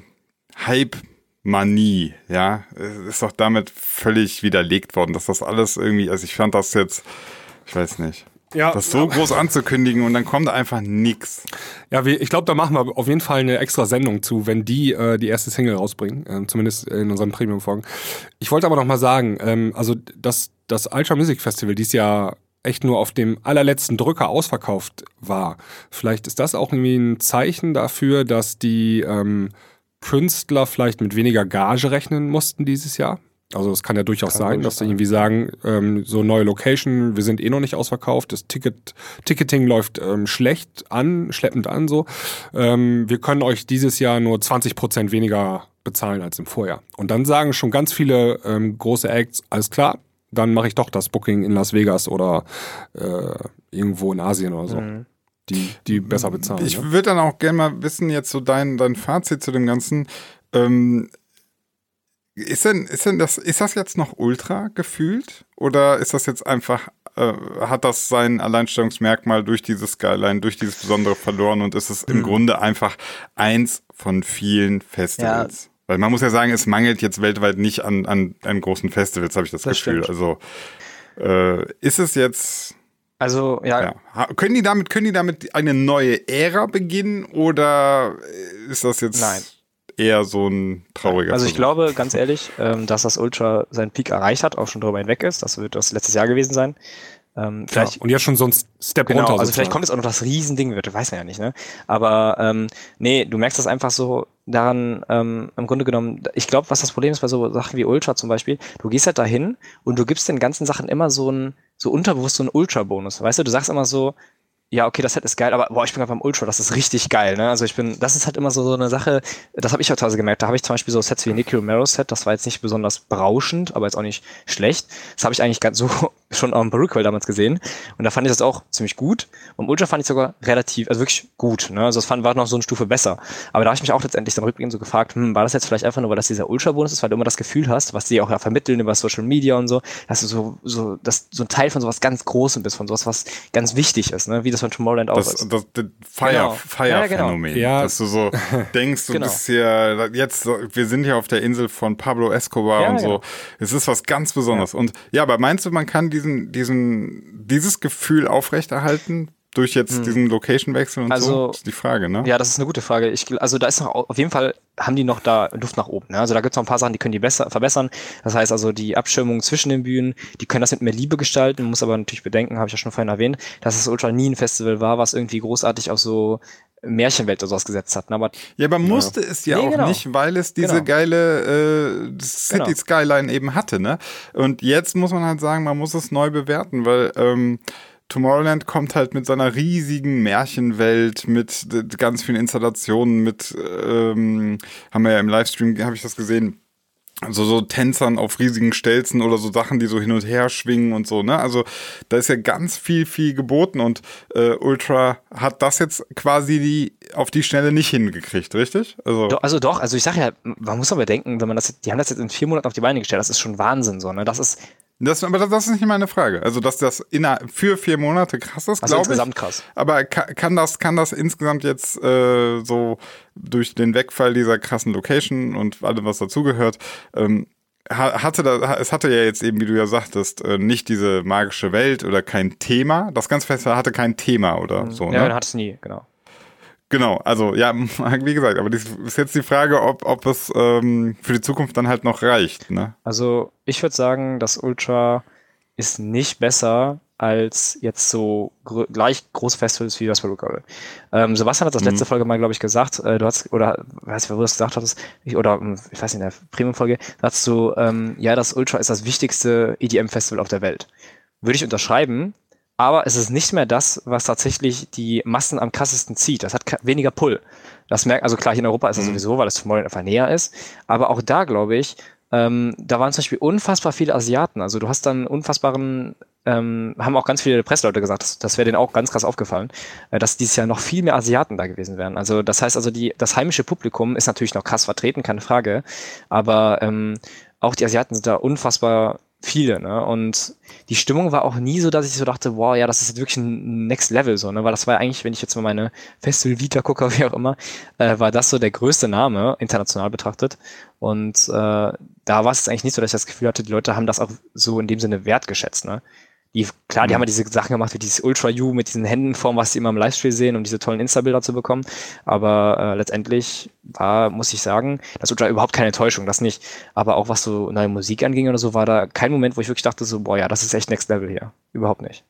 Hype-Manie, ja, ist doch damit völlig widerlegt worden, dass das alles irgendwie, also ich fand das jetzt, ich weiß nicht, Ja, das so groß anzukündigen und dann kommt da einfach nix. Ja, wir, ich glaube, da machen wir auf jeden Fall eine extra Sendung zu, wenn die äh, die erste Single rausbringen, ähm, zumindest in unseren Premium-Folgen. Ich wollte aber noch mal sagen, ähm, also das, das Ultra Music Festival dieses Jahr echt nur auf dem allerletzten Drücker ausverkauft war. Vielleicht ist das auch irgendwie ein Zeichen dafür, dass die ähm, Künstler vielleicht mit weniger Gage rechnen mussten dieses Jahr. Also es kann ja durchaus Kann sein, wirklich dass sie sein. irgendwie sagen, ähm, so neue Location, wir sind eh noch nicht ausverkauft, das Ticket, Ticketing läuft ähm, schlecht an, schleppend an so. Ähm, wir können euch dieses Jahr nur zwanzig Prozent weniger bezahlen als im Vorjahr. Und dann sagen schon ganz viele ähm, große Acts, alles klar, dann mache ich doch das Booking in Las Vegas oder äh, irgendwo in Asien oder so. Mhm. Die, die besser bezahlen. Ich ne? würde dann auch gerne mal wissen, jetzt so dein, dein Fazit zu dem Ganzen. Ähm, ist denn, ist denn das, ist das jetzt noch Ultra gefühlt? Oder ist das jetzt einfach, äh, hat das sein Alleinstellungsmerkmal durch dieses Skyline, durch dieses Besondere verloren und ist es im Mhm. Grunde einfach eins von vielen Festivals? Weil man muss ja sagen, es mangelt jetzt weltweit nicht an, an, an großen Festivals, habe ich das, Das Gefühl. stimmt. Also äh, ist es jetzt, Also, ja, ja, ha- können die damit, können die damit eine neue Ära beginnen oder ist das jetzt Nein. eher so ein trauriger also ich Versuch? glaube, ganz ehrlich, ähm, dass das Ultra seinen Peak erreicht hat, auch schon darüber hinweg ist. Das wird das letztes Jahr gewesen sein. Ähm, vielleicht Ja, und jetzt schon so ein Step Genau, runter. also sozusagen. vielleicht kommt jetzt auch noch das Riesending wird, weiß man ja nicht, ne? Aber ähm, nee, du merkst das einfach so daran, ähm, im Grunde genommen, ich glaube, was das Problem ist bei so Sachen wie Ultra zum Beispiel, du gehst halt dahin und du gibst den ganzen Sachen immer so ein, so unterbewusst so einen Ultra-Bonus, weißt du, du sagst immer so, ja, okay, das Set ist geil, aber boah, ich bin gerade beim Ultra, das ist richtig geil, ne? Also ich bin, das ist halt immer so, so eine Sache, das habe ich auch teilweise gemerkt, da habe ich zum Beispiel so Sets wie Nicky Romero's Set, das war jetzt nicht besonders berauschend, aber jetzt auch nicht schlecht. Das habe ich eigentlich ganz so schon am Baruchwell damals gesehen und da fand ich das auch ziemlich gut. Beim Ultra fand ich sogar relativ, also wirklich gut, ne? Also das fand, war noch so eine Stufe besser. Aber da habe ich mich auch letztendlich dann rückblickend so gefragt, hm, war das jetzt vielleicht einfach nur, weil das dieser Ultra-Bonus ist, weil du immer das Gefühl hast, was die auch ja vermitteln über Social Media und so, dass du so, so, dass so ein Teil von sowas ganz Großem bist, von sowas, was ganz wichtig ist, ne? Wie das von Tomorrowland auch Das, ist. das, das Fire, Genau. Fire-Phänomen. Ja, genau. Dass du so denkst, du Genau. bist hier, jetzt, wir sind hier auf der Insel von Pablo Escobar Ja, und so. genau. Es ist was ganz Besonderes. Und ja, aber meinst du, man kann diesen, diesen, dieses Gefühl aufrechterhalten durch jetzt diesen Location-Wechsel und Also, so? Das ist die Frage, ne? Ja, das ist eine gute Frage. Ich, gl- also da ist noch, au- auf jeden Fall haben die noch da Luft nach oben. Ne? Also da gibt es noch ein paar Sachen, die können die besser verbessern. Das heißt also die Abschirmung zwischen den Bühnen, die können das mit mehr Liebe gestalten. Man muss aber natürlich bedenken, habe ich ja schon vorhin erwähnt, dass das Ultra nie ein Festival war, was irgendwie großartig auf so Märchenwelt oder sowas gesetzt hat. Ne? Aber Ja, aber musste es ja Nee, auch genau. nicht, weil es diese Genau. geile äh, City Genau. Skyline eben hatte, ne? Und jetzt muss man halt sagen, man muss es neu bewerten, weil ähm, Tomorrowland kommt halt mit seiner riesigen Märchenwelt, mit äh, ganz vielen Installationen, mit, ähm, haben wir ja im Livestream, habe ich das gesehen, also so Tänzern auf riesigen Stelzen oder so Sachen, die so hin und her schwingen und so, ne? Also da ist ja ganz viel, viel geboten und äh, Ultra hat das jetzt quasi die auf die Schnelle nicht hingekriegt, richtig? Also Do, also doch, also ich sage ja, man muss aber denken, wenn man das, die haben das jetzt in vier Monaten auf die Beine gestellt, das ist schon Wahnsinn so, ne? Das ist Das, aber das ist nicht meine Frage. Also, dass das inner, für vier Monate krass ist, Also glaube ich. insgesamt krass. Aber kann, kann, das, kann das insgesamt jetzt äh, so durch den Wegfall dieser krassen Location und allem, was dazugehört, ähm, hatte da, es hatte ja jetzt eben, wie du ja sagtest, äh, nicht diese magische Welt oder kein Thema. Das ganze Festival hatte kein Thema oder Mhm. so, Ja, ne? dann hat es nie, genau. Genau, also ja, wie gesagt, aber das ist jetzt die Frage, ob, ob es ähm, für die Zukunft dann halt noch reicht, ne? Also ich würde sagen, das Ultra ist nicht besser als jetzt so gr- gleich große Festivals wie das Peruka. Ähm, Sebastian hat das letzte Mhm. Folge mal, glaube ich, gesagt, äh, du hast, oder weißt du, wo du das gesagt hattest, ich, oder ähm, ich weiß nicht, in der Premium-Folge, da hast du, ähm, ja, das Ultra ist das wichtigste E D M-Festival auf der Welt. Würde ich unterschreiben, aber es ist nicht mehr das, was tatsächlich die Massen am krassesten zieht. Das hat ke- weniger Pull. Das merkt, also klar, hier in Europa ist das Mhm. sowieso, weil es zum Beispiel einfach näher ist, aber auch da, glaube ich, ähm, da waren zum Beispiel unfassbar viele Asiaten. Also du hast dann unfassbaren, ähm, haben auch ganz viele Presseleute gesagt, das, das wäre denen auch ganz krass aufgefallen, äh, dass dieses Jahr noch viel mehr Asiaten da gewesen wären. Also das heißt also, die, das heimische Publikum ist natürlich noch krass vertreten, keine Frage, aber ähm, auch die Asiaten sind da unfassbar viele, ne? Und die Stimmung war auch nie so, dass ich so dachte, wow, ja, das ist jetzt wirklich ein Next Level, so, ne? Weil das war ja eigentlich, wenn ich jetzt mal meine Festival Vita gucke, wie auch immer, äh, war das so der größte Name, international betrachtet. Und äh, da war es eigentlich nicht so, dass ich das Gefühl hatte, die Leute haben das auch so in dem Sinne wertgeschätzt, ne? Die, klar, die Mhm. haben ja diese Sachen gemacht, wie dieses Ultra-U mit diesen Händenformen, was sie immer im Livestream sehen, um diese tollen Insta-Bilder zu bekommen. Aber äh, letztendlich war, muss ich sagen, das Ultra überhaupt keine Enttäuschung, das nicht. Aber auch was so neue Musik anging oder so, war da kein Moment, wo ich wirklich dachte so, boah, ja, das ist echt Next Level hier. Überhaupt nicht.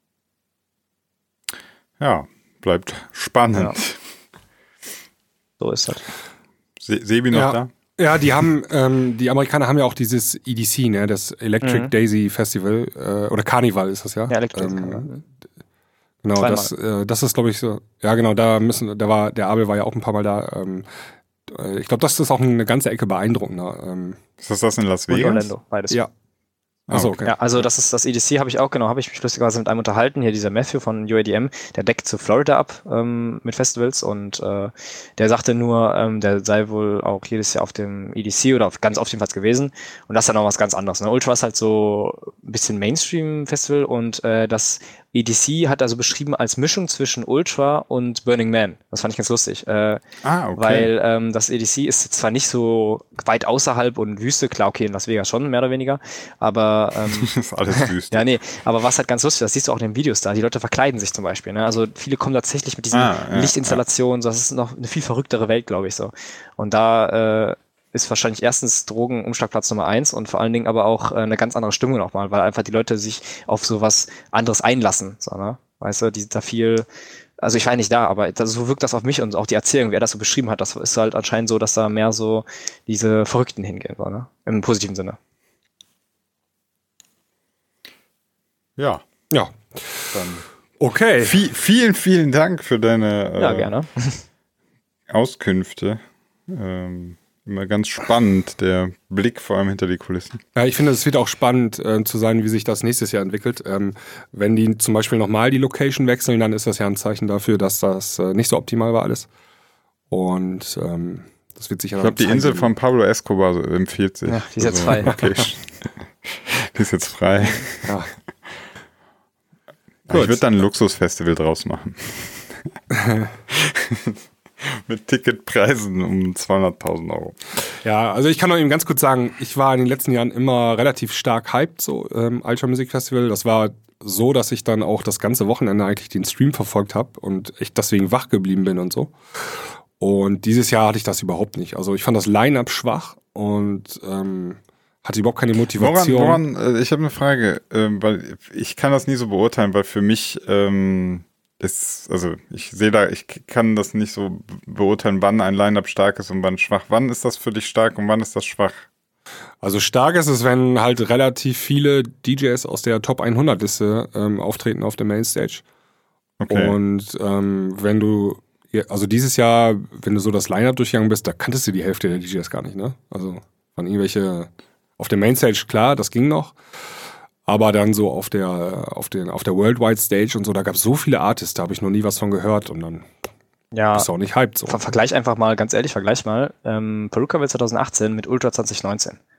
Ja, bleibt spannend. Ja. So ist das. Se Sebi noch Ja. da? Ja, die haben, ähm, die Amerikaner haben ja auch dieses E D C, ne, das Electric Mhm. Daisy Festival, äh, oder Carnival ist das ja. Ja, Electric ähm, Carnival. Genau, Zweimal. das, äh, das ist, glaube ich, so. Ja, genau, da müssen, da war, der Abel war ja auch ein paar Mal da. Ähm, äh, ich glaube, das ist auch eine ganze Ecke beeindruckender. Ähm, Ist das das in Las Und Vegas? Orlando, beides. ja. Achso, okay. Ja, also das ist das E D C, habe ich auch, genau, habe ich mich lustigerweise mit einem unterhalten, hier dieser Matthew von U A D M, der deckt zu Florida ab ähm, mit Festivals und äh, der sagte nur, ähm, der sei wohl auch jedes Jahr auf dem E D C oder auf, ganz oft jedenfalls gewesen und das ist dann auch was ganz anderes. Ne? Ultra ist halt so ein bisschen Mainstream-Festival und äh, das E D C hat also beschrieben als Mischung zwischen Ultra und Burning Man. Das fand ich ganz lustig. Äh, Ah, okay. Weil ähm, das E D C ist zwar nicht so weit außerhalb und Wüste, klar, okay, in Las Vegas schon, mehr oder weniger, aber ähm, Das ist alles Wüste. ja, nee, aber was halt ganz lustig, das siehst du auch in den Videos da, die Leute verkleiden sich zum Beispiel, ne? Also viele kommen tatsächlich mit diesen Ah, ja, Lichtinstallationen, so, das ist noch eine viel verrücktere Welt, glaube ich, so. Und da äh, ist wahrscheinlich erstens Drogen Umschlagplatz Nummer eins und vor allen Dingen aber auch äh, eine ganz andere Stimmung nochmal, weil einfach die Leute sich auf sowas anderes einlassen, so, ne? Weißt du, die da viel, also ich war nicht da, aber das, so wirkt das auf mich und auch die Erzählung, wie er das so beschrieben hat, das ist halt anscheinend so, dass da mehr so diese Verrückten hingehen, so, ne? Im positiven Sinne. Ja, Ja. dann Okay. vi- vielen, vielen Dank für deine äh, Ja, gerne. Auskünfte. Ähm, immer ganz spannend, der Blick vor allem hinter die Kulissen. Ja, ich finde, es wird auch spannend äh, zu sein, wie sich das nächstes Jahr entwickelt. Ähm, wenn die zum Beispiel nochmal die Location wechseln, dann ist das ja ein Zeichen dafür, dass das äh, nicht so optimal war alles. Und ähm, das wird sicher Ich glaube, die Insel von Pablo Escobar so empfiehlt sich. Ja, die ist jetzt frei. Okay. Die ist jetzt frei. Ja. Ich würde dann ein Luxusfestival draus machen. Mit Ticketpreisen um zweihunderttausend Euro. Ja, also ich kann noch eben ganz kurz sagen, ich war in den letzten Jahren immer relativ stark hyped, so ähm, Ultra Music Festival. Das war so, dass ich dann auch das ganze Wochenende eigentlich den Stream verfolgt habe und ich deswegen wach geblieben bin und so. Und dieses Jahr hatte ich das überhaupt nicht. Also ich fand das Line-Up schwach und ähm, hatte überhaupt keine Motivation. Woran, woran äh, ich habe eine Frage, ähm, weil ich kann das nie so beurteilen, weil für mich ähm, ist, also ich sehe da, ich kann das nicht so beurteilen, wann ein Line-Up stark ist und wann schwach. Wann ist das für dich stark und wann ist das schwach? Also stark ist es, wenn halt relativ viele D Js aus der Top hundert Liste ähm, auftreten auf der Mainstage. Okay. Und ähm, wenn du, also dieses Jahr, wenn du so das Line-Up durchgegangen bist, da kanntest du die Hälfte der D Js gar nicht, ne? Also waren irgendwelche, auf der Mainstage, klar, das ging noch. Aber dann so auf der, auf den, auf der Worldwide Stage und so, da gab es so viele Artists, da habe ich noch nie was von gehört und dann Ja, bist du auch nicht hyped so. ver vergleich einfach mal, ganz ehrlich, vergleich mal ähm, Peruka zwanzig achtzehn mit Ultra zwanzig neunzehn.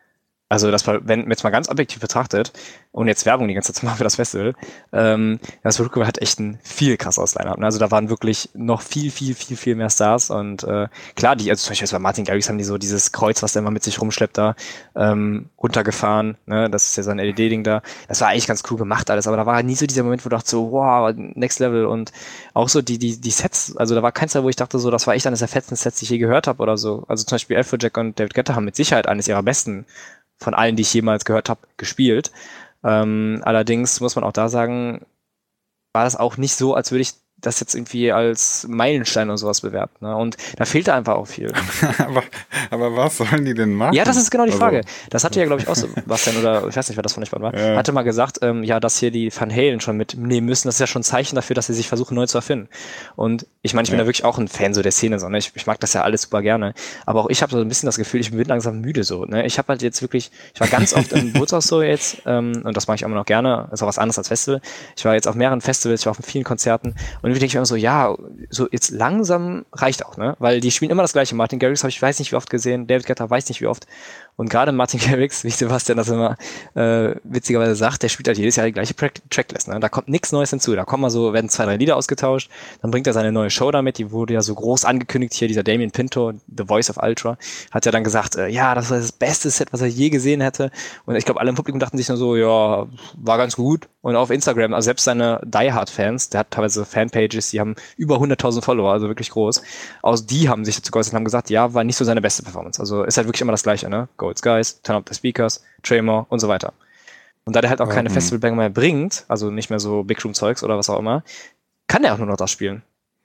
Also das war, wenn man jetzt mal ganz objektiv betrachtet und jetzt Werbung die ganze Zeit zu machen für das Festival, ähm, das Festival hat echt ein viel krasseres Line-Up. Ne? Also da waren wirklich noch viel, viel, viel, viel mehr Stars und äh, klar, die, also zum Beispiel bei Martin Garrix haben die so dieses Kreuz, was der immer mit sich rumschleppt da, ähm, runtergefahren, ne? Das ist ja so ein L E D-Ding da. Das war eigentlich ganz cool gemacht alles, aber da war nie so dieser Moment, wo du dachte so, wow, next level und auch so die, die, die Sets, also da war keins da, wo ich dachte so, das war echt eines der fetzen Sets, die ich je gehört habe oder so. Also zum Beispiel Afrojack und David Guetta haben mit Sicherheit eines ihrer besten von allen, die ich jemals gehört habe, gespielt. Ähm, allerdings muss man auch da sagen, war das auch nicht so, als würde ich das jetzt irgendwie als Meilenstein oder sowas bewerten. Ne? Und da fehlte einfach auch viel. aber, aber was sollen die denn machen? Ja, das ist genau die Frage. Also, das hatte ja, glaube ich, auch Sebastian oder ich weiß nicht, wer das von euch war, ja. hatte mal gesagt, ähm, ja, dass hier die Van Halen schon mitnehmen müssen, das ist ja schon ein Zeichen dafür, dass sie sich versuchen, neu zu erfinden. Und ich meine, ich bin ja. da wirklich auch ein Fan so der Szene, so, ne? ich, ich mag das ja alles super gerne. Aber auch ich habe so ein bisschen das Gefühl, ich bin langsam müde so. Ne? Ich habe halt jetzt wirklich, ich war ganz oft im Bootshaus so jetzt, ähm, und das mache ich immer noch gerne, ist auch was anderes als Festival. Ich war jetzt auf mehreren Festivals, ich war auf vielen Konzerten und irgendwie denke ich mir immer so, ja, so jetzt langsam reicht auch, ne? Weil die spielen immer das Gleiche. Martin Garrix habe ich weiß nicht wie oft gesehen, David Guetta weiß nicht wie oft. Und gerade Martin Garrix, wie Sebastian das immer äh, witzigerweise sagt, der spielt halt jedes Jahr die gleiche Track- Tracklist, ne? Da kommt nichts Neues hinzu. Da kommen mal so, werden zwei, drei Lieder ausgetauscht, dann bringt er seine neue Show damit, die wurde ja so groß angekündigt hier, dieser Damien Pinto, The Voice of Ultra, hat ja dann gesagt, äh, ja, das war das beste Set, was er je gesehen hätte. Und ich glaube, alle im Publikum dachten sich nur so, ja, war ganz gut. Und auf Instagram, also selbst seine Die Hard Fans, der hat teilweise Fanpages, die haben über hunderttausend Follower, also wirklich groß. Aus die haben sich dazu geäußert und haben gesagt, ja, war nicht so seine beste Performance. Also ist halt wirklich immer das Gleiche, ne? Go It's Guys, Turn Up the Speakers, Tremor und so weiter. Und da der halt auch keine Mhm. Festivalbanger mehr bringt, also nicht mehr so Big Room Zeugs oder was auch immer, kann der auch nur noch das spielen.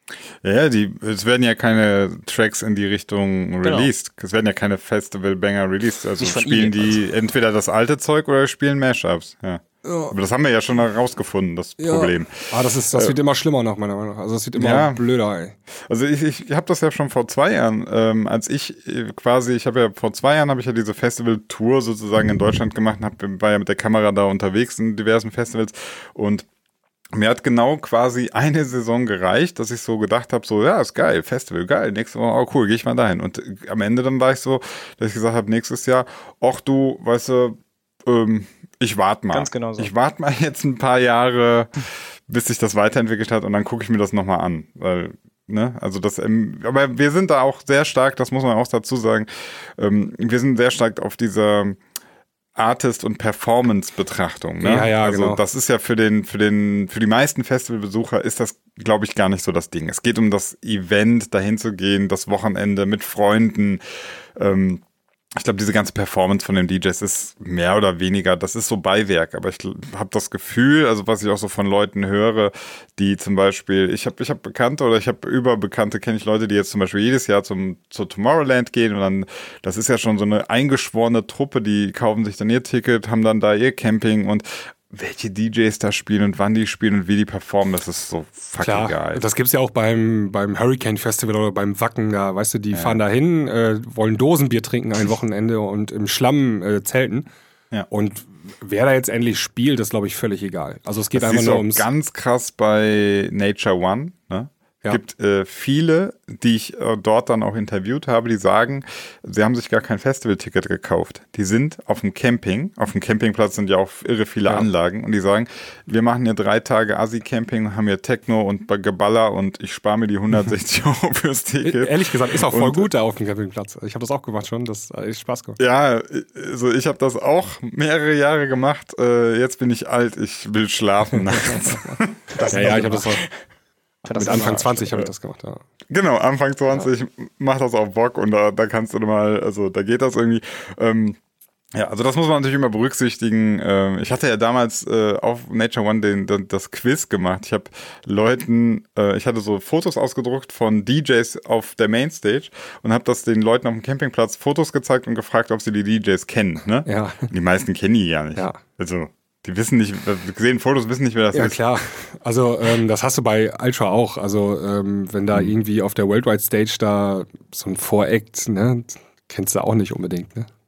Ja, die, es werden ja keine Tracks in die Richtung Genau. released. Es werden ja keine Festival-Banger released. Also Nicht von spielen ihm die jedenfalls. entweder das alte Zeug oder spielen Mashups. Ja. Ja. Aber das haben wir ja schon herausgefunden, das Problem. Ah, das ist, das Äh, wird immer schlimmer nach meiner Meinung nach. Also es wird immer Ja. blöder, ey. Also ich, ich habe das ja schon vor zwei Jahren, ähm, als ich äh, quasi, ich habe ja vor zwei Jahren habe ich ja diese Festival-Tour sozusagen in Deutschland gemacht, hab, war ja mit der Kamera da unterwegs in diversen Festivals und mir hat genau quasi eine Saison gereicht, dass ich so gedacht habe, so, ja, ist geil, Festival, geil, nächste Woche, oh cool, gehe ich mal dahin. Und äh, am Ende dann war ich so, dass ich gesagt habe, nächstes Jahr, ach du, weißt du, ähm, ich warte mal. Ganz genau so. Ich warte mal jetzt ein paar Jahre, bis sich das weiterentwickelt hat und dann gucke ich mir das nochmal an. Weil, ne, also das, ähm, aber wir sind da auch sehr stark, das muss man auch dazu sagen, ähm, wir sind sehr stark auf dieser Artist- und Performance-Betrachtung. Ne? Ja, ja, also genau. das ist ja für den, für den, für die meisten Festivalbesucher ist das, glaube ich, gar nicht so das Ding. Es geht um das Event, dahin zu gehen, das Wochenende mit Freunden. Ähm, ich glaube, diese ganze Performance von den D Js ist mehr oder weniger, das ist so Beiwerk. Aber ich habe das Gefühl, also was ich auch so von Leuten höre, die zum Beispiel, ich habe ich hab Bekannte oder ich habe über Bekannte, kenne ich Leute, die jetzt zum Beispiel jedes Jahr zum zur Tomorrowland gehen und dann, das ist ja schon so eine eingeschworene Truppe, die kaufen sich dann ihr Ticket, haben dann da ihr Camping und welche D Js da spielen und wann die spielen und wie die performen, das ist so fucking Klar, geil. das gibt's ja auch beim, beim Hurricane Festival oder beim Wacken da, weißt du, die fahren da hin, äh, wollen Dosenbier trinken ein Wochenende und im Schlamm äh, zelten. Ja. Und wer da jetzt endlich spielt, ist, glaube ich, völlig egal. Also es geht Das einfach siehst du nur auch ums... ganz krass bei Nature One, ne? Ja. Es gibt äh, viele, die ich äh, dort dann auch interviewt habe, die sagen, sie haben sich gar kein Festivalticket gekauft. Die sind auf dem Camping, auf dem Campingplatz sind ja auch irre viele Ja. Anlagen und die sagen, wir machen hier drei Tage Assi-Camping, haben hier Techno und Geballer und ich spare mir die hundertsechzig Euro fürs Ticket. Ehrlich gesagt, ist auch voll Und- gut da auf dem Campingplatz. Ich habe das auch gemacht schon, das hat echt Spaß gemacht. Ja, also ich habe das auch mehrere Jahre gemacht. Äh, jetzt bin ich alt, ich will schlafen nachts. Ja, ja, ich habe das auch Das mit ist Anfang immer- zwanzig habe ich das gemacht, ja. Genau, Anfang zwanzig macht das auch Bock und da, da kannst du mal, also da geht das irgendwie. Ähm, ja, also das muss man natürlich immer berücksichtigen. Ähm, ich hatte ja damals äh, auf Nature One den, den, das Quiz gemacht. Ich habe Leuten, äh, ich hatte so Fotos ausgedruckt von D Js auf der Mainstage und habe das den Leuten auf dem Campingplatz Fotos gezeigt und gefragt, ob sie die D Js kennen. Ne? Ja. Die meisten kennen die ja nicht. Ja. Also die wissen nicht, wir sehen Fotos, wissen nicht, wer das Ja, ist. klar. Also ähm, das hast du bei Ultra auch. Also ähm, wenn da irgendwie auf der Worldwide Stage da so ein Voreact, ne, kennst du auch nicht unbedingt, ne?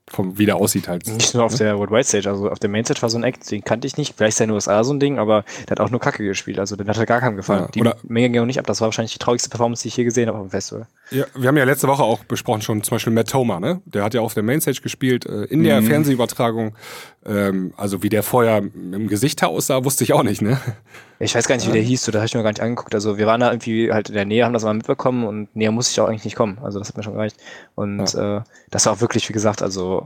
vom, wie der aussieht halt. Nicht nur auf der Worldwide Stage, also auf der Mainstage war so ein Act, den kannte ich nicht. Vielleicht ist er in den U S A so ein Ding, aber der hat auch nur Kacke gespielt. Also den hat er gar keinem gefallen. Ja, die oder- Menge ging auch nicht ab. Das war wahrscheinlich die traurigste Performance, die ich je gesehen habe auf dem Festival. Ja, wir haben ja letzte Woche auch besprochen schon zum Beispiel Matt Toma, ne? Der hat ja auf der Mainstage gespielt, äh, in der mhm. Fernsehübertragung. Ähm, also wie der vorher im Gesicht aussah, wusste ich auch nicht, ne? Ich weiß gar nicht, wie der hieß, so, das habe ich mir gar nicht angeguckt. Also wir waren da irgendwie halt in der Nähe, haben das mal mitbekommen und näher musste ich auch eigentlich nicht kommen. Also das hat mir schon gereicht. Und ja. äh, das war auch wirklich, wie gesagt, also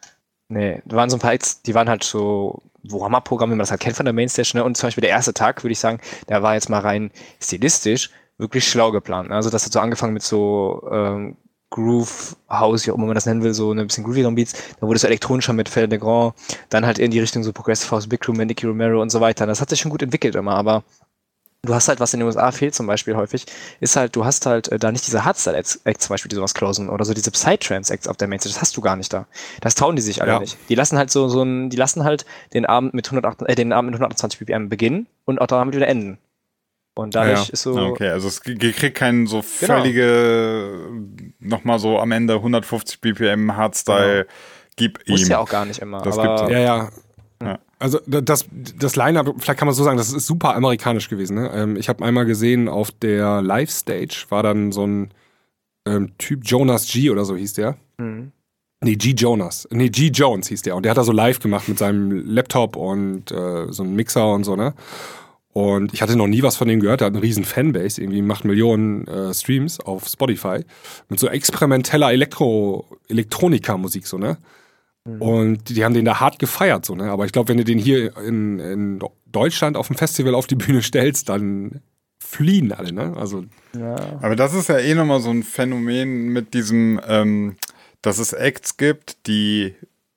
nee, da waren so ein paar Acts, die waren halt so Warm-Up-Programm, wie man das halt kennt von der Mainstage, ne? Und zum Beispiel der erste Tag, würde ich sagen, der war jetzt mal rein stilistisch wirklich schlau geplant. Also das hat so angefangen mit so ähm, Groove House, wie auch immer man das nennen will, so ein bisschen groovy Beats. Da wurde es so elektronischer mit Fell de Grand, dann halt in die Richtung so Progressive House, Big Room, Nicky Romero und so weiter. Das hat sich schon gut entwickelt immer, aber du hast halt, was in den U S A fehlt zum Beispiel häufig, ist halt, du hast halt äh, da nicht diese Hardstyle-Acts zum Beispiel, die sowas closen oder so diese Psytrance-Acts auf der Mainstage, das hast du gar nicht da. Das trauen die sich alle ja. nicht. Die lassen halt so, so ein, die lassen halt den Abend mit hundertacht, äh, den Abend mit hundertachtundzwanzig B P M beginnen und auch damit wieder enden. Und dadurch ja. ist so... Okay, also es kriegt keinen so völlige, genau. nochmal so am Ende hundertfünfzig B P M Hardstyle, genau. Gib ihm. Muss ja auch gar nicht immer. Das aber gibt's ja, ja. ja. Also das, das Line-Up, vielleicht kann man so sagen, das ist super amerikanisch gewesen. Ne? Ich habe einmal gesehen, auf der Live-Stage war dann so ein ähm, Typ, Jonas G oder so hieß der. Mhm. Nee, G. Jonas. Nee, G. Jones hieß der. Und der hat da so live gemacht mit seinem Laptop und äh, so einem Mixer und so, ne? Und ich hatte noch nie was von dem gehört. Der hat eine riesen Fanbase, irgendwie macht Millionen äh, Streams auf Spotify mit so experimenteller Elektro Elektronika-Musik, so, ne? Mhm. Und die haben den da hart gefeiert, so, ne? Aber ich glaube, wenn du den hier in, in Deutschland auf dem Festival auf die Bühne stellst, dann fliehen alle, ne? Also. Ja. Aber das ist ja eh nochmal so ein Phänomen mit diesem, ähm, dass es Acts gibt, die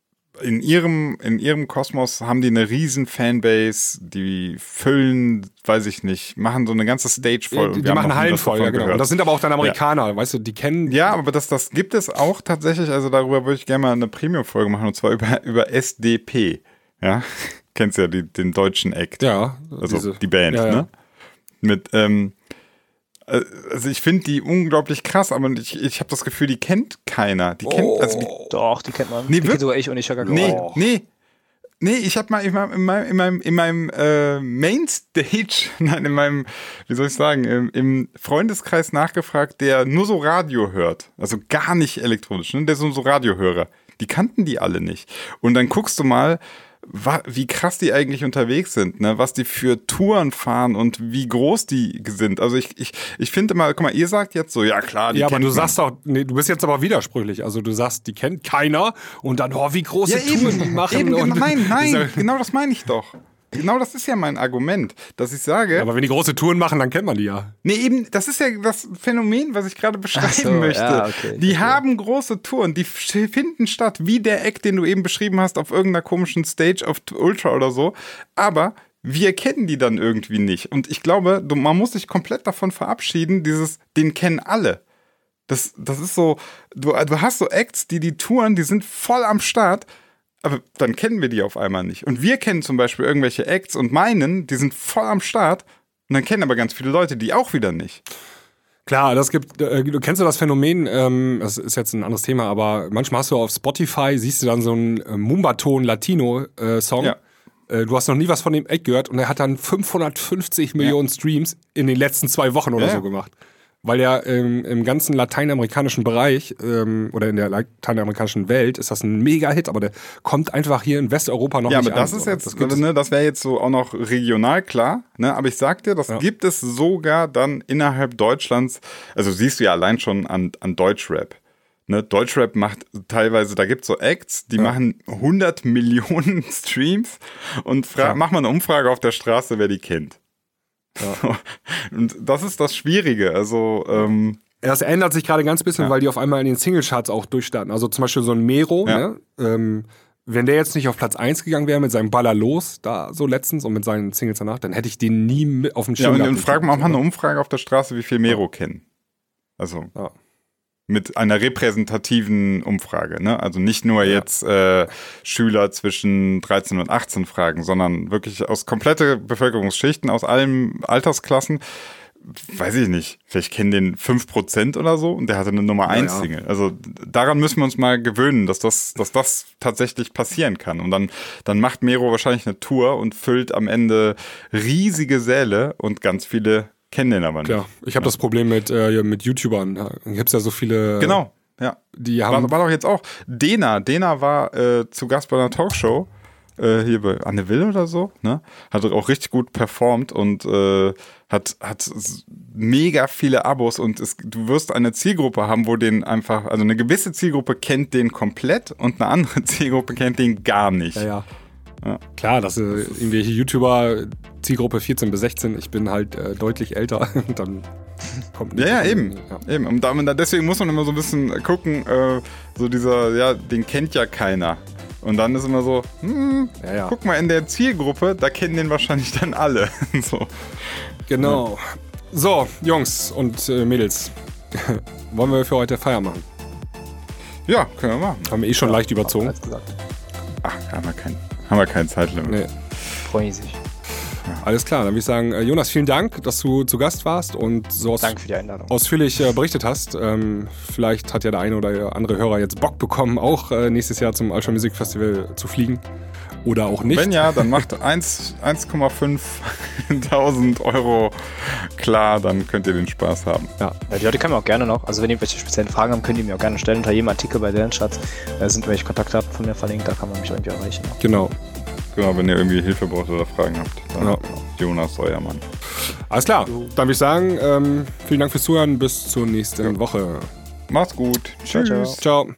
in ihrem, in ihrem Kosmos haben die eine riesen Fanbase, die füllen, weiß ich nicht, machen so eine ganze Stage voll. Ja, die die machen Hallen voll, ja genau. Und das sind aber auch dann Amerikaner, ja. Weißt du, die kennen... Ja, aber das, das gibt es auch tatsächlich, also darüber würde ich gerne mal eine Premium-Folge machen, und zwar über, über S D P, ja, kennst ja die, den deutschen Act. Ja. Also diese, die Band, ja, ja. ne? Mit, ähm, also ich finde die unglaublich krass, aber ich, ich habe das Gefühl, die kennt keiner. Die kennt, oh, also die, doch, die kennt man. Nee, die kennt sogar ich und ich Chaka Nee, oh. nee. Nee, ich habe mal in meinem, in meinem, in meinem, in meinem äh, Mainstage, nein, in meinem, wie soll ich sagen, im, im Freundeskreis nachgefragt, der nur so Radio hört. Also gar nicht elektronisch, ne? Der ist so, so Radiohörer. Die kannten die alle nicht. Und dann guckst du mal, wie krass die eigentlich unterwegs sind, ne? Was die für Touren fahren und wie groß die sind. Also ich, ich, ich finde mal, guck mal, ihr sagt jetzt so, ja klar, die Ja, aber du man. sagst auch, nee, du bist jetzt aber widersprüchlich. Also du sagst, die kennt keiner und dann, oh, wie große ja, Touren eben, die machen. Eben, und nein, nein, genau das meine ich doch. Genau das ist ja mein Argument, dass ich sage... Ja, aber wenn die große Touren machen, dann kennt man die ja. Nee, eben, das ist ja das Phänomen, was ich gerade beschreiben so, möchte. Ja, okay, die okay. haben große Touren, die finden statt, wie der Act, den du eben beschrieben hast, auf irgendeiner komischen Stage auf Ultra oder so. Aber wir kennen die dann irgendwie nicht. Und ich glaube, du, man muss sich komplett davon verabschieden, dieses, den kennen alle. Das, das ist so, du, du hast so Acts, die die Touren, die sind voll am Start, aber dann kennen wir die auf einmal nicht. Und wir kennen zum Beispiel irgendwelche Acts und meinen, die sind voll am Start. Und dann kennen aber ganz viele Leute die auch wieder nicht. Klar, das gibt, äh, du kennst du das Phänomen, ähm, das ist jetzt ein anderes Thema, aber manchmal hast du auf Spotify, siehst du dann so einen äh, Mumbaton-Latino-Song. Ja. Äh, du hast noch nie was von dem Act gehört und er hat dann fünfhundertfünfzig Millionen Streams in den letzten zwei Wochen oder ja. so gemacht. Weil ja ähm, im ganzen lateinamerikanischen Bereich ähm, oder in der lateinamerikanischen Welt ist das ein Mega-Hit, aber der kommt einfach hier in Westeuropa noch ja, nicht an. Ja, aber das ist jetzt, das, ne, das wäre jetzt so auch noch regional klar, ne? Aber ich sag dir, das ja. gibt es sogar dann innerhalb Deutschlands, also siehst du ja allein schon an, an Deutschrap. Ne? Deutschrap macht teilweise, da gibt es so Acts, die ja. machen hundert Millionen Streams und fra- ja. mach mal eine Umfrage auf der Straße, wer die kennt. Ja. Und das ist das Schwierige, also ähm das ändert sich gerade ganz bisschen, ja. weil die auf einmal in den Singlecharts auch durchstarten. Also zum Beispiel so ein Mero, ja. ne? ähm, wenn der jetzt nicht auf Platz eins gegangen wäre mit seinem Baller los, da so letztens und mit seinen Singles danach, dann hätte ich den nie mit auf dem Schirm gehabt. Ja, und, und frag mal eine Umfrage auf der Straße, wie viel Mero ja. kennen. Also ja. mit einer repräsentativen Umfrage, ne? Also nicht nur ja. jetzt äh, Schüler zwischen dreizehn und achtzehn fragen, sondern wirklich aus komplette Bevölkerungsschichten, aus allen Altersklassen. weiß ich nicht, vielleicht kennen den fünf Prozent oder so und der hatte eine Nummer eins ja. Single. Also daran müssen wir uns mal gewöhnen, dass das, dass das tatsächlich passieren kann. Und dann, dann macht Mero wahrscheinlich eine Tour und füllt am Ende riesige Säle und ganz viele kennen den aber nicht. Klar, ich habe ja. das Problem mit, äh, mit YouTubern. Da gibt es ja so viele. Genau, ja. Die haben war, war doch jetzt auch. Dena, Dena war äh, zu Gast bei einer Talkshow, äh, hier bei Anne Will oder so, ne? Hat auch richtig gut performt und äh, hat, hat mega viele Abos und es, du wirst eine Zielgruppe haben, wo den einfach, also eine gewisse Zielgruppe kennt den komplett und eine andere Zielgruppe kennt den gar nicht. Ja, ja. Ja. Klar, dass äh, irgendwelche YouTuber, Zielgruppe vierzehn bis sechzehn, ich bin halt äh, deutlich älter, dann kommt nicht. Ja, ja, eben. Ja. eben. Und da, deswegen muss man immer so ein bisschen gucken, äh, so dieser, ja, den kennt ja keiner. Und dann ist immer so, hm, ja, ja. guck mal in der Zielgruppe, da kennen den wahrscheinlich dann alle. so. Genau. Ja. So, Jungs und äh, Mädels, wollen wir für heute Feier machen? Ja, können wir machen. Haben wir eh schon ja, leicht überzogen. Ach, haben wir kein, haben wir kein Zeitlimit. Nee. Freuen sich. Alles klar, dann würde ich sagen, äh, Jonas, vielen Dank, dass du zu Gast warst und so aus Danke für die Einladung. ausführlich äh, berichtet hast. Ähm, vielleicht hat ja der eine oder andere Hörer jetzt Bock bekommen, auch äh, nächstes Jahr zum Ultra Music Festival zu fliegen. Oder auch nicht. Wenn ja, dann macht eins Komma fünf tausend Euro klar, dann könnt ihr den Spaß haben. Ja, ja die Leute können wir auch gerne noch, also wenn ihr irgendwelche speziellen Fragen haben, könnt ihr mir auch gerne stellen. Unter jedem Artikel bei Dance-Charts äh, sind welche Kontaktdaten von mir verlinkt, da kann man mich irgendwie erreichen. Genau. Genau, wenn ihr irgendwie Hilfe braucht oder Fragen habt, dann ja. Jonas, euer Mann. Alles klar, dann würde ich sagen, ähm, vielen Dank fürs Zuhören, bis zur nächsten ja. Woche. Macht's gut. Tschüss. Ciao. Ciao.